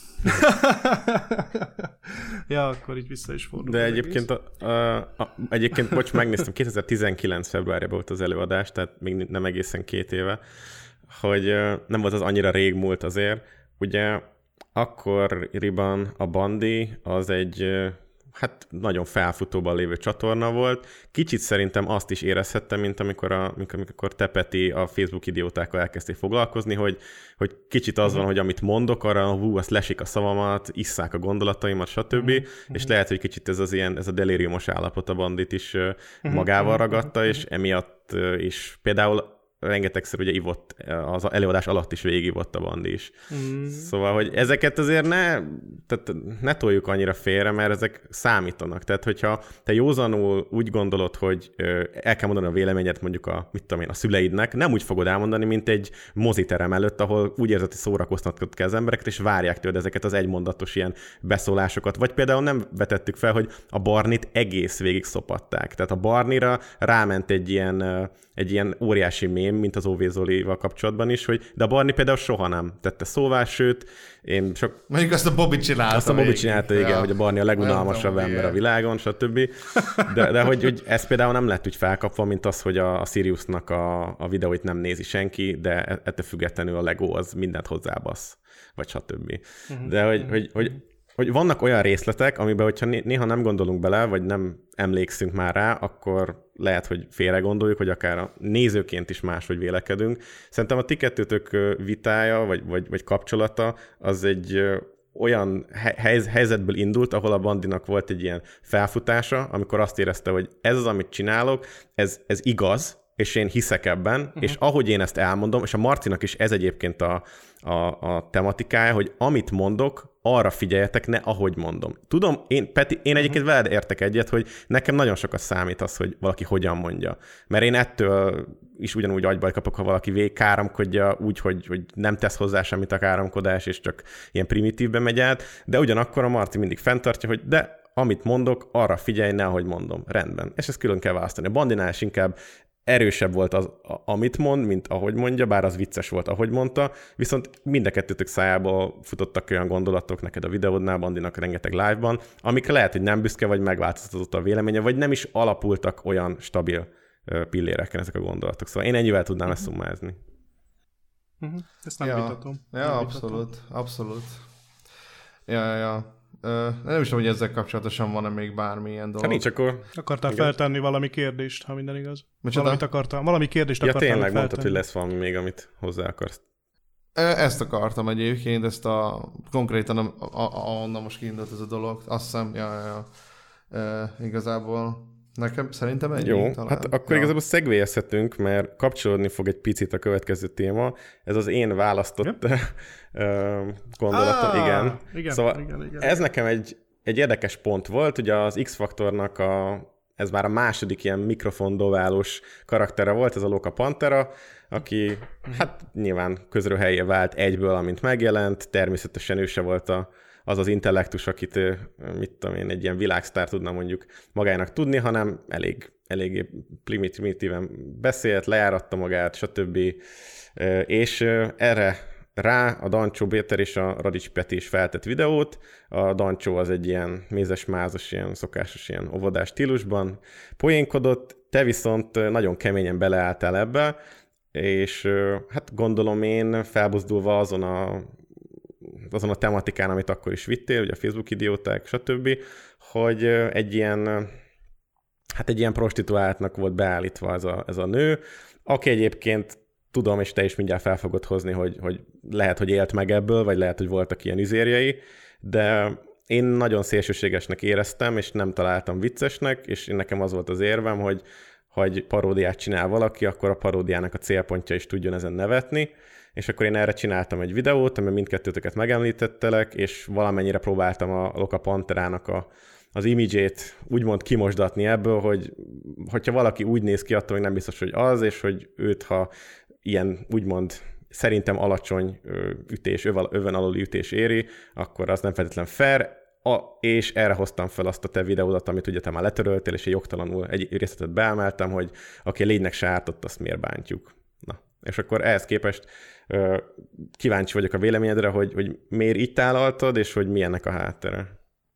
Ja, akkor így vissza is fordul. De egyébként, egyébként bocs, megnéztem, 2019 februárjában volt az előadás, tehát még nem egészen 2 éve, hogy nem volt az annyira rég múlt azért. Ugye akkoriban a Bandi az egy nagyon felfutóban lévő csatorna volt. Kicsit szerintem azt is érezhettem, mint amikor te, Peti, a Facebook idiótákkal elkezdték foglalkozni, hogy kicsit az van, hogy amit mondok, arra azt lesik a szavamat, isszák a gondolataimat, stb. És lehet, hogy kicsit ez a delíriumos állapot a Bandit is magával ragadta, és emiatt is például rengetegszer ugye ivott, az előadás alatt is végigivott a Bandi is. Szóval, hogy ezeket azért ne toljuk annyira félre, mert ezek számítanak. Tehát, hogyha te józanul úgy gondolod, hogy el kell mondani a véleményet mondjuk a szüleidnek, nem úgy fogod elmondani, mint egy moziterem előtt, ahol úgy érzed, hogy szórakoztatod kell az embereket, és várják tőled ezeket az egymondatos ilyen beszólásokat. Vagy például nem vetettük fel, hogy a Barnit egész végig szopatták. Tehát a Barnira ráment egy ilyen óriási mém, mint az Óvé Zolival kapcsolatban is, de a Barni például soha nem tette szóvá, sőt, én sok... Mondjuk azt a Bobby csinálta. Azt a Bobby csinálta, igen, hogy a Barni a legunalmasabb ember a világon, stb. De hogy ez például nem lett úgy felkapva, mint az, hogy a Siriusnak a videóit nem nézi senki, de ettől függetlenül a Lego az mindent hozzábasz, vagy stb. De hogy vannak olyan részletek, amiben, hogyha néha nem gondolunk bele, vagy nem emlékszünk már rá, akkor lehet, hogy félre gondoljuk, hogy akár a nézőként is máshogy vélekedünk. Szerintem a ti kettőtök vitája, vagy kapcsolata az egy olyan helyzetből indult, ahol a Bandinak volt egy ilyen felfutása, amikor azt érezte, hogy ez az, amit csinálok, ez igaz, és én hiszek ebben, és ahogy én ezt elmondom, és a Marcinak is ez egyébként a tematikája, hogy amit mondok, arra figyeljetek, ne ahogy mondom. Tudom, Peti, én egyébként veled értek egyet, hogy nekem nagyon sokat számít az, hogy valaki hogyan mondja. Mert én ettől is ugyanúgy agybaj kapok, ha valaki végig káromkodja úgy, hogy nem tesz hozzá semmit a káromkodás, és csak ilyen primitívbe megy át, de ugyanakkor a Marci mindig fenntartja, hogy de amit mondok, arra figyelj, ne ahogy mondom. Rendben. És ezt külön kell választani. A Bandinál is inkább erősebb volt az, amit mond, mint ahogy mondja, bár az vicces volt, ahogy mondta, viszont mind a kettőtök szájából futottak olyan gondolatok neked a videódnál, Bandinak rengeteg live-ban, amikre lehet, hogy nem büszke, vagy megváltoztatott a véleménye, vagy nem is alapultak olyan stabil pilléreken ezek a gondolatok. Szóval én ennyivel tudnám ezt szummázni. Ezt nem vitatom. Ja, abszolút. Ja. Nem is tudom, hogy ezzel kapcsolatosan van-e még bármilyen dolog. Hát nincs, akkor... Akartál feltenni valami kérdést, ha minden igaz? Valami kérdést akartál feltenni. Tényleg mondtad, hogy lesz valami még, amit hozzá akarsz. Ezt akartam egyébként, konkrétan ahonnan most kiindult ez a dolog. Azt hiszem, Igazából nekem szerintem ennyi. Jó, talán. hát akkor igazából szegvélyezhetünk, mert kapcsolódni fog egy picit a következő téma. Ez az én választott gondolatom. Igen. Szóval igen. Ez nekem egy érdekes pont volt. Ugye az X-faktornak ez már a második ilyen mikrofondobálós karaktere volt, ez a Loka Pantera, aki hát nyilván közröhelye vált egyből, amint megjelent. Természetesen ő se volt az intellektus, akit, mit tudom én, egy ilyen világsztár tudna mondjuk magának tudni, hanem elég primitíven beszélt, lejáratta magát, stb. És erre rá a Dancsó Péter és a Radics Peti is feltett videót. A Dancsó az egy ilyen mézes-mázos, ilyen szokásos, ilyen óvodás stílusban poénkodott, te viszont nagyon keményen beleálltál ebbe, és hát gondolom én felbuzdulva azon a tematikán, amit akkor is vittél, ugye a Facebook idióták, stb., hogy egy ilyen prostituáltnak volt beállítva ez a nő, aki egyébként tudom, és te is mindjárt fel fogod hozni, hogy lehet, hogy élt meg ebből, vagy lehet, hogy voltak ilyen üzérjei, de én nagyon szélsőségesnek éreztem, és nem találtam viccesnek, és nekem az volt az érvem, hogy paródiát csinál valaki, akkor a paródiának a célpontja is tudjon ezen nevetni, és akkor én erre csináltam egy videót, amiben mindkettőtöket megemlítettelek, és valamennyire próbáltam a Loka Panterának az imidzsét úgymond kimosdatni ebből, hogyha valaki úgy néz ki, attól még nem biztos, hogy az, és hogy őt, ha ilyen úgymond szerintem alacsony ütés, öven aluli ütés éri, akkor az nem feltétlen fair, és erre hoztam fel azt a te videódat, amit ugye te már letöröltél, és jogtalanul egy részletet beemeltem, hogy aki a lénynek se ártott, azt miért bántjuk. Na, és akkor ehhez képest kíváncsi vagyok a véleményedre, hogy miért így tálaltad, és hogy mi ennek a háttere.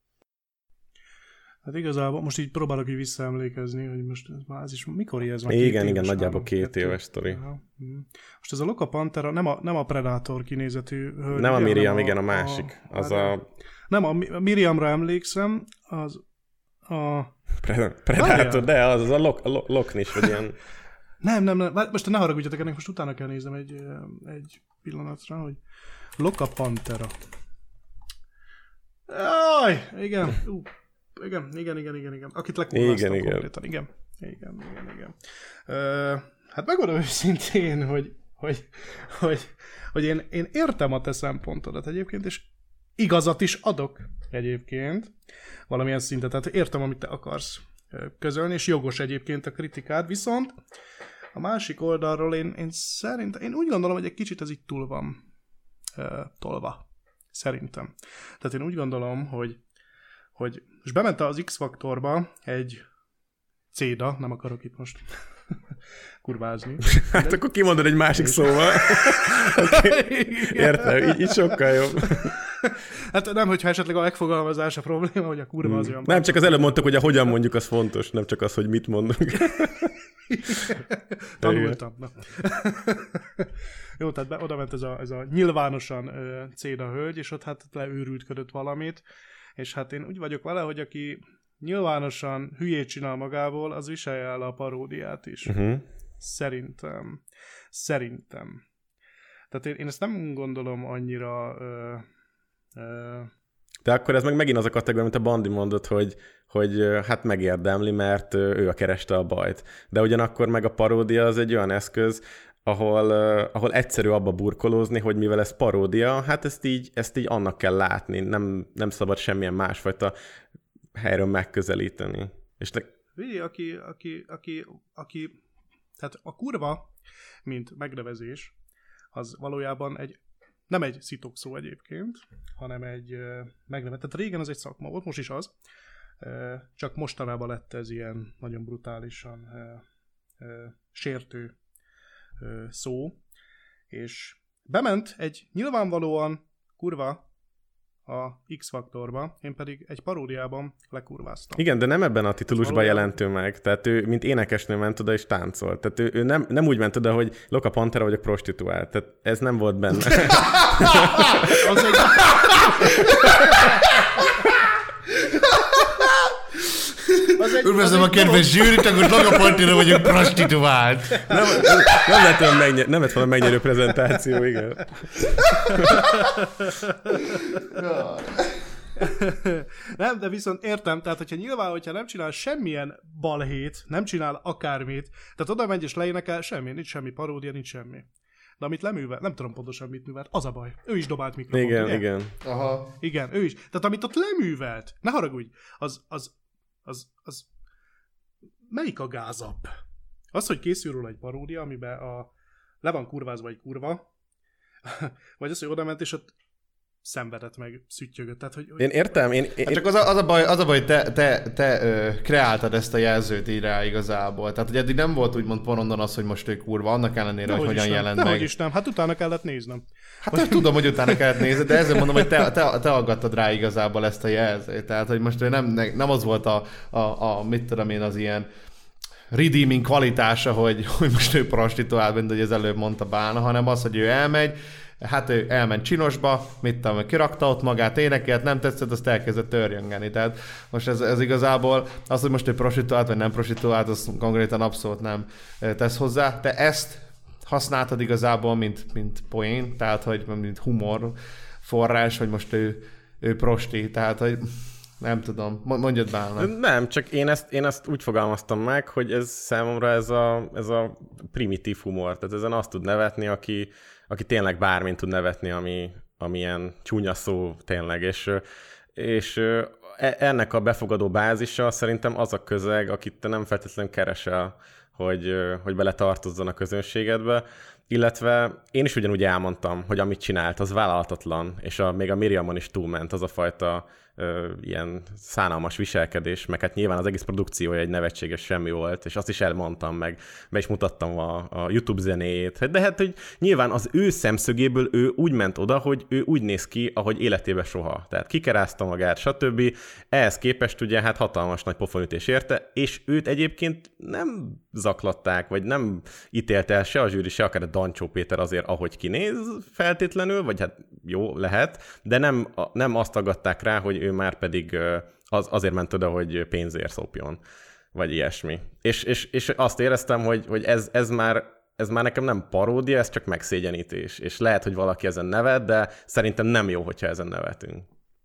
Hát igazából most így próbálok így visszaemlékezni, hogy most ez is mikor ez már? Igen, nagyjából 2 éves sztori. Most ez a Loka Pantera nem a Predator kinézetű hölgy. Nem a Miriam, igen, a másik. Nem, a Miriamra emlékszem, az a... Predator, de az a Loknis, vagy ilyen... Nem. Most ne haragudjatok, ennek most utána kell néznem egy pillanatra, hogy Loka Pantera. Jaj, igen. Igen. Akit lekurváztam konkrétan. Igen. Hát megmondom őszintén, hogy én értem a te szempontodat egyébként, és igazat is adok egyébként valamilyen szinten. Tehát értem, amit te akarsz közölni, és jogos egyébként a kritikád, viszont a másik oldalról én úgy gondolom, hogy egy kicsit ez így túl van tolva. Szerintem. Tehát én úgy gondolom, hogy és bement az X-faktorba egy Céda, nem akarok itt most kurvázni. Hát akkor kimondod egy másik szóval. Okay. Értem, így sokkal jobb. Hát nem, hogyha esetleg a megfogalmazás a probléma, hogy a kurva az olyan... Nem, csak az előbb mondtuk, hogy a hogyan mondjuk, az fontos, nem csak az, hogy mit mondunk. Tanultam. Jó, tehát oda ment ez a nyilvánosan Céda hölgy, és ott hát leőrültködött valamit, és hát én úgy vagyok vele, hogy aki nyilvánosan hülyét csinál magából, az viselje el a paródiát is. Szerintem. Tehát én ezt nem gondolom annyira... De akkor ez megint az a kategória, amit a Bandi mondott, hogy hát megérdemli, mert ő kereste a bajt. De ugyanakkor meg a paródia az egy olyan eszköz, ahol egyszerű abba burkolózni, hogy mivel ez paródia, hát ezt így annak kell látni, nem szabad semmilyen másfajta helyről megközelíteni. És aki tehát a kurva, mint megnevezés, az valójában nem egy szitokszó egyébként, hanem egy megnevezés. Tehát régen az egy szakma volt, most is az, csak mostanában lett ez ilyen nagyon brutálisan sértő szó, és bement egy nyilvánvalóan kurva a X-faktorba, én pedig egy paródiában lekurváztam. Igen, de nem ebben a titulusban jelentő meg. Tehát ő, mint énekesnő ment oda és táncolt. Tehát ő nem úgy ment oda, hogy Loka Pantera vagyok prostituált. Tehát ez nem volt benne. Az egy... Üdvözlöm a kedves zsűrit, akkor Loka Pantera vagyok prostituált. Nem lett volna megnyerő prezentáció, igen. Nem, de viszont értem, tehát hogyha nem csinál semmilyen balhét, nem csinál akármit, tehát oda megy és leénekel, semmi, nincs semmi paródia, nincs semmi. De amit leművel, nem tudom pontosan mit művelt, az a baj. Ő is dobált mikrofont. Igen, ugye? igen. Aha. Igen, ő is. Tehát amit ott leművelt, ne haragudj, az melyik a gázabb? Az, hogy készül róla egy paródia, amiben le van kurvázva egy kurva, vagy az, hogy oda ment és ott szenvedett meg, szüttyögött. Tehát, hogy én értem. Hát csak az a baj, hogy te kreáltad ezt a jelzőt így rá igazából. Tehát, hogy eddig nem volt úgymond porondon az, hogy most ő kurva, annak ellenére, hogy hogyan jelent meg. Dehogy is nem, hát utána kellett néznem. Hát tudom, hogy utána kellett nézni, de ezzel mondom, hogy te aggattad rá igazából ezt a jelzőt. Tehát, hogy most nem az volt mit tudom én, az ilyen redeeming kvalitása, hogy most ő prostituált, mint hogy az előbb mondta Bálna, hanem az, hogy ő elmegy, hát ő elment csinosba, mit tudom, kirakta ott magát, énekelt, nem tetszett, azt elkezdett törjöngeni. Tehát most ez igazából, az, hogy most ő prostituált, vagy nem prostituált, az konkrétan abszolút nem tesz hozzá. Te ezt használtad igazából, mint poén, tehát hogy mint humor forrás, hogy most ő prosti, tehát hogy nem tudom, mondjad Bálna. Nem, csak én ezt úgy fogalmaztam meg, hogy ez számomra ez a primitív humor, tehát ezen azt tud nevetni, aki tényleg bármint tud nevetni, ami ilyen csúnya szó tényleg, és ennek a befogadó bázisa szerintem az a közeg, akit te nem feltétlenül keresel, hogy bele tartozzon a közönségedbe, illetve én is ugyanúgy elmondtam, hogy amit csinált, az vállalhatatlan, és még a Miriamon is túlment az a fajta ilyen szánalmas viselkedés, meg hát nyilván az egész produkciója egy nevetséges semmi volt, és azt is elmondtam meg, be is mutattam a YouTube zenéjét, de hát, hogy nyilván az ő szemszögéből ő úgy ment oda, hogy ő úgy néz ki, ahogy életében soha. Tehát kikerázta magát, stb. Ehhez képest ugye hát hatalmas nagy pofonütés érte, és őt egyébként nem zaklatták, vagy nem ítélte el se a zsűri, se akár a Dancsó Péter azért, ahogy kinéz feltétlenül, vagy hát jó, lehet, de nem azt aggatták rá, hogy ő már pedig azért ment oda, hogy pénzért szopjon, vagy ilyesmi. És azt éreztem, hogy ez már nekem nem paródia, ez csak megszégyenítés. És lehet, hogy valaki ezen nevet, de szerintem nem jó, hogyha ezen nevetünk.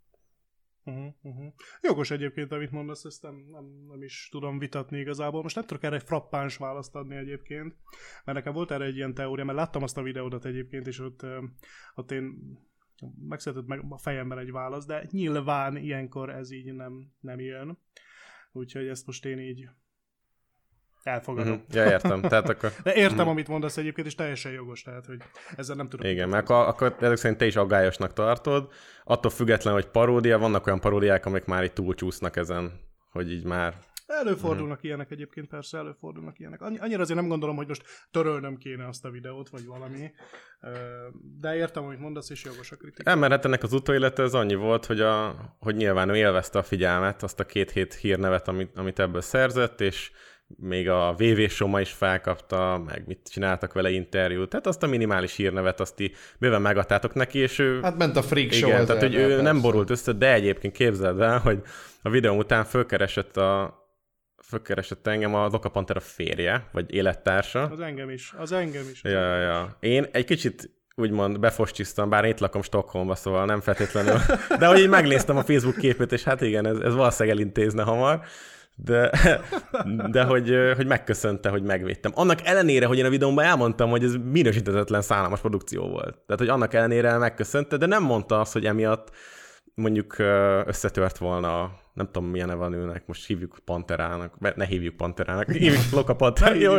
Jogos egyébként, amit mondasz, ezt nem is tudom vitatni igazából. Most nem tudok erre egy frappáns választ adni egyébként, mert nekem volt erre egy ilyen teória, mert láttam azt a videódat egyébként, és ott én megszületett meg a fejemben egy válasz, de nyilván ilyenkor ez így nem jön. Úgyhogy ezt most én így elfogadom. Ja, értem. Tehát akkor... De értem, amit mondasz egyébként, és teljesen jogos, tehát, hogy ezzel nem tudom. Igen, mert akkor ezek szerint te is aggályosnak tartod. Attól független, hogy paródia, vannak olyan paródiák, amik már így túlcsúsznak ezen, hogy így már... Előfordulnak ilyenek egyébként, persze, előfordulnak ilyenek. Annyira azért nem gondolom, hogy most törölnöm kéne azt a videót, vagy valami. De értem, amit mondasz, és jogos a kritika. Mert hát ennek az utóélete az annyi volt, hogy nyilván ő élvezte a figyelmet, azt a 2 hét hírnevet, amit ebből szerzett, és még a VV Show is felkapta, meg mit csináltak vele interjút, tehát azt a minimális hírnevet, azt ti bőven megadtátok neki, és ő... Hát ment a Freak Show. Igen, tehát hogy ő nem borult össze, de egyébként képzeld el, hogy a videó után fölkeresett engem a Loka Pantera férje, vagy élettársa. Az engem is. Ja. Én egy kicsit úgymond befoscsisztam, bár itt lakom Stockholmba, szóval nem feltétlenül. De hogy így megnéztem a Facebook képét, és hát igen, ez valószínűleg elintézne hamar. De hogy megköszönte, hogy megvédtem. Annak ellenére, hogy én a videómban elmondtam, hogy ez minősíthetetlen szánalmas produkció volt. Tehát, hogy annak ellenére megköszönte, de nem mondta azt, hogy emiatt mondjuk összetört volna, nem tudom milyen neve van őnek, most hívjuk Panterának, ne hívjuk Panterának, hívjuk Loka Pantera. Jó.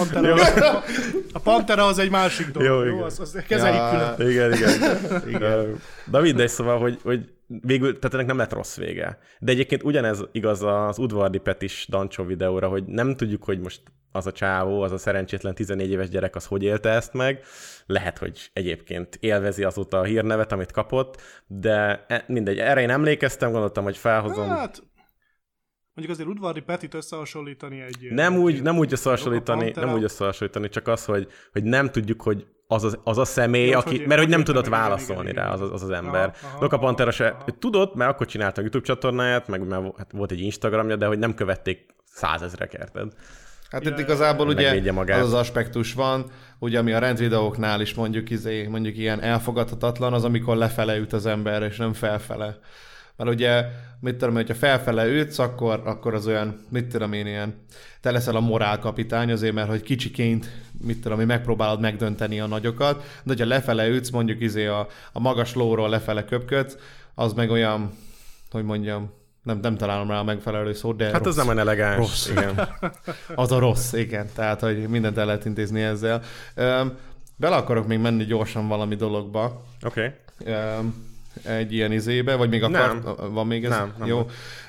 A Pantera az egy másik dolog, jó? Az kezeljük külön. Igen. De mindegy, szóval, hogy végül, tehát ennek nem lett rossz vége. De egyébként ugyanez igaz az Udvardi Petis Dancsó videóra, hogy nem tudjuk, hogy most az a csávó, az a szerencsétlen 14 éves gyerek, az hogy élte ezt meg. Lehet, hogy egyébként élvezi azóta a hírnevet, amit kapott, de mindegy, erre én emlékeztem, gondoltam, hogy felhozom. Hát, mondjuk azért Udvardi Petit összehasonlítani egy... Nem úgy összehasonlítani, csak az, hogy nem tudjuk, hogy az a személy, mert hogy nem tudott válaszolni rá az ember. Loka Pantera se tudott, mert akkor csinálta a YouTube csatornáját, meg hát volt egy Instagramja, de hogy nem követték 100 000-ek, érted? Hát itt igazából ugye az aspektus van, ugye ami a rendvideóknál is mondjuk ilyen elfogadhatatlan, az amikor lefele üt az ember, és nem felfele. Mert ugye, mit tudom, hogyha felfele ütsz, akkor az olyan, mit tudom én, ilyen, te leszel a morálkapitány azért, mert hogy kicsiként, mit tudom én, megpróbálod megdönteni a nagyokat, de hogyha lefele ütsz, mondjuk a magas lóról lefele köpködsz, az meg olyan, hogy mondjam, nem találom rá a megfelelő szót, de hát rossz. az nem olyan elegáns. Rossz. Igen. Az a rossz, igen. Tehát, hogy mindent el lehet intézni ezzel. Bele akarok még menni gyorsan valami dologba. Oké. Egy ilyen izébe, vagy még van még ez? Nem. Jó.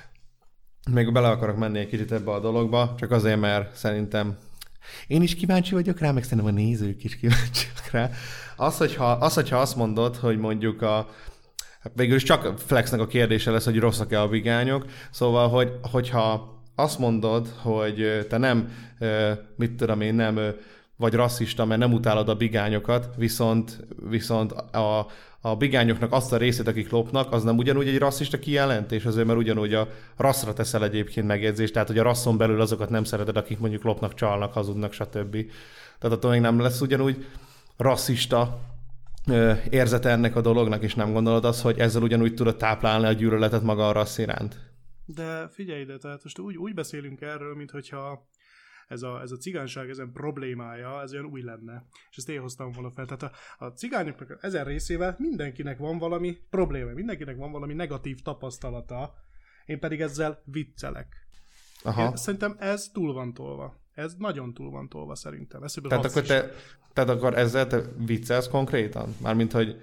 Még bele akarok menni egy kicsit ebbe a dologba, csak azért, mert szerintem én is kíváncsi vagyok rá, meg szerintem a nézők is kíváncsiak rá. Hogyha azt mondod, hogy mondjuk végül is csak Flexnek a kérdése lesz, hogy rosszak-e a bigányok, szóval, hogyha azt mondod, hogy te nem, mit tudom én, nem vagy rasszista, mert nem utálod a bigányokat, viszont a bigányoknak azt a részét, akik lopnak, az nem ugyanúgy egy rasszista kijelentés, azért, mert ugyanúgy a rasszra teszel egyébként megjegyzést, tehát hogy a rasszon belül azokat nem szereted, akik mondjuk lopnak, csalnak, hazudnak, stb. Tehát attól még nem lesz ugyanúgy rasszista érzete ennek a dolognak, és nem gondolod azt, hogy ezzel ugyanúgy tudod táplálni a gyűlöletet maga a rassz iránt? De figyelj ide, tehát most úgy beszélünk erről, minthogyha ez a cigányság ezen problémája, ez olyan új lenne. És ezt én hoztam volna fel. Tehát a cigányoknak ezen részével mindenkinek van valami probléma, mindenkinek van valami negatív tapasztalata, én pedig ezzel viccelek. Aha. Szerintem ez túl van tolva. Ez nagyon túl van tolva szerintem. Tehát akkor ezzel te viccelsz konkrétan? Mármint, hogy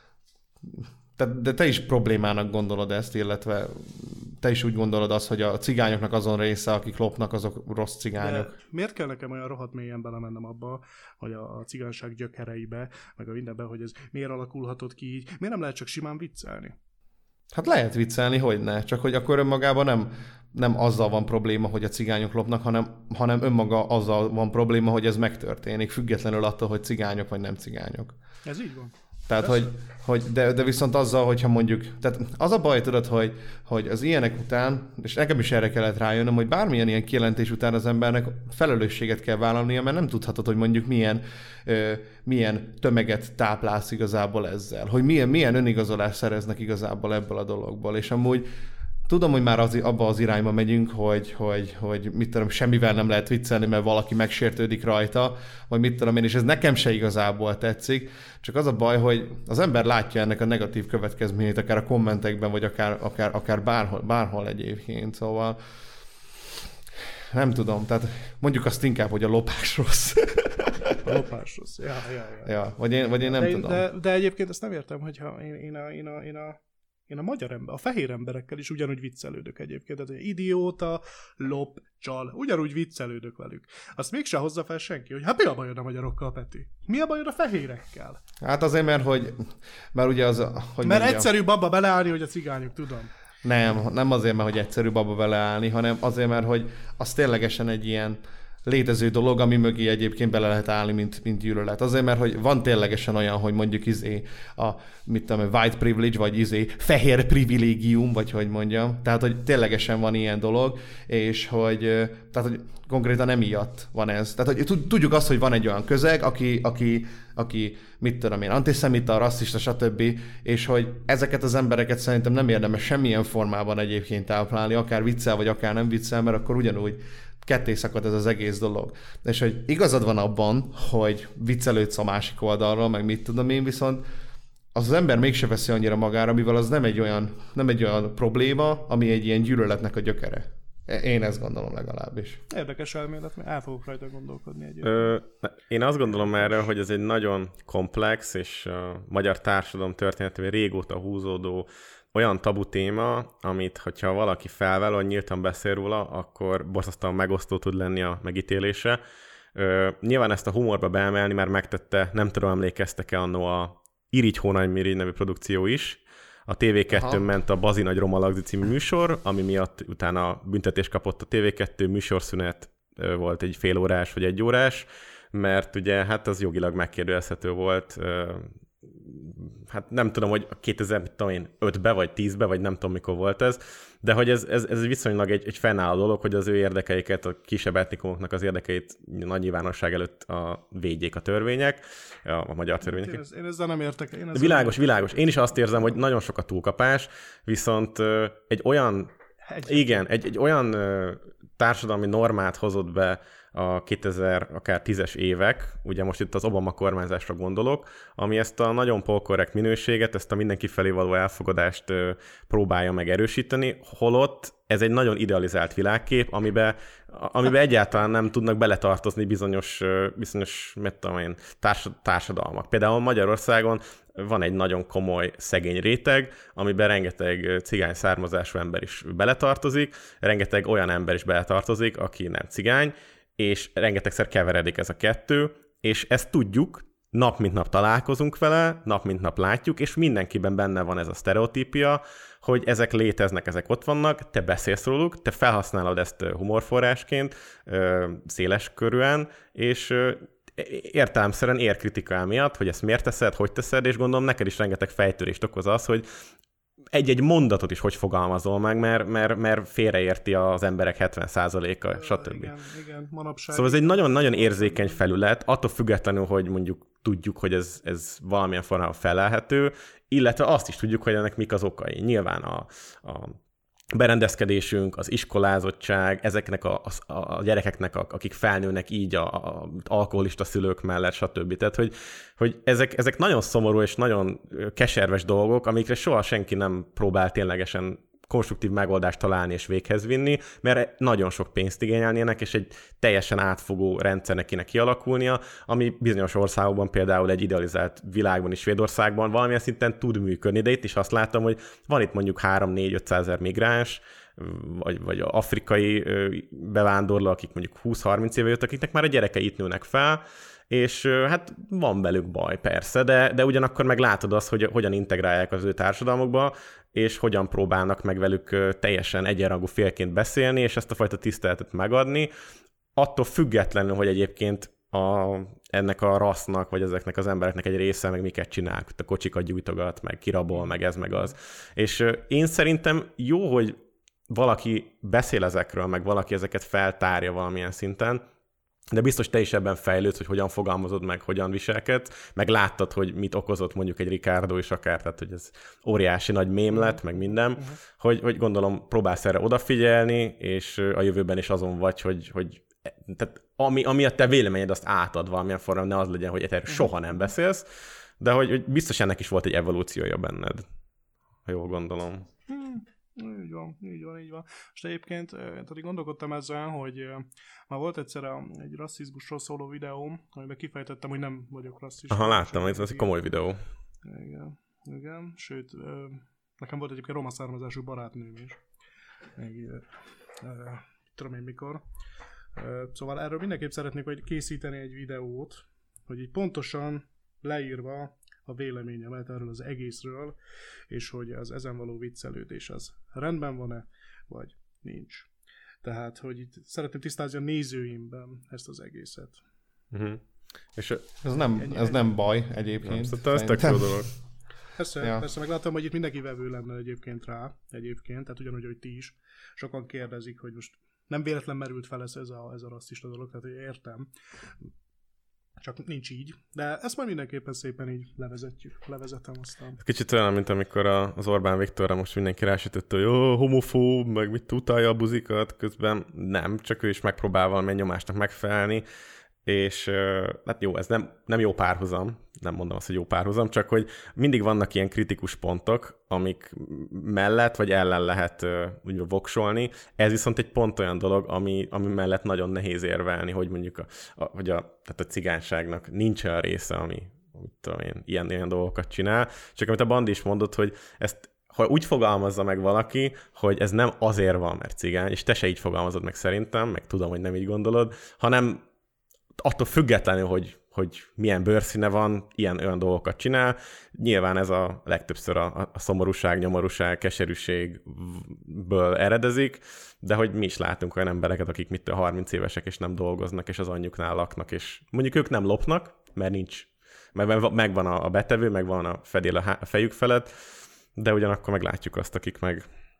de te is problémának gondolod ezt, illetve te is úgy gondolod azt, hogy a cigányoknak azon része, akik lopnak, azok rossz cigányok. De miért kell nekem olyan rohadt mélyen belemennem abba, hogy a cigányság gyökereibe, meg a mindenbe, hogy ez miért alakulhatott ki így? Miért nem lehet csak simán viccelni? Hát lehet viccelni, hogy ne. Csak hogy akkor önmagában nem azzal van probléma, hogy a cigányok lopnak, hanem önmaga azzal van probléma, hogy ez megtörténik, függetlenül attól, hogy cigányok vagy nem cigányok. Ez így van. Tehát, de viszont azzal, hogyha mondjuk, tehát az a baj, tudod, hogy az ilyenek után, és nekem is erre kellett rájönnöm, hogy bármilyen ilyen kijelentés után az embernek felelősséget kell vállalnia, mert nem tudhatod, hogy mondjuk milyen tömeget táplálsz igazából ezzel, hogy milyen önigazolást szereznek igazából ebből a dologból, és amúgy tudom, hogy már abba az irányba megyünk, hogy mit tudom, semmivel nem lehet viccelni, mert valaki megsértődik rajta, vagy mit tudom én, és ez nekem se igazából tetszik. Csak az a baj, hogy az ember látja ennek a negatív következményét, akár a kommentekben, vagy akár bárhol egyébként. Szóval nem tudom, tehát mondjuk azt inkább, hogy a lopás rossz. A lopás rossz, ja. Vagy én nem tudom. De egyébként ezt nem értem, hogyha én a magyar ember, a fehér emberekkel is ugyanúgy viccelődök egyébként. Tehát, hogy idióta, lop, csal, ugyanúgy viccelődök velük. Azt mégse hozza fel senki, hogy hát mi a bajod a magyarokkal, Peti? Mi a bajod a fehérekkel? Hát azért, mert ugye az... Hogy mert egyszerűbb abba beleállni, hogy a cigányok, tudom. Nem azért, mert hogy egyszerűbb abba beleállni, hanem azért, mert hogy az ténylegesen egy ilyen létező dolog, ami egyébként bele lehet állni, mint gyűlölet. Azért, mert hogy van ténylegesen olyan, hogy mondjuk white privilege, vagy fehér privilégium, vagy hogy mondjam. Tehát, hogy ténylegesen van ilyen dolog, és hogy konkrétan emiatt van ez. Tehát, hogy tudjuk azt, hogy van egy olyan közeg, aki mit tudom én, antiszemita, rasszista, stb. És hogy ezeket az embereket szerintem nem érdemes semmilyen formában egyébként táplálni, akár viccel, vagy akár nem viccel, mert akkor ugyanúgy ketté szakad ez az egész dolog. És hogy igazad van abban, hogy viccelődsz a másik oldalról, meg mit tudom én, viszont az ember mégse veszi annyira magára, mivel az nem egy olyan probléma, ami egy ilyen gyűlöletnek a gyökere. Én ezt gondolom legalábbis. Érdekes elmélet, mert el fogok rajta gondolkodni Én azt gondolom erről, hogy ez egy nagyon komplex és a magyar társadalom történetében régóta húzódó olyan tabu téma, amit, hogyha valaki felvel, vagy nyíltan beszél róla, akkor borzasztóan megosztó tud lenni a megítélése. Nyilván ezt a humorba beemelni már megtette, nem tudom, emlékeztek-e annó a Irigy Hónagymirigy nevű produkció is. A TV2-n ment a Bazi Nagy Romalagzi című műsor, ami miatt utána büntetés kapott a TV2, műsorszünet volt egy fél órás vagy egy órás, mert ugye hát az jogilag megkérdőjelezhető volt, hát nem tudom, hogy 2005-ben vagy 10-ben, vagy nem tudom, mikor volt ez, de hogy ez viszonylag egy fennálló dolog, hogy az ő érdekeiket, a kisebb etnikumoknak az érdekeit nagy nyilvánosság előtt védjék a törvények, a magyar törvények. Én ezzel nem értek. Világos. Én is azt érzem, hogy nagyon sok a túlkapás, viszont egy olyan társadalmi normát hozott be a 2010-es évek, ugye most itt az Obama kormányzásra gondolok, ami ezt a nagyon polkorrekt minőséget, ezt a mindenki felé való elfogadást próbálja meg erősíteni, holott ez egy nagyon idealizált világkép, amiben egyáltalán nem tudnak beletartozni bizonyos társadalmak. Például Magyarországon van egy nagyon komoly szegény réteg, amiben rengeteg cigány származású ember is beletartozik, rengeteg olyan ember is beletartozik, aki nem cigány, és rengetegszer keveredik ez a kettő, és ezt tudjuk, nap mint nap találkozunk vele, nap mint nap látjuk, és mindenkiben benne van ez a sztereotípia, hogy ezek léteznek, ezek ott vannak, te beszélsz róluk, te felhasználod ezt humorforrásként, széles körűen, és értelemszerűen ér kritika miatt, hogy ezt miért teszed, hogy teszed, és gondolom neked is rengeteg fejtörést okoz az, hogy egy-egy mondatot is hogy fogalmazol meg, mert félreérti az emberek 70%-a, stb. Igen, manapság. Szóval ez egy nagyon-nagyon érzékeny felület, attól függetlenül, hogy mondjuk tudjuk, hogy ez valamilyen formában felelhető, illetve azt is tudjuk, hogy ennek mik az okai. Nyilván a berendezkedésünk, az iskolázottság, ezeknek a gyerekeknek, akik felnőnek így a alkoholista szülők mellett, stb. Tehát, hogy ezek nagyon szomorú és nagyon keserves dolgok, amikre soha senki nem próbál ténylegesen konstruktív megoldást találni és véghez vinni, mert nagyon sok pénzt igényelnének, és egy teljesen átfogó rendszernek kéne kialakulnia, ami bizonyos országokban, például egy idealizált világban is, Svédországban valamilyen szinten tud működni, de itt is azt látom, hogy van itt mondjuk 3-4-500 ezer migráns, vagy afrikai bevándorló, akik mondjuk 20-30 éve jöttek, akiknek már a gyerekei itt nőnek fel, és hát van velük baj, persze, de ugyanakkor meg látod azt, hogy hogyan integrálják az ő társadalmukba, és hogyan próbálnak meg velük teljesen egyenrangú félként beszélni, és ezt a fajta tiszteletet megadni, attól függetlenül, hogy egyébként ennek a rassznak, vagy ezeknek az embereknek egy része meg miket csinál, a kocsikat gyújtogat, meg kirabol, meg ez, meg az. És én szerintem jó, hogy valaki beszél ezekről, meg valaki ezeket feltárja valamilyen szinten, de biztos te is ebben fejlődsz, hogy hogyan fogalmazod meg, hogyan viselkedsz, meg láttad, hogy mit okozott mondjuk egy Ricardo is akár, tehát hogy ez óriási nagy mém lett, meg minden, hogy gondolom próbálsz erre odafigyelni, és a jövőben is azon vagy, hogy tehát ami a te véleményed, azt átad valamilyen formában, ne az legyen, hogy erről soha nem beszélsz, de hogy biztos ennek is volt egy evolúciója benned, ha jól gondolom. Így van. És egyébként tehát gondolkodtam ezzel, hogy már volt egyszer egy rasszizmusról szóló videóm, amiben kifejtettem, hogy nem vagyok rasszista. Aha, láttam, ez egy komoly videó. Igen. Sőt, nekem volt egyébként roma származású barátnőm is. Tudom én mikor. Szóval erről mindenképp szeretnék hogy készíteni egy videót, hogy így pontosan leírva a véleményemet erről az egészről, és hogy az ezen való viccelődés az rendben van-e, vagy nincs. Tehát, hogy itt szeretném tisztázni a nézőimben ezt az egészet. És ez nem baj egyébként. Szóval ez tök jó dolog. Persze, meglátom, hogy itt mindenki vevő lenne egyébként rá, tehát ugyanúgy, hogy ti is. Sokan kérdezik, hogy most nem véletlen merült fel ez a rasszista dolog, tehát értem. Csak nincs így. De ezt majd mindenképpen szépen így levezetem aztán. Kicsit olyan, mint amikor az Orbán Viktorra most mindenki rásütötte, hogy homofób, meg mit utálja a buzikat, közben nem, csak ő is megpróbál valamilyen nyomásnak megfelelni, és hát jó, ez nem jó párhuzam, nem mondom azt, hogy jó párhuzam, csak hogy mindig vannak ilyen kritikus pontok, amik mellett vagy ellen lehet úgy voksolni. Ez viszont egy pont olyan dolog, ami mellett nagyon nehéz érvelni, hogy mondjuk tehát a cigányságnak nincs olyan része, ami tudom én, ilyen dolgokat csinál. Csak amit a Bandi is mondott, hogy ezt ha úgy fogalmazza meg valaki, hogy ez nem azért van, mert cigány, és te se így fogalmazod meg szerintem, meg tudom, hogy nem így gondolod, hanem attól függetlenül, hogy milyen bőrszíne van, olyan dolgokat csinál. Nyilván ez a legtöbbször a szomorúság, nyomorúság, keserűségből eredezik, de hogy mi is látunk olyan embereket, akik 30 évesek és nem dolgoznak, és az anyjuknál laknak, és mondjuk ők nem lopnak, mert mert megvan a betevő, megvan a fedél a fejük felett, de ugyanakkor meglátjuk azt, akik meg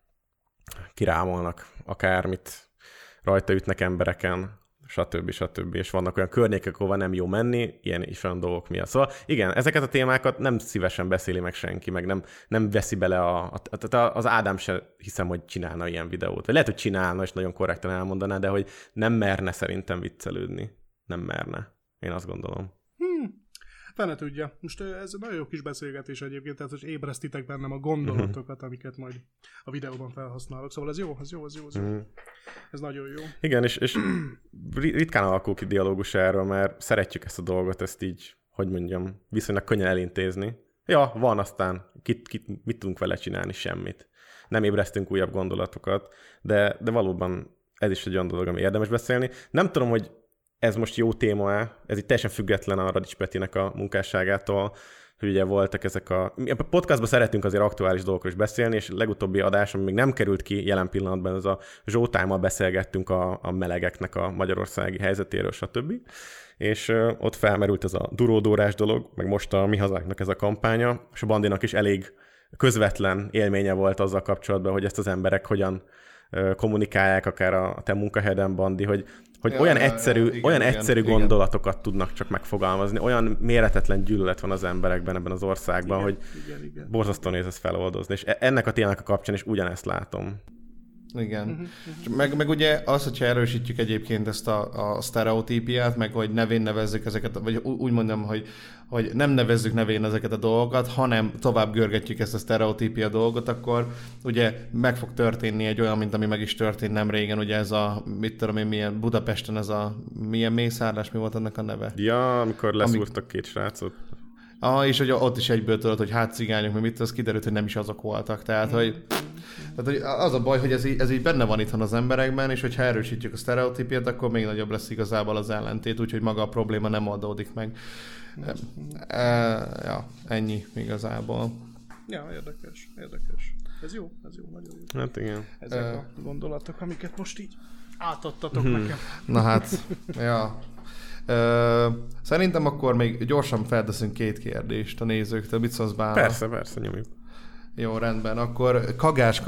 kirámolnak akármit, rajta ütnek embereken, stb. És vannak olyan környékek, ahova nem jó menni, ilyen is olyan dolgok miatt. Szóval igen, ezeket a témákat nem szívesen beszéli meg senki, meg nem veszi bele az Ádám se hiszem, hogy csinálna ilyen videót. Vagy lehet, hogy csinálna, és nagyon korrekten elmondaná, de hogy nem merne szerintem viccelődni. Nem merne. Én azt gondolom. Fene tudja. Most ez nagyon jó kis beszélgetés egyébként, tehát hogy ébresztitek bennem a gondolatokat, amiket majd a videóban felhasználok. Szóval ez jó. Ez nagyon jó. Igen, és ritkán alakul ki dialógus erről, mert szeretjük ezt a dolgot, ezt így, hogy mondjam, viszonylag könnyen elintézni. Ja, van, aztán mit tudunk vele csinálni? Semmit. Nem ébresztünk újabb gondolatokat, de valóban ez is egy olyan dolog, ami érdemes beszélni. Nem tudom, hogy ez most jó téma-e, ez itt teljesen független a Radics Petinek a munkásságától, hogy ugye voltak ezek a podcastban szeretünk azért aktuális dolgokról is beszélni, és a legutóbbi adás, ami még nem került ki jelen pillanatban, ez a Zsótámmal beszélgettünk a melegeknek a magyarországi helyzetéről, stb. És ott felmerült ez a duródórás dolog, meg most a Mi Hazánknak ez a kampánya, és a Bandinak is elég közvetlen élménye volt azzal kapcsolatban, hogy ezt az emberek hogyan kommunikálják, akár a te munkahelyeden, Bandi, hogy olyan egyszerű gondolatokat tudnak csak megfogalmazni, olyan méretetlen gyűlölet van az emberekben ebben az országban, hogy borzasztó nehéz ezt feloldozni. És ennek a témának a kapcsán is ugyanezt látom. Igen. Meg ugye az, hogyha erősítjük egyébként ezt a sztereotípiát, meg hogy nevén nevezzük ezeket, vagy úgy mondom, hogy nem nevezzük nevén ezeket a dolgokat, hanem tovább görgetjük ezt a sztereotípia dolgot, akkor ugye meg fog történni egy olyan, mint ami meg is történt nem régen, ugye ez a, mit tudom én, milyen Budapesten ez a, milyen mészárlás, mi volt annak a neve? Ja, amikor leszúrtak két srácot. És hogy ott is egyből tudod, hogy cigányok, mert mit, az kiderült, hogy nem is azok voltak. Tehát, hogy az a baj, hogy ez így benne van itthon az emberekben, és hogyha erősítjük a sztereotípiát, akkor még nagyobb lesz igazából az ellentét, úgyhogy maga a probléma nem oldódik meg. Ennyi igazából. Ja, érdekes. Ez jó, nagyon jó. Hát igen. Ezek a gondolatok, amiket most így átadtatok nekem. Na hát, ja. Szerintem akkor még gyorsan felteszünk 2 kérdést a nézőktől. Mit szólsz, Bálna? Persze, nyomjuk. Jó, rendben. Akkor Kakás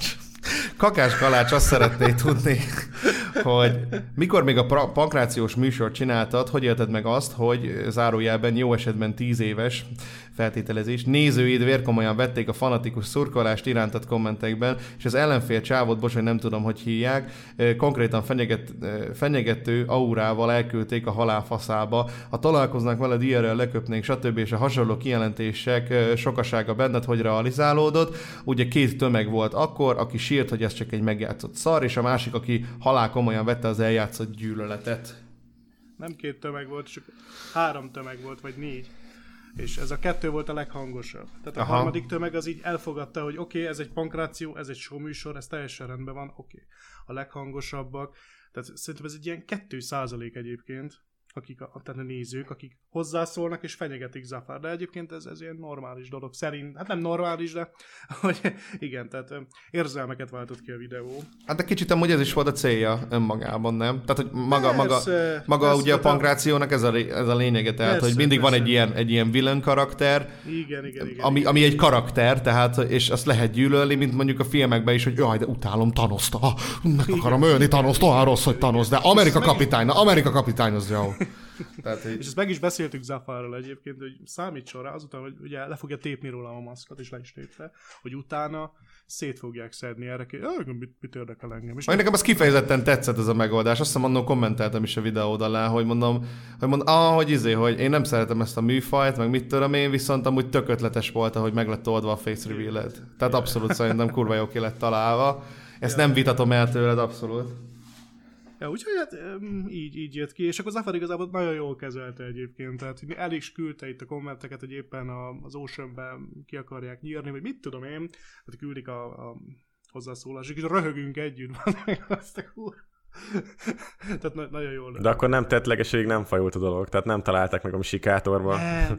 Kalács azt szeretné tudni, hogy mikor még a pankrációs műsort csináltad, hogy élted meg azt, hogy zárójelben jó esetben 10 éves feltételezés, nézőid vérkomolyan vették a fanatikus szurkolást irántad kommentekben, és az ellenfél csávot, bocs, nem tudom, hogy hívják, konkrétan fenyegető aurával elküldték a halál faszába. Ha találkoznak veled ilyenről, leköpnénk, stb. És a hasonló kijelentések sokasága benned, hogy realizálódott. Ugye 2 tömeg volt akkor, aki sírt, hogy ez csak egy megjátszott szar, és a másik, aki halál komolyan vette az eljátszott gyűlöletet. Nem 2 tömeg volt, csak 3 tömeg volt, vagy 4. És ez a 2 volt a leghangosabb. Tehát a harmadik tömeg az így elfogadta, hogy oké, ez egy pankráció, ez egy showműsor, ez teljesen rendben van, oké. A leghangosabbak, tehát szerintem ez egy ilyen 2% egyébként, tehát a nézők, akik hozzászólnak és fenyegetik Zafar, de egyébként ez ilyen normális dolog szerint, hát nem normális, de hogy igen, tehát érzelmeket váltott ki a videó. Hát de kicsit amúgy ez is volt a célja önmagában, nem? Tehát, hogy maga ugye a pankrációnak ez a lényege, tehát, hogy mindig van egy ilyen villain karakter, igen. Ami egy karakter, tehát, és azt lehet gyűlölni, mint mondjuk a filmekben is, hogy jaj, de utálom Thanost, meg akarom ölni Thanost, olyan rossz, hogy Thanos, de Amerika kapitány, az jó. Tehát, és ezt meg is beszéltük Zafarral egyébként, hogy számítson rá azután, hogy ugye le fogja tépni rólam a maszkot, és le is tépte, hogy utána szét fogják szedni erre, mit érdekel engem. És nekem az kifejezetten tetszett ez a megoldás. Azt hiszem, annól kommenteltem is a videód alá, hogy hogy én nem szeretem ezt a műfajt, meg mit tudom én, viszont amúgy tök ötletes volt, ahogy meg lett oldva a face reveal-ed. Tehát abszolút szerintem kurva jó ki lett találva. Ezt nem vitatom el tőled, abszolút. Ja, úgyhogy hát így jött ki, és akkor Zafar igazából nagyon jól kezelte egyébként, tehát el is küldte itt a kommenteket, hogy éppen az Oceanben ki akarják nyírni, vagy mit tudom én, hát küldik a hozzászólások, és röhögünk együtt, azt a kur. Tehát nagyon jól. De akkor nem tettlegeség, nem fajult a dolog, tehát nem találták meg a sikátorba.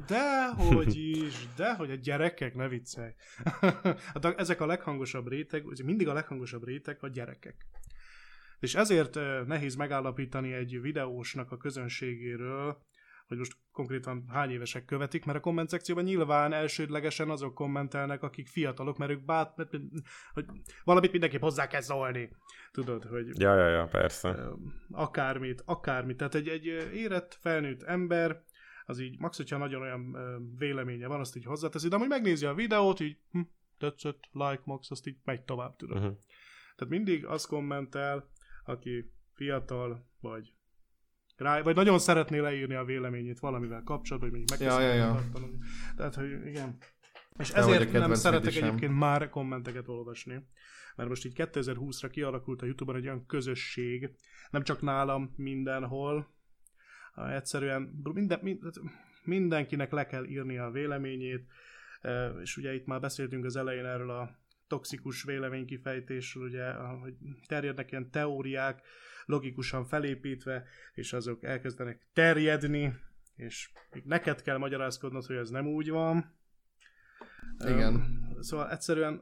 Dehogy a gyerekek, ne viccelj. Hát ezek a leghangosabb réteg, mindig a leghangosabb réteg a gyerekek. És ezért nehéz megállapítani egy videósnak a közönségéről, hogy most konkrétan hány évesek követik, mert a komment szekcióban nyilván elsődlegesen azok kommentelnek, akik fiatalok, mert ők hogy valamit mindenképp hozzá kell szólni. Tudod, hogy... Ja, persze. Akármit. Tehát egy érett, felnőtt ember, az így max, hogyha nagyon olyan véleménye van, azt így hozzáteszi, de amúgy megnézi a videót, így tetszett, like, max, azt így megy tovább, tudod. Tehát mindig azt kommentel, aki fiatal, vagy nagyon szeretné leírni a véleményét valamivel kapcsolatban, hogy mondjuk megköszönöm. Tehát, hogy igen. És ezért nem szeretek egyébként már kommenteket olvasni. Mert most így 2020-ra kialakult a YouTube-on egy olyan közösség, nem csak nálam, mindenhol. Egyszerűen mindenkinek le kell írni a véleményét, és ugye itt már beszéltünk az elején erről a toxikus véleménykifejtésről, ugye, hogy terjednek ilyen teóriák, logikusan felépítve, és azok elkezdenek terjedni, és még neked kell magyarázkodnod, hogy ez nem úgy van. Igen. Szóval egyszerűen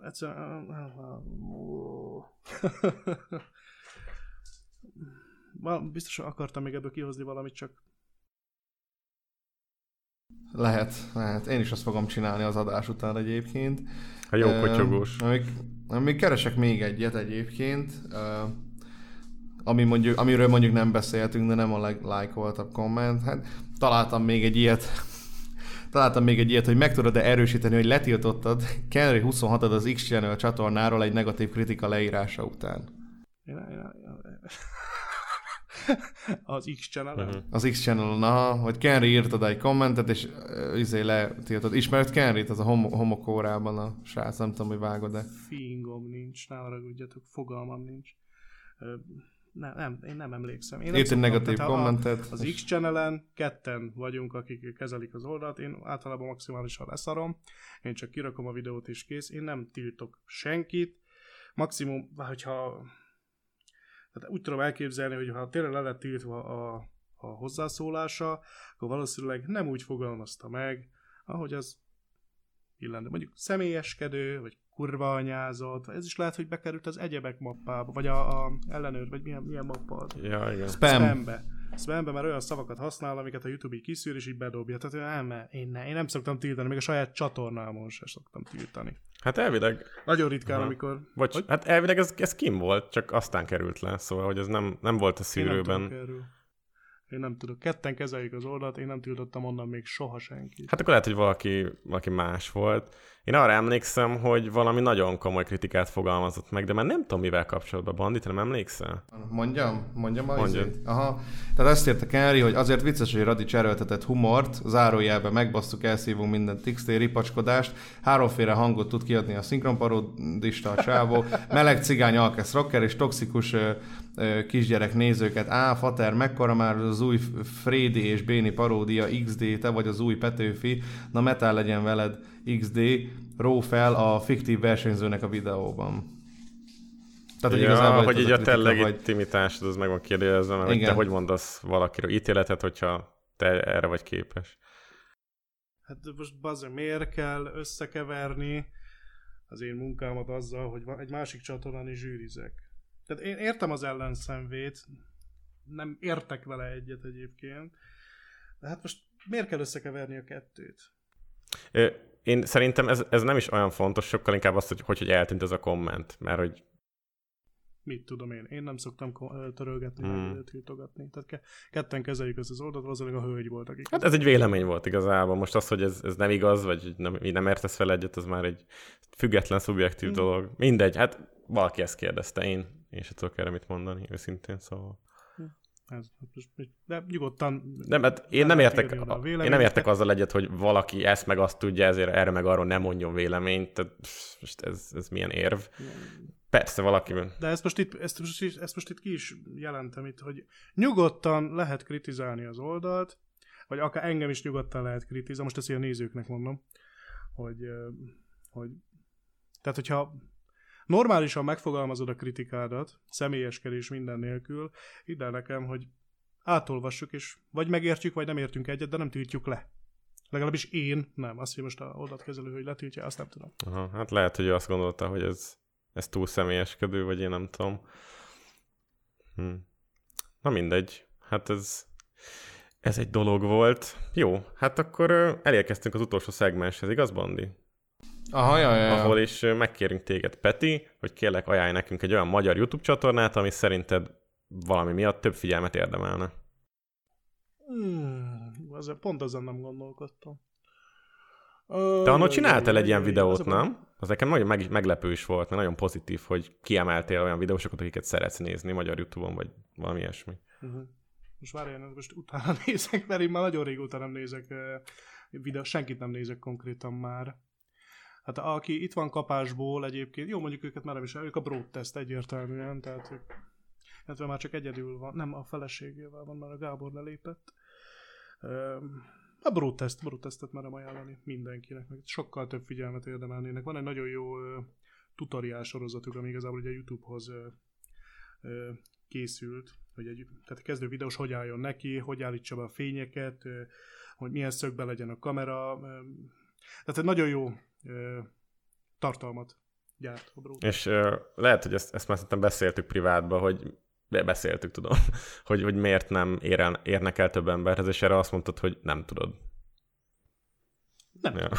biztos akartam még ebből kihozni valamit, csak Lehet. Én is azt fogom csinálni az adás után egyébként. A jó kocsogós. Még keresek még egyet egyébként, amiről mondjuk nem beszéltünk, de nem a leglájkoltabb komment. Hát találtam még egy ilyet, hogy meg tudod-e erősíteni, hogy letiltottad Kenry 26-ad az X-Channel csatornáról egy negatív kritika leírása után. Az X-Channel-en? Az X-Channel-en, hogy Kenry írtad egy kommentet, és letiltod. Ismered Kenryt, az a homokórában a srác, nem tudom, hogy vágod-e. Fingom nincs, ne haragudjatok, fogalmam nincs. Én nem emlékszem. Írt egy negatív kommentet. Az X-Channel-en ketten vagyunk, akik kezelik az oldalt. Én általában maximálisan leszarom. Én csak kirakom a videót és kész. Én nem tiltok senkit. Maximum, hogyha... Tehát úgy tudom elképzelni, hogy ha tényleg le lett tiltva a hozzászólása, akkor valószínűleg nem úgy fogalmazta meg, ahogy az illendő. Mondjuk személyeskedő, vagy kurva anyázott, ez is lehet, hogy bekerült az egyebek mappába, vagy a ellenőr, vagy milyen mappa az. Ja, igen. Spambe, mert olyan szavakat használ, amiket a YouTube így kiszűr, és így bedobja. Tehát én nem szoktam tiltani, még a saját csatornámon sem szoktam tiltani. Hát elvileg... Nagyon ritkán, amikor... Hát elvileg ez kim volt, csak aztán került le, szóval, hogy ez nem volt a szűrőben. Én nem tudok. Ketten kezeljük az oldalt, én nem tiltottam onnan még soha senkit. Hát akkor lehet, hogy valaki más volt. Én arra emlékszem, hogy valami nagyon komoly kritikát fogalmazott meg, de már nem tudom, mivel kapcsolatban, Bandi, te nem emlékszel? Mondjam Aha. Tehát ezt írta Kenry, hogy azért vicces, hogy Radics erőltetett humort, zárójelben megbasztuk, elszívunk mindent XT ripacskodást, háromféle hangot tud kiadni a szinkronparodista a csávó, meleg cigány alkesz rocker és toxikus kisgyerek nézőket. Fater, mekkora már az új Frédi és Béni paródia XD, te vagy az új Petőfi, na metál legyen veled XD, ró fel a fiktív versenyzőnek a videóban. Tehát, hogy igazából hogy így a te legitimitásod az meg van kérdezve, mert hogy te hogy mondasz valakiről ítéletet, hogyha te erre vagy képes. Hát most bazdmeg, miért kell összekeverni az én munkámat azzal, hogy egy másik csatornán is zsűrizek. Tehát én értem az ellenszenvét, nem értek vele egyet egyébként, de hát most miért kell összekeverni a kettőt? Én szerintem ez nem is olyan fontos, sokkal inkább az, hogy eltűnt ez a komment, mert hogy... Mit tudom én nem szoktam törölgetni, vagy tiltogatni. Tehát ketten kezeljük ezt az oldalt, valószínűleg a hölgy volt, akik... Hát ez egy vélemény volt igazából. Most az, hogy ez nem igaz, vagy nem értesz fel egyet, az már egy független, szubjektív dolog. Mindegy, hát valaki ezt kérdezte, én sem tudok erre mit mondani, őszintén, szóval... De nyugodtan... Nem, hát én nem értek azzal egyet, hogy valaki ezt meg azt tudja, ezért erre meg arról nem mondjon véleményt. Tehát most ez milyen érv? Persze valaki... De ezt most itt ki is jelentem itt, hogy nyugodtan lehet kritizálni az oldalt, vagy akár engem is nyugodtan lehet kritizálni, most ezt a nézőknek mondom, hogy tehát hogyha normálisan megfogalmazod a kritikádat, személyeskedés minden nélkül, hidd el nekem, hogy átolvassuk, és vagy megértjük, vagy nem értünk egyet, de nem tiltjuk le. Legalábbis én nem. Azt, hogy most a oldatkezelő, hogy letiltja, azt nem tudom. Aha, hát lehet, hogy ő azt gondolta, hogy ez túl személyeskedő, vagy én nem tudom. Na mindegy. Hát ez... Ez egy dolog volt. Jó, hát akkor elérkeztünk az utolsó szegmenshez, igaz, Bandi? Aha, jaj. Ahol is megkérünk téged, Peti, hogy kérlek ajánlj nekünk egy olyan magyar YouTube csatornát, ami szerinted valami miatt több figyelmet érdemelne. Pont ezen nem gondolkodtam. Te annak csináltál egy ilyen videót, nem? Az nekem nagyon meglepő is volt, mert nagyon pozitív, hogy kiemeltél olyan videósokat, akiket szeretsz nézni magyar YouTube-on, vagy valami ilyesmi. Most várjál, most utána nézek, mert én már nagyon régóta nem nézek videót, senkit nem nézek konkrétan már. Hát aki itt van kapásból egyébként, jó, mondjuk őket már nem is, ők a Broad Test egyértelműen, tehát ők már csak egyedül van, nem a feleségével van, mert a Gábor lelépett. A Broad Testet merem ajánlani mindenkinek, meg sokkal több figyelmet érdemelnének. Van egy nagyon jó tutoriál sorozatuk, ami igazából ugye a YouTube-hoz készült, hogy tehát a kezdő videós hogy álljon neki, hogy állítsa be a fényeket, hogy milyen szögben legyen a kamera. Tehát egy nagyon jó tartalmat gyárt a Broad. És lehet, hogy ezt már szerintem beszéltük privátban, hogy beszéltük, tudom, hogy miért nem érnek el több emberhez, és erre azt mondtad, hogy nem tudod. Nem. Ja.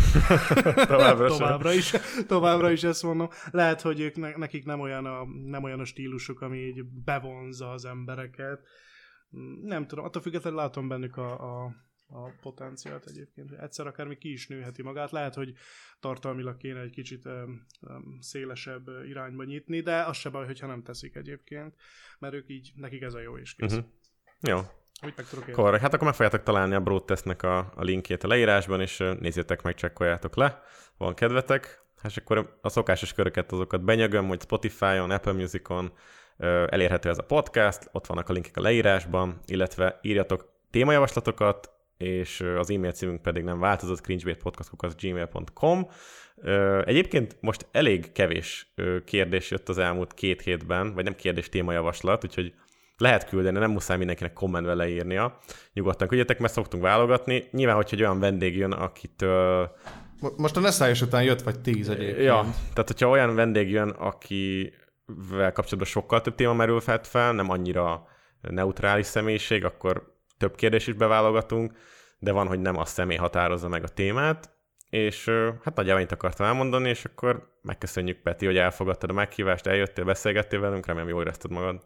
Továbbra is ezt mondom. Lehet, hogy nekik nem olyan a stílusuk, ami így bevonza az embereket. Nem tudom, attól függetlenül látom bennük a potenciált egyébként. Egyszer akár ki is nőheti magát. Lehet, hogy tartalmilag kéne egy kicsit szélesebb irányba nyitni, de az se baj, hogyha nem teszik egyébként, mert ők így, nekik ez a jó és kész. Jó. Korrekt. Hát akkor meg fogjátok találni a Broad Testnek a linkjét a leírásban, és nézzétek meg, csekkoljátok le, van kedvetek. És akkor a szokásos köröket azokat benyögöm, hogy Spotify-on, Apple Music-on elérhető ez a podcast, ott vannak a linkek a leírásban, illetve írjatok témajavaslatokat, és az e-mail címünk pedig nem változott, cringebaitpodcast@gmail.com. Egyébként most elég kevés kérdés jött az elmúlt 2 hétben, vagy nem kérdés, témajavaslat, úgyhogy lehet küldeni, nem muszáj mindenkinek kommentbe leírnia. Nyugodtan küldjetek, mert szoktunk válogatni. Nyilván, hogyha egy olyan vendég jön, akitől... Most a Nessályos után jött vagy 10 egyébként. Ja, tehát hogyha olyan vendég jön, akivel kapcsolatban sokkal több téma merül fel, nem annyira neutrális személyiség, akkor több kérdést is beválogatunk, de van, hogy nem a személy határozza meg a témát, és hát nagyjából ennyit akartam elmondani, és akkor megköszönjük, Peti, hogy elfogadtad a meghívást, eljöttél, beszélgettél velünk, remélem jól érezted magad.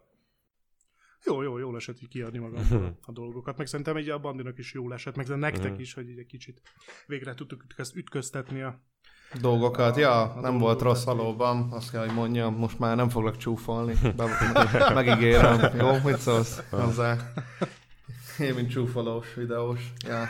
Jól esett így kiadni magam a dolgokat, meg szerintem így a Bandinak is jól esett, meg nektek is, hogy így egy kicsit végre tudtuk ütköztetni a dolgokat. Nem volt rossz valóban, azt kell, hogy mondjam, most már nem foglak csúfolni, megígérem. Jó, mit szólsz hozzá? Én, mint csúfolós videós. Ja.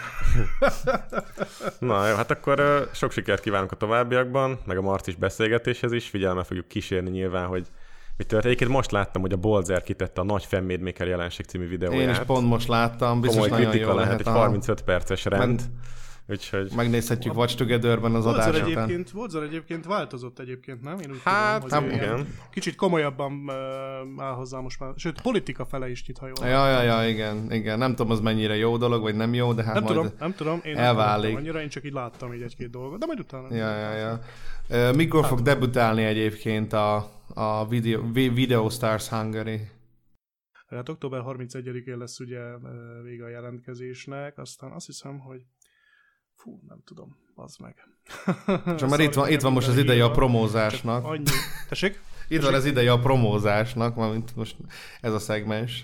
Na jó, hát akkor sok sikert kívánunk a továbbiakban, meg a Marcis beszélgetéshez is, figyelemmel fogjuk kísérni nyilván, hogy mit történt. Egyébként most láttam, hogy a Bolzer kitette a Nagy Fennmédméker jelenség című videóját. Én is pont most láttam, biztos komoly nagyon jó lehet. Egy 35 perces rend. Úgyhogy megnézhetjük Watch Together-ben az adás után. Bolzer egyébként változott egyébként, nem? Én úgy tudom, hogy igen. Kicsit komolyabban áll hozzá most már. Sőt, politika fele is nyit, ha jól. Ja, igen. Nem tudom, az mennyire jó dolog, vagy nem jó, de hát nem tudom. Én elválik. Nem annyira, én csak így láttam így egy-két dolgot, de majd utána. Ja. Mikor fog debütálni egyébként a Video Stars Hungary? Hát október 31-én lesz ugye vége a jelentkezésnek, aztán azt hiszem, hogy nem tudom, bazd meg. Csak már itt van most az ideje a promózásnak. Annyi. Tessék? Itt van az ideje a promózásnak, mint most ez a szegmens.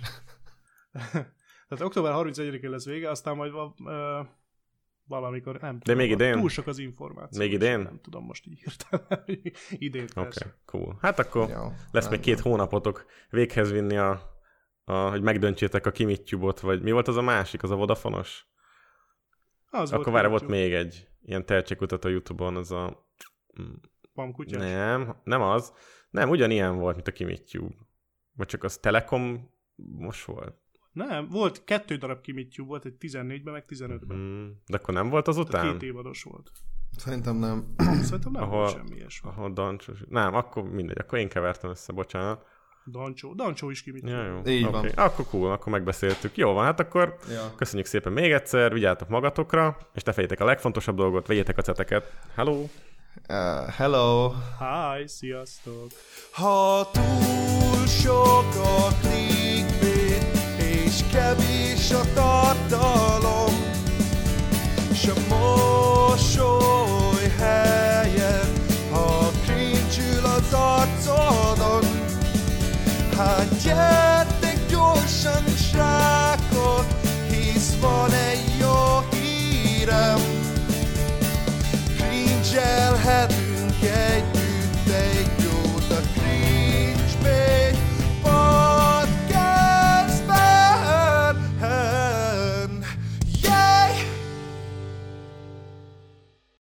Tehát október 31-én lesz vége, aztán majd valamikor, nem tudom. De még idén? Túl sok az információ. Még idén? Nem tudom most így hirtelen. Idén persze. Okay, cool. Hát akkor lesz még 2 hónapotok véghez vinni hogy megdöntsétek a Kimittyubot, vagy mi volt az a másik, az a Vodafone-os? Akkor várj, volt még egy ilyen tehetségkutató YouTube-on, az a... Pamkutyás? Nem az. Nem, ugyanilyen volt, mint a Kimittyub. Vagy csak az Telekom most volt. Nem, volt 2 darab Kimittyub, volt egy 14-ben, meg 15-ben. De akkor nem volt azután? 2 évados volt. Szerintem nem. Szerintem nem volt semmi ilyesmi. Ahol Dancsó... Nem, akkor mindegy, akkor én kevertem össze, bocsánat. Dancsó is Kimittyub. Ja, jó. Így van. Akkor cool, akkor megbeszéltük. Jó van, hát akkor köszönjük szépen még egyszer, vigyázzatok magatokra, és ne fejétek a legfontosabb dolgot, vegyétek a ceteket. Hello! Hello! Hi, sziasztok! Ha túl sok a clickbait, és és kevés a tartalom.